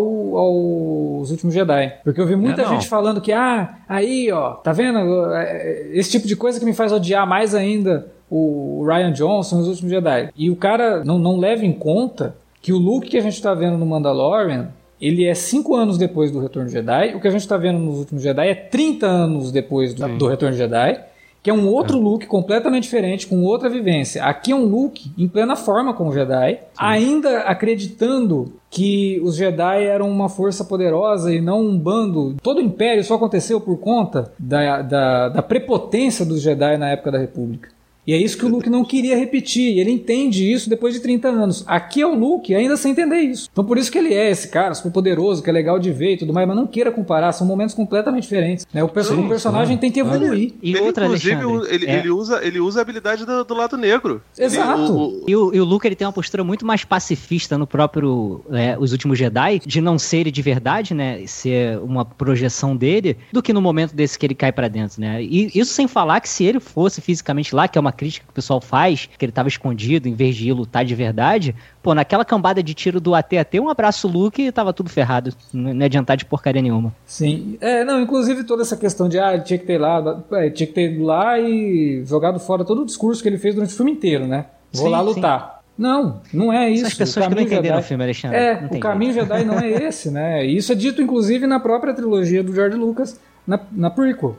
aos Últimos Jedi, porque eu vi muita é, gente falando que, ah, aí, ó, tá vendo, esse tipo de coisa que me faz odiar mais ainda o Rian Johnson nos Últimos Jedi. E o cara não, não leva em conta que o Luke que a gente tá vendo no Mandalorian, ele é cinco anos depois do Retorno de Jedi, o que a gente tá vendo nos Últimos Jedi é trinta anos depois do, do Retorno de Jedi, que é um outro é. Luke completamente diferente, com outra vivência. Aqui é um Luke em plena forma como Jedi, Sim. ainda acreditando que os Jedi eram uma força poderosa e não um bando. Todo o Império só aconteceu por conta da, da, da prepotência dos Jedi na época da República. E é isso que o Luke não queria repetir, e ele entende isso depois de trinta anos. Aqui é o Luke ainda sem entender isso. Então por isso que ele é esse cara super poderoso, que é legal de ver e tudo mais, mas não queira comparar, são momentos completamente diferentes. Né? O, perso Sim, o personagem tem que evoluir. E ele, outra, inclusive, ele, é. ele, usa, ele usa a habilidade do, do lado negro. Exato. Ele, o, o... E, o, e o Luke ele tem uma postura muito mais pacifista no próprio é, Os Últimos Jedi, de não ser ele de verdade, né? Ser uma projeção dele, do que no momento desse que ele cai pra dentro, né? E isso sem falar que se ele fosse fisicamente lá, que é uma crítica que o pessoal faz, que ele tava escondido em vez de ir lutar de verdade, pô, naquela cambada de tiro do A T A T, um abraço Luke e tava tudo ferrado, não ia adiantar de porcaria nenhuma. Sim, é, não, inclusive toda essa questão de, ah, ele tinha que ter lá, é, tinha que ter ido lá e jogado fora todo o discurso que ele fez durante o filme inteiro, né? Vou sim, lá lutar. Sim. Não, não é isso. São as pessoas que não entenderam Jedi... o filme, Alexandre. É, o caminho jeito. Jedi não é esse, né? E isso é dito, inclusive, na própria trilogia do George Lucas, na, na prequel.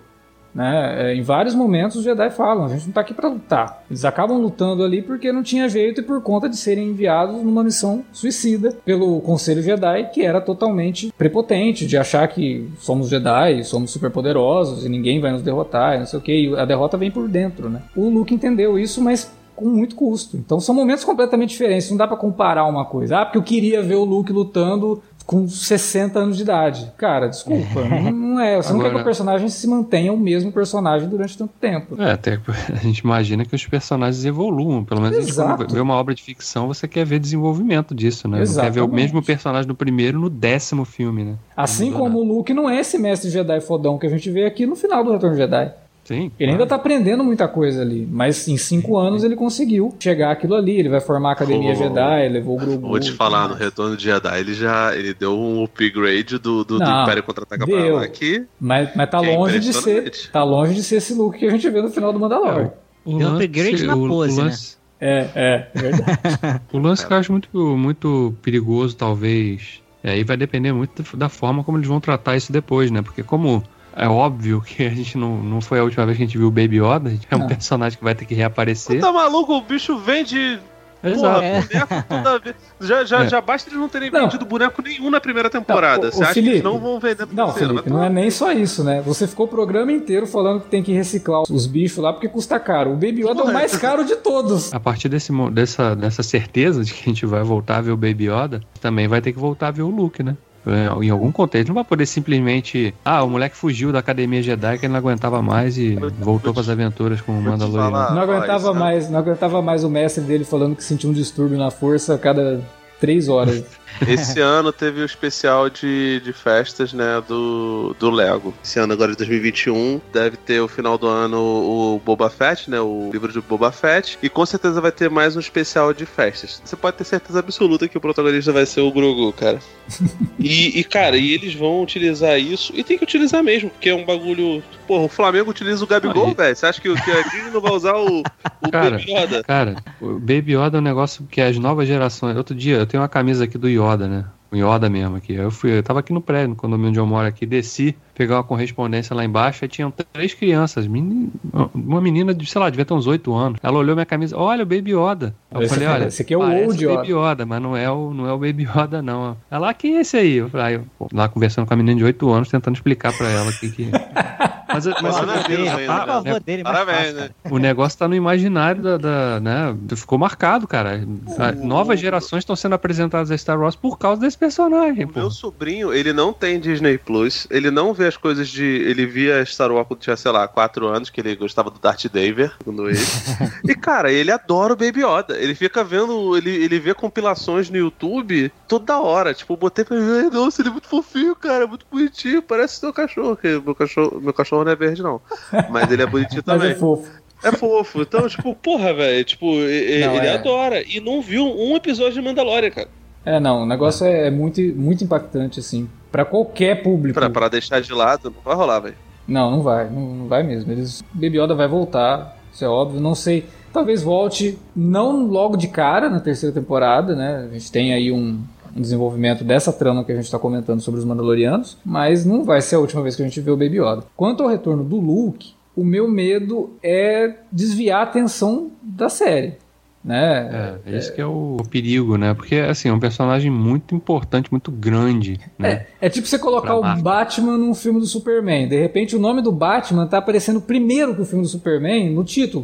Né? É, em vários momentos os Jedi falam, a gente não tá aqui pra lutar. Eles acabam lutando ali porque não tinha jeito e por conta de serem enviados numa missão suicida pelo Conselho Jedi, que era totalmente prepotente, de achar que somos Jedi, somos super poderosos e ninguém vai nos derrotar, não sei o que, e a derrota vem por dentro, né? O Luke entendeu isso, mas com muito custo. Então são momentos completamente diferentes, não dá pra comparar uma coisa. Ah, porque eu queria ver o Luke lutando com sessenta anos de idade. Cara, desculpa, não, não é. Você Agora, não quer que o personagem se mantenha o mesmo personagem durante tanto tempo. É, até a gente imagina que os personagens evoluam. Pelo menos Exato. A gente, quando vê uma obra de ficção, você quer ver desenvolvimento disso, né? Exatamente. Não quer ver o mesmo personagem no primeiro no décimo filme, né? Assim como o Luke não é esse mestre Jedi fodão que a gente vê aqui no final do Retorno de Jedi. Sim, ele claro. ainda tá aprendendo muita coisa ali, mas em cinco anos ele conseguiu chegar àquilo ali, ele vai formar a Academia oh, Jedi, levou o Grogu. Vou te falar, no Retorno de Jedi ele já ele deu um upgrade do, do, Não, do Império Contra-Ataca pra lá aqui. Mas, mas tá longe é de ser tá longe de ser esse look que a gente vê no final do Mandalorian. É, deu um upgrade na pose, o lance, né? É, é, verdade. O lance que eu acho muito, muito perigoso, talvez, e aí vai depender muito da forma como eles vão tratar isso depois, né? Porque como é óbvio que a gente não, não foi a última vez que a gente viu o Baby Yoda, é um não. personagem que vai ter que reaparecer. Tá maluco? O bicho vende Exato. Porra, é. boneco toda vez. Já, já, é. já basta eles não terem não. vendido boneco nenhum na primeira temporada. Não, Você o, o acha Felipe, que eles não vão vender na Não, Felipe, não é nem só isso, né? Você ficou o programa inteiro falando que tem que reciclar os bichos lá porque custa caro. O Baby Yoda é o mais caro de todos. A partir desse, dessa, dessa certeza de que a gente vai voltar a ver o Baby Yoda, também vai ter que voltar a ver o Luke, né? Em algum contexto, não vai poder simplesmente ah, o moleque fugiu da Academia Jedi que ele não aguentava mais e voltou para as aventuras com o Mandaloriano. Não aguentava mais, não aguentava mais o mestre dele falando que sentia um distúrbio na força a cada três horas. Esse ano teve o especial de, de festas, né, do, do Lego. Esse ano, agora de dois mil e vinte e um, deve ter o final do ano o Boba Fett, né, o livro de Boba Fett, e com certeza vai ter mais um especial de festas. Você pode ter certeza absoluta que o protagonista vai ser o Grogu, cara. E, e, cara, e eles vão utilizar isso, e tem que utilizar mesmo, porque é um bagulho... Porra, o Flamengo utiliza o Gabigol, velho. Você acha que, que a Disney não vai usar o, o cara, Baby Yoda? Cara, o Baby Yoda é um negócio que as novas gerações... Outro dia, eu tenho uma camisa aqui do Yoda, né? O Yoda mesmo aqui. Eu fui, eu tava aqui no prédio, no condomínio onde eu moro aqui, desci, pegar uma correspondência lá embaixo, aí tinham três crianças, menina, uma menina de, sei lá, devia ter uns oito anos. Ela olhou minha camisa, olha o Baby Yoda. Eu esse falei, olha, esse aqui é o Old Yoda. Baby Yoda, mas não é o, não é o Baby Yoda, não. Ela, ah, quem é esse aí? Eu falei, ah, eu, lá conversando com a menina de oito anos, tentando explicar pra ela o que que... Mas, mas Parabéns, né? O negócio tá no imaginário da, da, né? Ficou marcado, cara. Uh, Novas gerações estão sendo apresentadas a Star Wars por causa desse personagem. O pô. Meu sobrinho, ele não tem Disney Plus, ele não vê as coisas de... Ele via Star Wars quando tinha, sei lá, quatro anos, que ele gostava do Darth Vader, segundo ele. E, cara, ele adora o Baby Yoda. Ele fica vendo... Ele, ele vê compilações no YouTube toda hora. Tipo, eu botei pra ver, nossa, ele é muito fofinho, cara, muito bonitinho, parece seu cachorro, que meu cachorro, meu cachorro não é verde, não. Mas ele é bonitinho também. Mas é fofo. É fofo. Então, tipo, porra, velho. Tipo, não, ele é... adora. E não viu um episódio de Mandalorian, cara. É, não. O negócio é muito, muito impactante, assim. Pra qualquer público. Pra, pra deixar de lado, não vai rolar, velho. Não, não vai. Não, não vai mesmo. Eles... Baby Yoda vai voltar. Isso é óbvio. Não sei. Talvez volte não logo de cara na terceira temporada, né? A gente tem aí um... um desenvolvimento dessa trama que a gente está comentando sobre os Mandalorianos, mas não vai ser a última vez que a gente vê o Baby Yoda. Quanto ao retorno do Luke, o meu medo é desviar a atenção da série, né? É, esse é... que é o, o perigo, né? Porque, assim, é um personagem muito importante, muito grande, né? É, é tipo você colocar o Batman num filme do Superman. De repente, o nome do Batman tá aparecendo primeiro que o filme do Superman no título.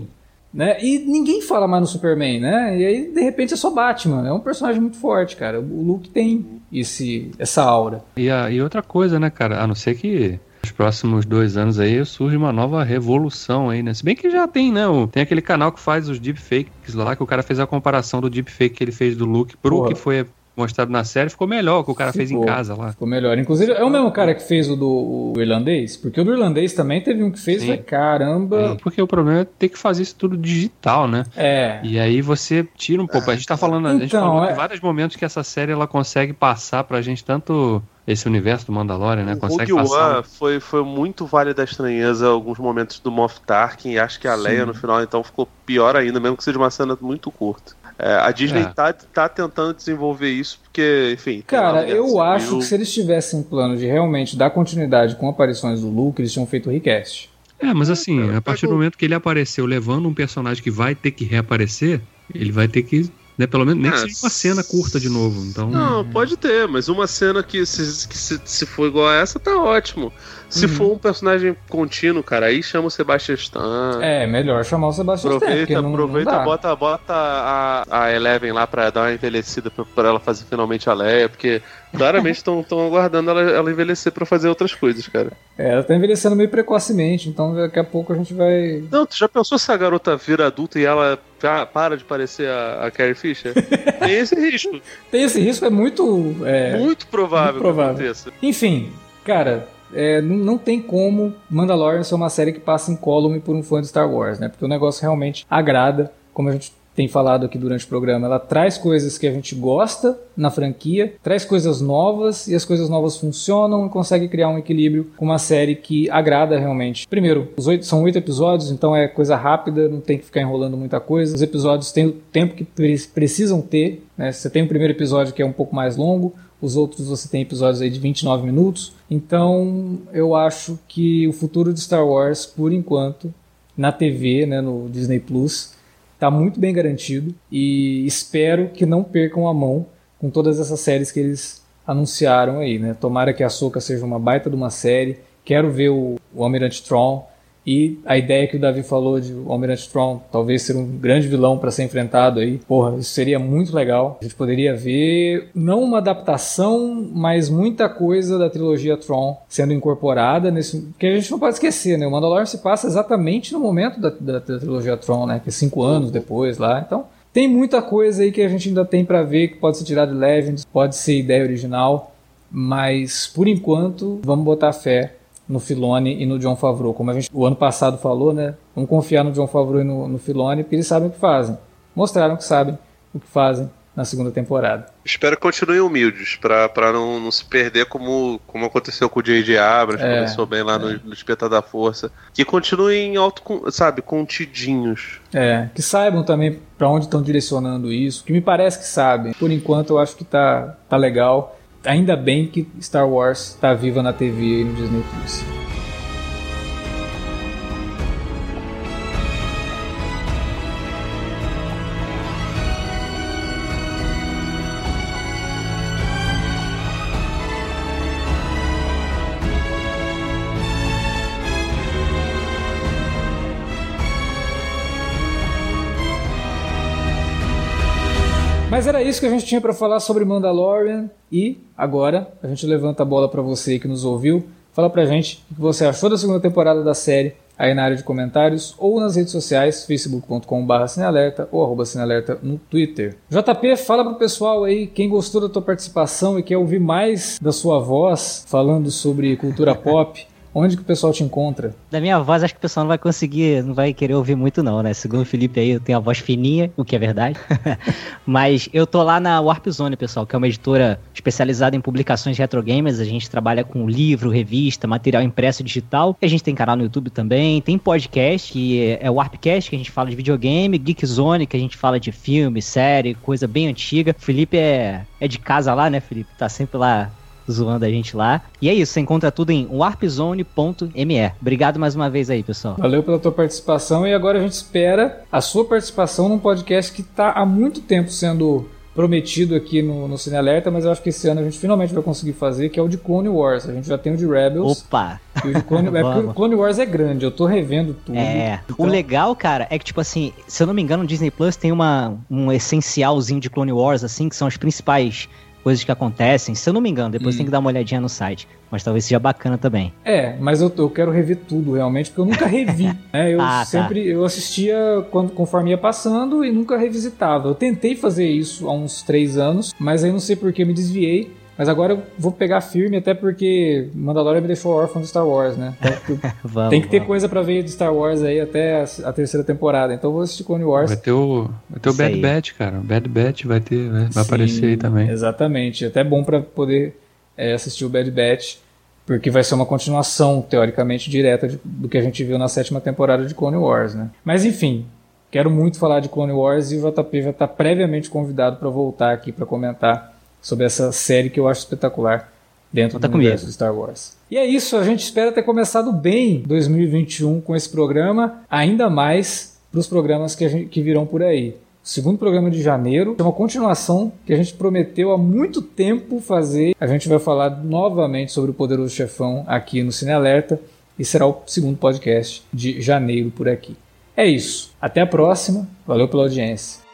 né? E ninguém fala mais no Superman, né? E aí, de repente, é só Batman. É um personagem muito forte, cara. O Luke tem esse, essa aura. E, a, e outra coisa, né, cara? A não ser que nos próximos dois anos aí surge uma nova revolução aí, né? Se bem que já tem, né? O, tem aquele canal que faz os deepfakes lá, que o cara fez a comparação do deepfake que ele fez do Luke pro Porra. que foi mostrado na série, ficou melhor que o cara ficou, fez em casa lá. Ficou melhor. Inclusive, é o mesmo cara que fez o do o irlandês? Porque o do irlandês também teve um que fez, foi, caramba... É, porque o problema é ter que fazer isso tudo digital, né? É. E aí você tira um pouco. A gente tá falando, então, a gente falou é... em vários momentos que essa série ela consegue passar pra gente tanto esse universo do Mandalorian, né? O consegue Rogue passar. One foi, foi muito Vale da Estranheza alguns momentos do Moff Tarkin, e acho que a Sim. Leia no final então ficou pior ainda, mesmo que seja uma cena muito curta. É, a Disney é. tá, tá tentando desenvolver isso, porque, enfim... Cara, eu acho que se eles tivessem um plano de realmente dar continuidade com aparições do Luke, eles tinham feito o recast. É, mas assim, a partir do momento que ele apareceu levando um personagem que vai ter que reaparecer, ele vai ter que... Né, pelo menos nem que seja uma cena curta de novo. Então... Não, pode ter, mas uma cena que se, que se, se for igual a essa, tá ótimo. Se uhum. for um personagem contínuo, cara, aí chama o Sebastian Stan. É, melhor chamar o Sebastian Stan. Aproveita, não, aproveita não bota, bota a, a Eleven lá pra dar uma envelhecida pra, pra ela fazer finalmente a Leia, porque claramente estão aguardando ela, ela envelhecer pra fazer outras coisas, cara. É, ela tá envelhecendo meio precocemente, então daqui a pouco a gente vai... Não, tu já pensou se a garota vira adulta e ela para de parecer a, a Carrie Fisher? Tem esse risco. Tem esse risco, é muito... É, muito provável, muito provável que aconteça. Enfim, cara... É, não, não tem como Mandalorian ser uma série que passa incólume por um fã de Star Wars, né? Porque o negócio realmente agrada, como a gente tem falado aqui durante o programa. Ela traz coisas que a gente gosta na franquia, traz coisas novas, e as coisas novas funcionam e consegue criar um equilíbrio com uma série que agrada realmente. Primeiro, os oito, são oito episódios, então é coisa rápida, não tem que ficar enrolando muita coisa. Os episódios têm o tempo que pre- precisam ter, né? Você tem o primeiro episódio que é um pouco mais longo, os outros você tem episódios aí de vinte e nove minutos. Então eu acho que o futuro de Star Wars, por enquanto, na T V, né, no Disney Plus, está muito bem garantido. E espero que não percam a mão com todas essas séries que eles anunciaram aí, né? Tomara que a Ahsoka seja uma baita de uma série. Quero ver o, o Almirante Thrawn. E a ideia que o Davi falou de o Almirante Thrawn talvez ser um grande vilão para ser enfrentado aí, porra, isso seria muito legal. A gente poderia ver, não uma adaptação, mas muita coisa da trilogia Thrawn sendo incorporada nesse... Porque a gente não pode esquecer, né? O Mandalorian se passa exatamente no momento da, da, da trilogia Thrawn, né? Que é cinco anos depois lá, então... Tem muita coisa aí que a gente ainda tem para ver, que pode ser tirado de Legends, pode ser ideia original, mas por enquanto vamos botar fé no Filoni e no Jon Favreau. Como a gente o ano passado falou, né? Vamos confiar no Jon Favreau e no, no Filoni, porque eles sabem o que fazem. Mostraram que sabem o que fazem na segunda temporada. Espero que continuem humildes, pra, pra não, não se perder como, como aconteceu com o J J Abrams, é, começou bem lá é. no, no Despertar da Força. Que continuem alto, sabe, contidinhos. É, que saibam também pra onde estão direcionando isso, que me parece que sabem. Por enquanto eu acho que tá, tá legal. Ainda bem que Star Wars está viva na T V e no Disney Plus. Mas era isso que a gente tinha para falar sobre Mandalorian, e agora a gente levanta a bola para você que nos ouviu. Fala pra gente o que você achou da segunda temporada da série aí na área de comentários ou nas redes sociais, facebook ponto com barra cinealerta ou arroba cinealerta no Twitter. J P, fala pro pessoal aí, quem gostou da tua participação e quer ouvir mais da sua voz falando sobre cultura pop, onde que o pessoal te encontra? Da minha voz, acho que o pessoal não vai conseguir, não vai querer ouvir muito não, né? Segundo o Felipe aí, eu tenho a voz fininha, o que é verdade. Mas eu tô lá na Warp Zone, pessoal, que é uma editora especializada em publicações de retro gamers. A gente trabalha com livro, revista, material impresso digital. A gente tem canal no YouTube também, tem podcast, que é o Warpcast, que a gente fala de videogame, Geek Zone, que a gente fala de filme, série, coisa bem antiga. O Felipe é, é de casa lá, né, Felipe? Tá sempre lá zoando a gente lá. E é isso, você encontra tudo em warp zone ponto m e. Obrigado mais uma vez aí, pessoal. Valeu pela tua participação, e agora a gente espera a sua participação num podcast que está há muito tempo sendo prometido aqui no, no Cine Alerta, mas eu acho que esse ano a gente finalmente vai conseguir fazer, que é o de Clone Wars. A gente já tem o de Rebels. Opa! E o de Clone, é porque o Clone Wars é grande, eu tô revendo tudo. É, então... o legal, cara, é que, tipo assim, se eu não me engano, o Disney Plus tem uma, um essencialzinho de Clone Wars, assim, que são as principais coisas que acontecem. Se eu não me engano, depois hum. tem que dar uma olhadinha no site. Mas talvez seja bacana também. É, mas eu, eu quero rever tudo realmente, porque eu nunca revi. Né? Eu ah, sempre tá. eu assistia quando, conforme ia passando e nunca revisitava. Eu tentei fazer isso há uns três anos, mas aí não sei por que me desviei. Mas agora eu vou pegar firme, até porque Mandalorian me deixou órfão do Star Wars, né? Então, vamos, tem que ter vamos. coisa pra ver de Star Wars aí até a, a terceira temporada. Então eu vou assistir Clone Wars. Vai ter o, vai ter o Bad Batch, cara. O Bad Batch vai ter, vai, vai aparecer aí também. Exatamente. Até bom pra poder é, assistir o Bad Batch, porque vai ser uma continuação, teoricamente, direta de, do que a gente viu na sétima temporada de Clone Wars, né? Mas enfim, quero muito falar de Clone Wars e o J P já está previamente convidado para voltar aqui para comentar sobre essa série que eu acho espetacular dentro Conta do comigo. universo de Star Wars. E é isso, a gente espera ter começado bem dois mil e vinte e um com esse programa, ainda mais para os programas que, a gente, que virão por aí. O segundo programa de janeiro é uma continuação que a gente prometeu há muito tempo fazer. A gente vai falar novamente sobre o Poderoso Chefão aqui no Cine Alerta e será o segundo podcast de janeiro por aqui. É isso, até a próxima, valeu pela audiência.